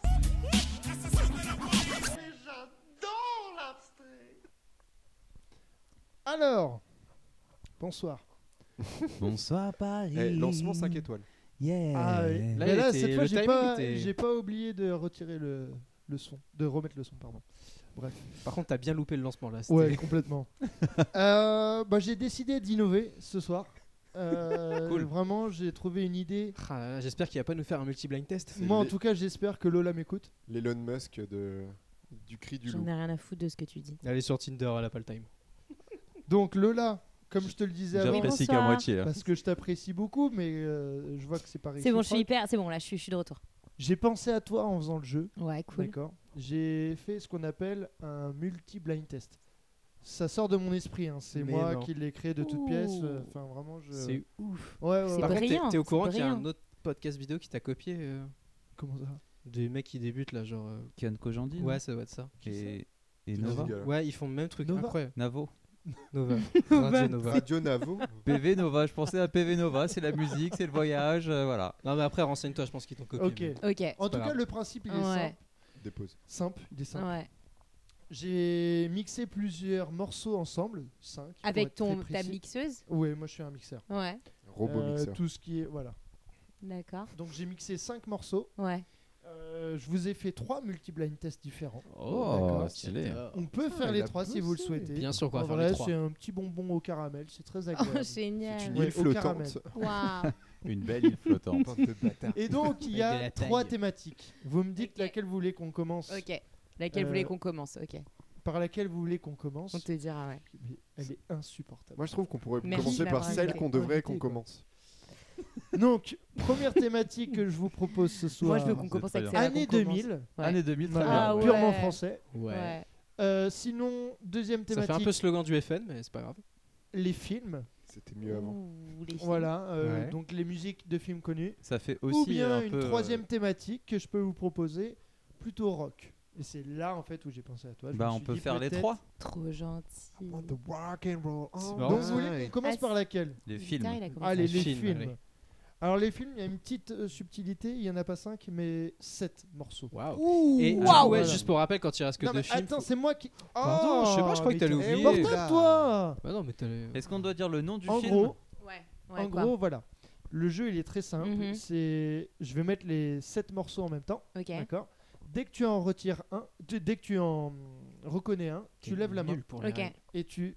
Alors, bonsoir. Bonsoir Paris. Eh, lancement cinq étoiles. Yeah. Ah, oui. Là, Mais il là, était- cette fois, le j'ai timing pas, était- j'ai pas oublié de retirer le, le son, de remettre le son, pardon. Bref. Par contre, t'as bien loupé le lancement là. c'était- Ouais, complètement. Euh, bah, j'ai décidé d'innover ce soir. Euh, Cool. Vraiment, j'ai trouvé une idée. Ah là là, j'espère qu'il va pas nous faire un multi-blind test. C'est Moi, en les- tout cas, j'espère que Lola m'écoute. L'Elon Musk de... du cri du J'en loup. ai rien à foutre de ce que tu dis. Elle est sur Tinder, elle a pas le time. Donc, Lola, comme je te le disais avant, J'apprécie qu'à bonsoir. moitié. là. parce que je t'apprécie beaucoup, mais euh, je vois que c'est pas C'est bon, je suis réciproque. hyper. C'est bon, là, je suis, je suis de retour. J'ai pensé à toi en faisant le jeu. Ouais, cool. D'accord. J'ai fait ce qu'on appelle un multi-blind test. Ça sort de mon esprit, hein. C'est Mais moi non. qui l'ai créé de toutes Ouh. pièces. euh, Enfin, vraiment, je. C'est ouf. Ouais, ouais, C'est ouais. Par contre, t'es- brillant, t'es au c'est courant qu'il y a un brillant. autre podcast vidéo qui t'a copié euh, Comment ça des mecs qui débutent là, genre. euh, Kian Kojandi. Ouais, ça doit être ça. Et, et C'est Nova. dingue. Ouais, ils font le même truc. Nova. Incroyable. Navo. Nova. Radio Nova. Radio Navo. P V Nova. Je pensais à P V Nova. C'est la musique, c'est le voyage. euh, voilà. Non, mais après, renseigne-toi, je pense qu'ils t'ont copié. Ok. mais- Ok. En tout pas cas, grave. le principe, il est Ouais. simple. Dépose. Simple, il est simple. Ouais. J'ai mixé plusieurs morceaux ensemble, cinq. pour Avec être très ton ta précis. mixeuse. Ouais, moi je suis un mixeur. Ouais. Robot Euh, mixeur. Tout ce qui est voilà. D'accord. Donc j'ai mixé cinq morceaux. Ouais. Euh, je vous ai fait trois multi-blind tests différents. Oh, D'accord. stylé. On peut Ah, faire il les a trois si vous le bossé. souhaitez. Bien sûr qu'on va En faire vrai, les trois. c'est un petit bonbon au caramel, c'est très Oh, agréable. génial. C'est une Ouais, île au caramel. flottante. Waouh. Une belle île flottante. Bande de bâtards. Et donc, il y Avec de la a taille. trois thématiques. Vous me dites Ok. laquelle vous voulez qu'on commence. Ok. Laquelle Euh, voulez qu'on commence? Ok. Par laquelle vous voulez qu'on commence. On te dira, ouais. Mais elle est insupportable. Moi, je trouve qu'on pourrait Merci commencer de par m'avoir celle invité. qu'on devrait Invité, qu'on quoi. commence. Donc, première thématique que je vous propose ce soir. Moi, je veux qu'on c'est commence très avec bien. celle Année deux mille. Ouais. Année deux mille, très Voilà, Ah bien. ouais. purement français. Ouais. Euh, sinon, deuxième Ça thématique, fait un peu slogan du F N, mais c'est pas grave. les films. C'était mieux avant. Ouh, les films. Voilà, euh, Ouais. donc les musiques de films connus. Ça fait Ou aussi bien un une peu. euh, troisième thématique que je peux vous proposer, plutôt rock. Et c'est là en fait où j'ai pensé à toi. Je Bah, me on suis peut dit faire les peut-être- trois. Trop gentil. Want the rock and roll all marrant, Donc ça. vous voulez qu'on commence Ah, par laquelle? Les Putain, films. il a commencé. Allez, Les les films, films. allez. Alors les films, il y a une petite euh, subtilité, il y en a pas cinq, mais sept morceaux. Waouh. Et du coup, Waouh. ouais, Voilà. juste pour rappel, quand il reste que Non, deux mais films. attends, faut- c'est moi qui. Pardon, je sais pas, je crois que t'allais mais oublier. Porte-toi. Bah non, mais t'allais. Est-ce qu'on doit dire le nom du En film? gros, Ouais. en Ouais, quoi. gros, voilà. Le jeu, il est très simple. Mhm. C'est, je vais mettre les sept morceaux en même temps. Ok. D'accord. Dès que tu en retires un, tu- dès que tu en reconnais un, tu T'es lèves la main nul pour les Ok. règles. et tu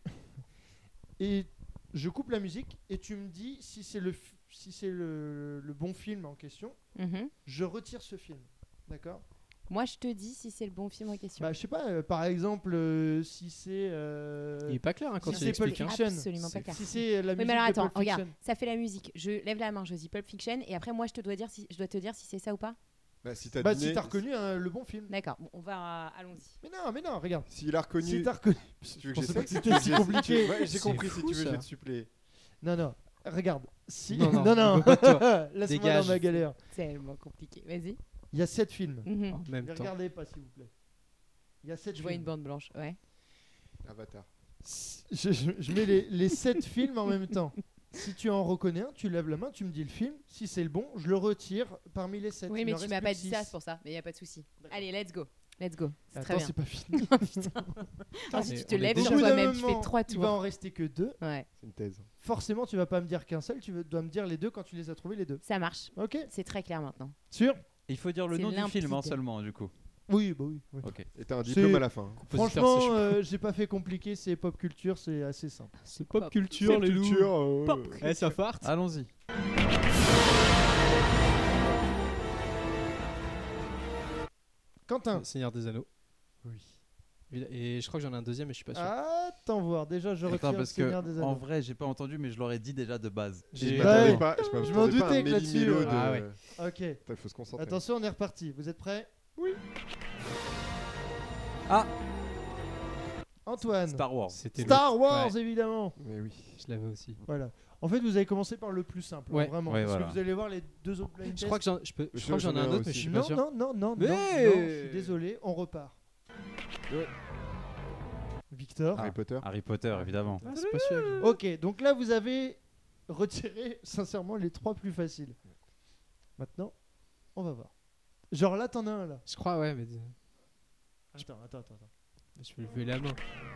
et je coupe la musique et tu me dis si c'est le f- si c'est le, le bon film en question. Mhm. Je retire ce film. D'accord. Moi, je te dis si c'est le bon film en question. Bah je sais pas. euh, par exemple, euh, si c'est euh, Il est pas clair hein, quand si il c'est Pulp explique. hein. Fiction. Absolument pas clair. Si c'est la Oui, musique mais alors de attends, Pulp regarde, Fiction. ça fait la musique. Je lève la main, je dis Pulp Fiction, et après moi je te dois dire si je dois te dire si c'est ça ou pas. Bah, si t'as Bah deviné- si t'as reconnu hein, le bon film. D'accord, bon, on va, allons-y. Mais non, mais non, regarde. S'il a reconnu. Si t'as reconnu. Si tu veux Je que pensais pas que j'essaie, c'était tu si veux- compliqué. tu- Ouais, j'ai C'est compris. Si fou, tu veux, je ça. vais te suppléer. Non, non. Regarde. Si. Non, non, non, on non. veut pas de toi. Laisse-moi Dégage. dans ma galère. Tellement compliqué. Vas-y. Il y a sept films. Mhm. En même Ne temps. regardez pas s'il vous plaît. Il y a sept Je vois une films. bande blanche. Ouais. Avatar. Je, je- je mets les, les sept films en même temps. Si tu en reconnais un, tu lèves la main, tu me dis le film. Si c'est le bon, je le retire parmi les sept. Oui, Il mais en tu reste m'as plus pas que dit ça, six. c'est pour ça. Mais il y a pas de souci. D'accord. Allez, let's go. Let's go. C'est très Attends, bien. c'est pas fini. Oh, putain. Ensuite, mais tu te on est lèves Au sur bout d'un toi-même. Tu fais moment, trois Il va en tours. rester que deux. Ouais, C'est une thèse. Forcément, tu vas pas me dire qu'un seul, tu veux- dois me dire les deux quand tu les as trouvés les deux. ça marche. Ok. C'est très clair maintenant. Sûr? Il faut dire le C'est nom du film hein, limpide. seulement, du coup. Oui, bah oui. oui. Ok. Et t'as un C'est- diplôme à la fin. Compositeur, c'est Franchement, chaud. euh, j'ai pas fait compliqué, c'est pop culture, c'est assez simple. C'est pop pop culture, les loups. Culture, euh, Pop. Eh, ça farte. Allons-y. Quentin. Seigneur des Anneaux. Oui. Et je crois que j'en ai un deuxième, mais je suis pas sûr. Attends voir. Déjà, je retire Attends, le parce que Seigneur des en Anneaux. vrai, j'ai pas entendu, mais je l'aurais dit déjà de base. J'ai- Je Bah m'attendais ouais. pas. Je Je m'en m'attendais pas à un doutais que là-dessus, méli-mélo euh, de. Ah ouais. Ok. Attends, il faut se concentrer. Attention, on est reparti. Vous êtes prêts? Oui. Ah. Antoine. Star Wars. C'était Star l'autre. Wars, Ouais, évidemment. Mais oui. je l'avais aussi. Voilà. En fait, vous avez commencé par le plus simple, hein, Ouais. vraiment. Ouais, parce voilà. que vous allez voir les deux autres blind Je tests. crois que j'en, je peux, je Je- crois que j'en ai j'en ai un un autre, mais je aussi. suis pas Non, sûr. non, non, non, Mais- non, non, je suis désolé, on repart. Ouais. Victor. Harry Potter. Harry Potter, évidemment. Ah, c'est pas sûr. Ok, donc là vous avez retiré sincèrement les trois plus faciles. Maintenant, on va voir. Genre là, t'en as un là. Je crois, ouais, mais Attends, attends, attends. attends. je vais lever la main.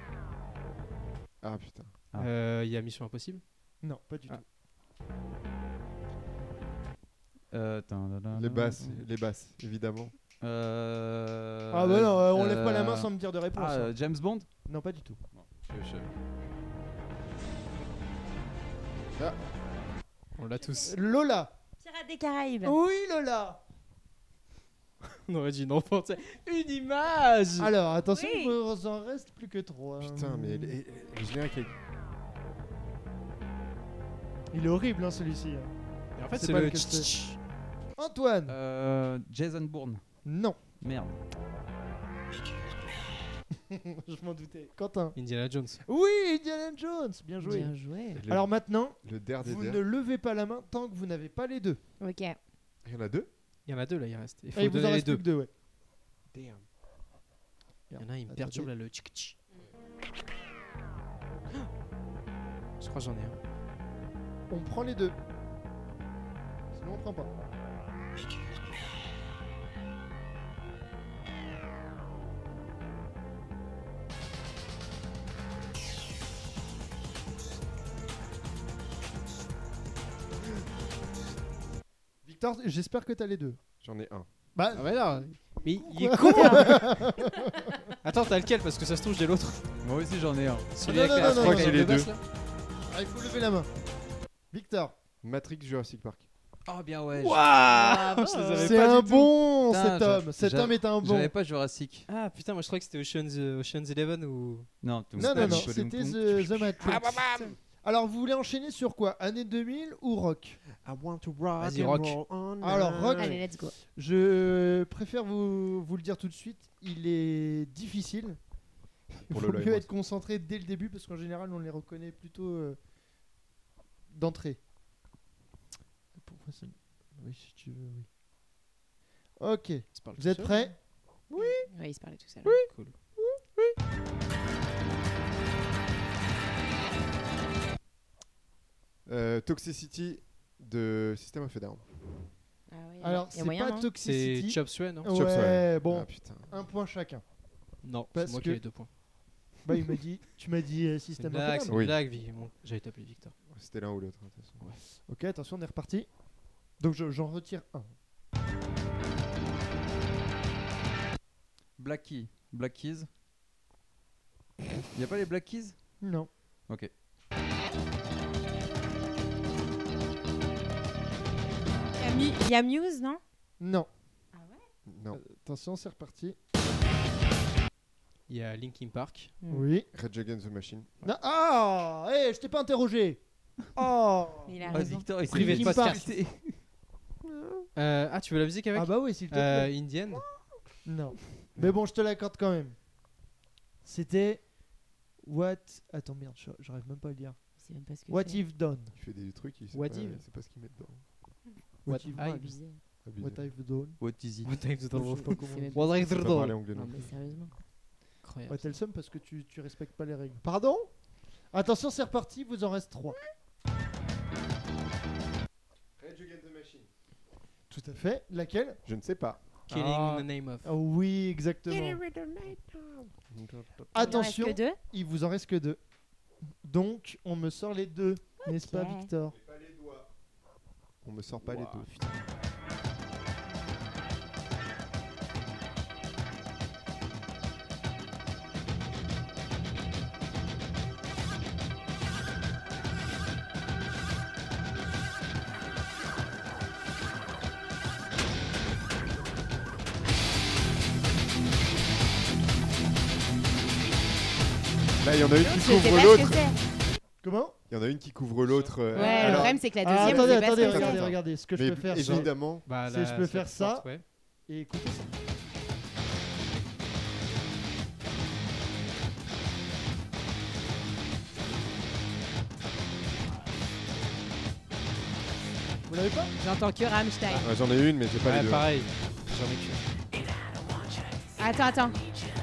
Ah putain. Ah. Euh, Il y a Mission Impossible. Non, pas du Ah. tout. Euh, tadadada. Les basses, les basses, évidemment. Euh, Ah bah non, euh, on lève pas la euh, main sans me dire de réponse. Ah, hein. euh, James Bond. Non, pas du tout. Je- je- On l'a tous. Lola. Pirates des Caraïbes. Oui, Lola. On aurait dit une enfant, tu sais. Une image. Alors, attention, Oui. il vous en reste plus que trois. Putain, mais elle- elle- elle- je l'ai inquiété. Il est horrible, hein, celui-ci. hein. Et en fait, c'est c'est pas le. lequel c'est. Antoine. Euh, Jason Bourne. Non. Merde. Je m'en doutais. Quentin. Indiana Jones. Oui, Indiana Jones. Bien joué. Bien joué. Le- Alors maintenant, Le der des vous der. ne levez pas la main tant que vous n'avez pas les deux. Ok. Il y en a deux. Il y en a deux là, il reste. Il faut Et il vous en donner les reste plus deux. que deux, ouais. Il y en a un, il me Attendez. perturbe là, le tchic tchic. Je crois que j'en ai un. On prend les deux. Sinon, on prend pas. Victor, j'espère que t'as les deux. J'en ai un. Bah, Ah bah non. Mais il est Quoi con hein. Attends, t'as lequel? Parce que ça se trouve, j'ai l'autre. Moi aussi j'en ai un. Celui non, avec non, la- non, je non, crois non, qu'il y a non, deux les basses, deux. là. Ah, il faut lever la main. Victor. Matrix Jurassic Park. Oh bien ouais. Waouh, je les avais C'est pas un du tout. bon Putain, cet j'a- homme. Cet j'a- homme est un bon. J'avais pas Jurassic. Ah putain, moi je croyais que c'était Ocean's, euh, Ocean's Eleven ou. Non, tout Non, non, non, Snatch. c'était The, The Matrix. Alors, vous voulez enchaîner sur quoi? Année deux mille ou rock? I want to rock Vas-y, and rock. roll on Alors, rock. night. Allez, let's go. Je préfère vous, vous le dire tout de suite, il est difficile. Il Pour faut le mieux live, être concentré dès le début parce qu'en général on les reconnaît plutôt euh, d'entrée. Pourquoi ça... Oui, si tu veux, oui. Ok, Il se parle vous tout êtes seul. prêts? Oui, il se parlait tout seul. Cool. Euh, Toxicity de System of a Down. Ah ouais, Alors, y a c'est moyen, pas non C'est Toxicity. Chop Suey, non? Ouais, Chop Suey. bon, Ah putain. un point chacun. Non, Parce c'est moi qui que- ai deux points. Bah, il m'a dit, tu m'as dit euh, C'est une System of blague, a c'est Down. une Oui. blague, Vic. Bon, j'avais tapé Victor. C'était l'un ou l'autre. hein, de toute façon. Ok, attention, on est reparti. Donc je- j'en retire un. Black Key. Black Keys. Y a pas les Black Keys? Non. Ok. Il y a Muse, non? Non. Ah ouais? Non. Euh, attention, c'est reparti. Il y a Linkin Park. Mm. Oui. Rage Against the Machine. Non. Ah, hé, je t'ai pas interrogé. Oh. Il a Ah, raison. Victor, il s'est Privé fait de Linkin Park. discuter. Euh, ah, tu veux la musique avec? Ah bah oui, s'il te Euh, plaît. Indienne. Non. Mais bon, je te l'accorde quand même. C'était What. Attends, merde, je- j'arrive même pas à le dire. Je sais même pas ce que What c'est. you've done. Il fait des trucs, il sait What pas, if? il sait pas ce qu'il met dedans. What, What you've I- done. Abusé. Abusé. What I've done. What is it? What I've Je done. sais pas comment. C'est même What pas- I've Je sais pas parler done. anglais non Non, mais plus. sérieusement. Incroyable. Ouais, t'as le seum parce que tu, tu respectes pas les règles. Pardon? Attention, c'est reparti, vous en reste trois. Rage Against the Machine. Tout à fait. Laquelle? Je ne sais pas. Killing Ah. in the name of. Ah oui, exactement. Il en reste Attention, que deux. il vous en reste que deux. Donc, on me sort les deux, n'est-ce pas, Ok. Victor? Pas les doigts. On me sort pas les Ouah, deux. putain. Là, il y en a une qui Je sais couvre pas ce l'autre. que c'est. Comment? Il y en a une qui couvre l'autre. euh, Ouais, le alors- problème c'est que la Ah, deuxième, attendez, on sait pas attendez, ce que regardez, c'est. regardez. Ce que je Mais peux faire, c'est- évidemment, Bah, C'est- la- je peux c'est faire la ça. forte, ouais. Et écoutez ça. Vous l'avez pas? J'entends que Rammstein. Ouais, j'en ai une, mais j'ai pas Ouais, les deux. pareil. J'en ai qu'une. Attends, attends.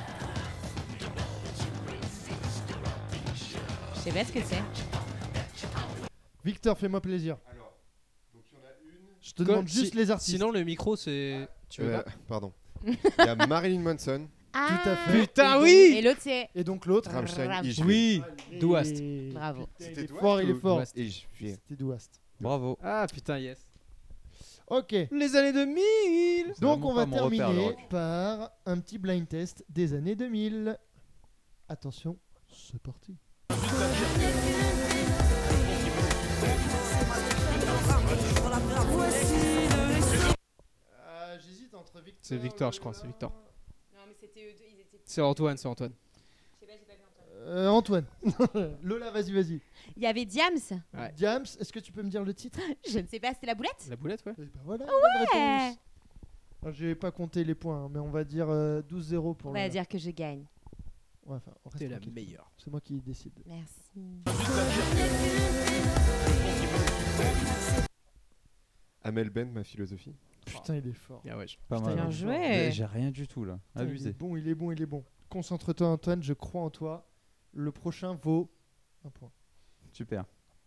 Je sais pas ce que c'est. Victor, fais-moi plaisir. Alors, donc il y en a une. Je te Quoi, demande juste si- les artistes. Sinon, le micro, c'est. Tu veux Euh, pas? pardon. Il y a Marilyn Manson, Ah, Tout à fait. Putain, Et donc- oui! Et l'autre c'est. Et donc l'autre. Rammstein, Rammstein. Ishville. Oui! Allez. Douast. Bravo. Putain, Il C'était est Douast fort, il est ou fort. Douast. Ishville. C'était Douast. Bravo. Ah putain, yes. Ok. Les années deux mille! C'est Donc vraiment on va pas mon repère, le terminer rock. par un petit blind test des années deux mille. Attention, c'est parti. Euh, J'hésite entre Victor. C'est Victor, je crois, c'est Victor. Non, mais c'était eux deux, ils étaient. C'est Antoine, c'est Antoine. Je sais pas, j'ai pas vu Antoine. Euh, Antoine. Lola, vas-y, vas-y. Il y avait Diams. Ouais. Diams, est-ce que tu peux me dire le titre? Je ne sais pas, c'était la boulette. La boulette, ouais. Eh ben voilà, Ouais. bonne réponse. Alors, je vais pas compter les points, hein, mais on va dire euh, douze zéro pour On Lola. va dire que je gagne. Ouais, enfin, on reste T'es la tranquille. meilleure. C'est moi qui décide. Merci. Amel Ben, ma philosophie. Putain, il est fort. Ah ouais, je- Pas Putain, mal. il hein. est joué. fort. Mais J'ai rien du tout là. Putain, Il est Abusé. bon, il est bon, il est bon. Concentre-toi, Antoine, je crois en toi. Le prochain vaut un point. Super.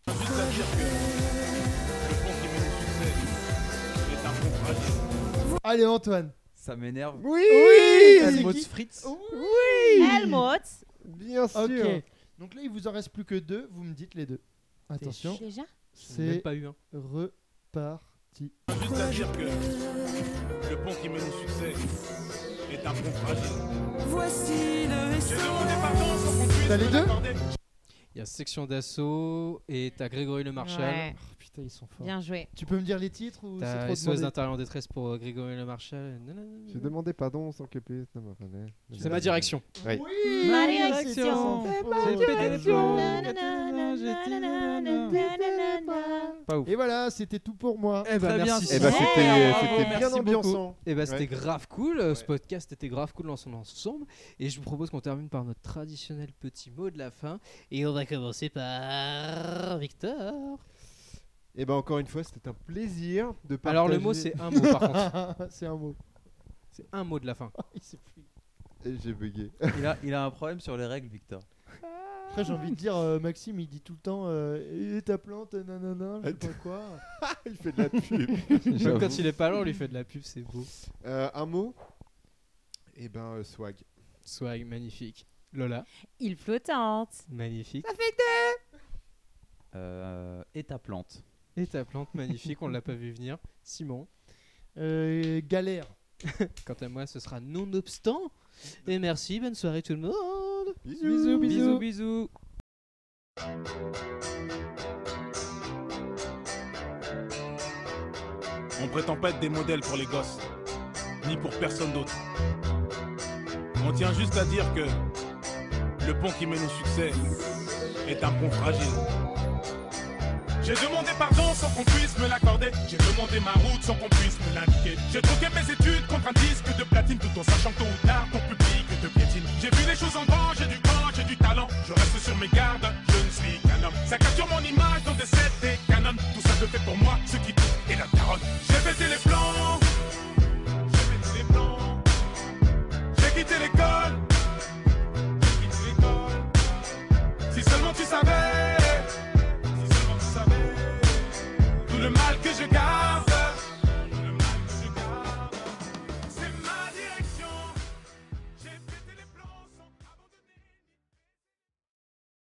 Allez, Antoine. Ça m'énerve. Oui, oui. Helmut C'est qui Fritz. Oui. Helmut. Bien sûr. sûr. Ok. Donc là, il vous en reste plus que deux. Vous me dites les deux. Attention, Déjà J'en ai même c'est pas eu un. reparti. Si. Juste à dire que le pont qui mène au succès est un pont fragile. Voici le J'ai demandé pardon sans qu'on puisse T'as les me deux l'accorder. Il y a Section d'Assaut et t'as Grégory Le Marchal. Ouais. Oh, putain, ils sont forts. Bien joué. Tu peux me dire les titres ou c'est T'as trop S O S demandé d'intérieur en détresse pour euh, Grégory Le Marchal. Nanana. J'ai demandé pardon sans que puisse ne me reconnaisse. C'est ma direction. Oui. Oui, Ma c'est direction. ça. J'ai pété les plombs. Pas ouf. Et voilà, c'était tout pour moi. Eh bah, Très bien, merci. c'est- Eh bah, Ouais, c'était bravo, c'était bien merci ambiançant. Et bah c'était Ouais. grave cool, euh, ce Ouais. podcast était grave cool dans son ensemble. Et je vous propose qu'on termine par notre traditionnel petit mot de la fin. Et on va commencer par Victor. Et ben encore une fois, c'était un plaisir de partager. Alors le mot c'est un mot par contre. C'est un mot. C'est un mot de la fin. Il s'est pris. Et j'ai bugué. Il a, il a un problème sur les règles, Victor. Après, j'ai envie de dire, euh, Maxime, il dit tout le temps euh, et ta plante, nanana, je sais pas quoi. Il fait de la pub. Même quand il est pas là, on lui fait de la pub, c'est beau. Euh, un mot. Et ben euh, swag. Swag, magnifique. Lola, Il flottante. magnifique. Euh, et ta plante. Et ta plante, magnifique, on l'a pas vu venir. Simon, Euh, galère. quant à moi, ce sera nonobstant. Et merci, bonne soirée tout le monde. Bisous, bisous. Bisous, bisous. On prétend pas être des modèles pour les gosses, ni pour personne d'autre. On tient juste à dire que le pont qui mène au succès est un pont fragile. J'ai demandé pardon sans qu'on puisse me l'accorder. J'ai demandé ma route sans qu'on puisse me l'indiquer. J'ai troqué mes études contre un disque de platine, tout en sachant que tôt ou tard ton public te piétine. J'ai vu les choses en grand, j'ai du grand, j'ai du talent. Je reste sur mes gardes, je ne suis qu'un homme. Ça capture mon image dans des sets et canons. Tout ça se fait pour moi, ce qui tout est la daronne. J'ai baissé les plans, j'ai baissé les plans. J'ai quitté l'école.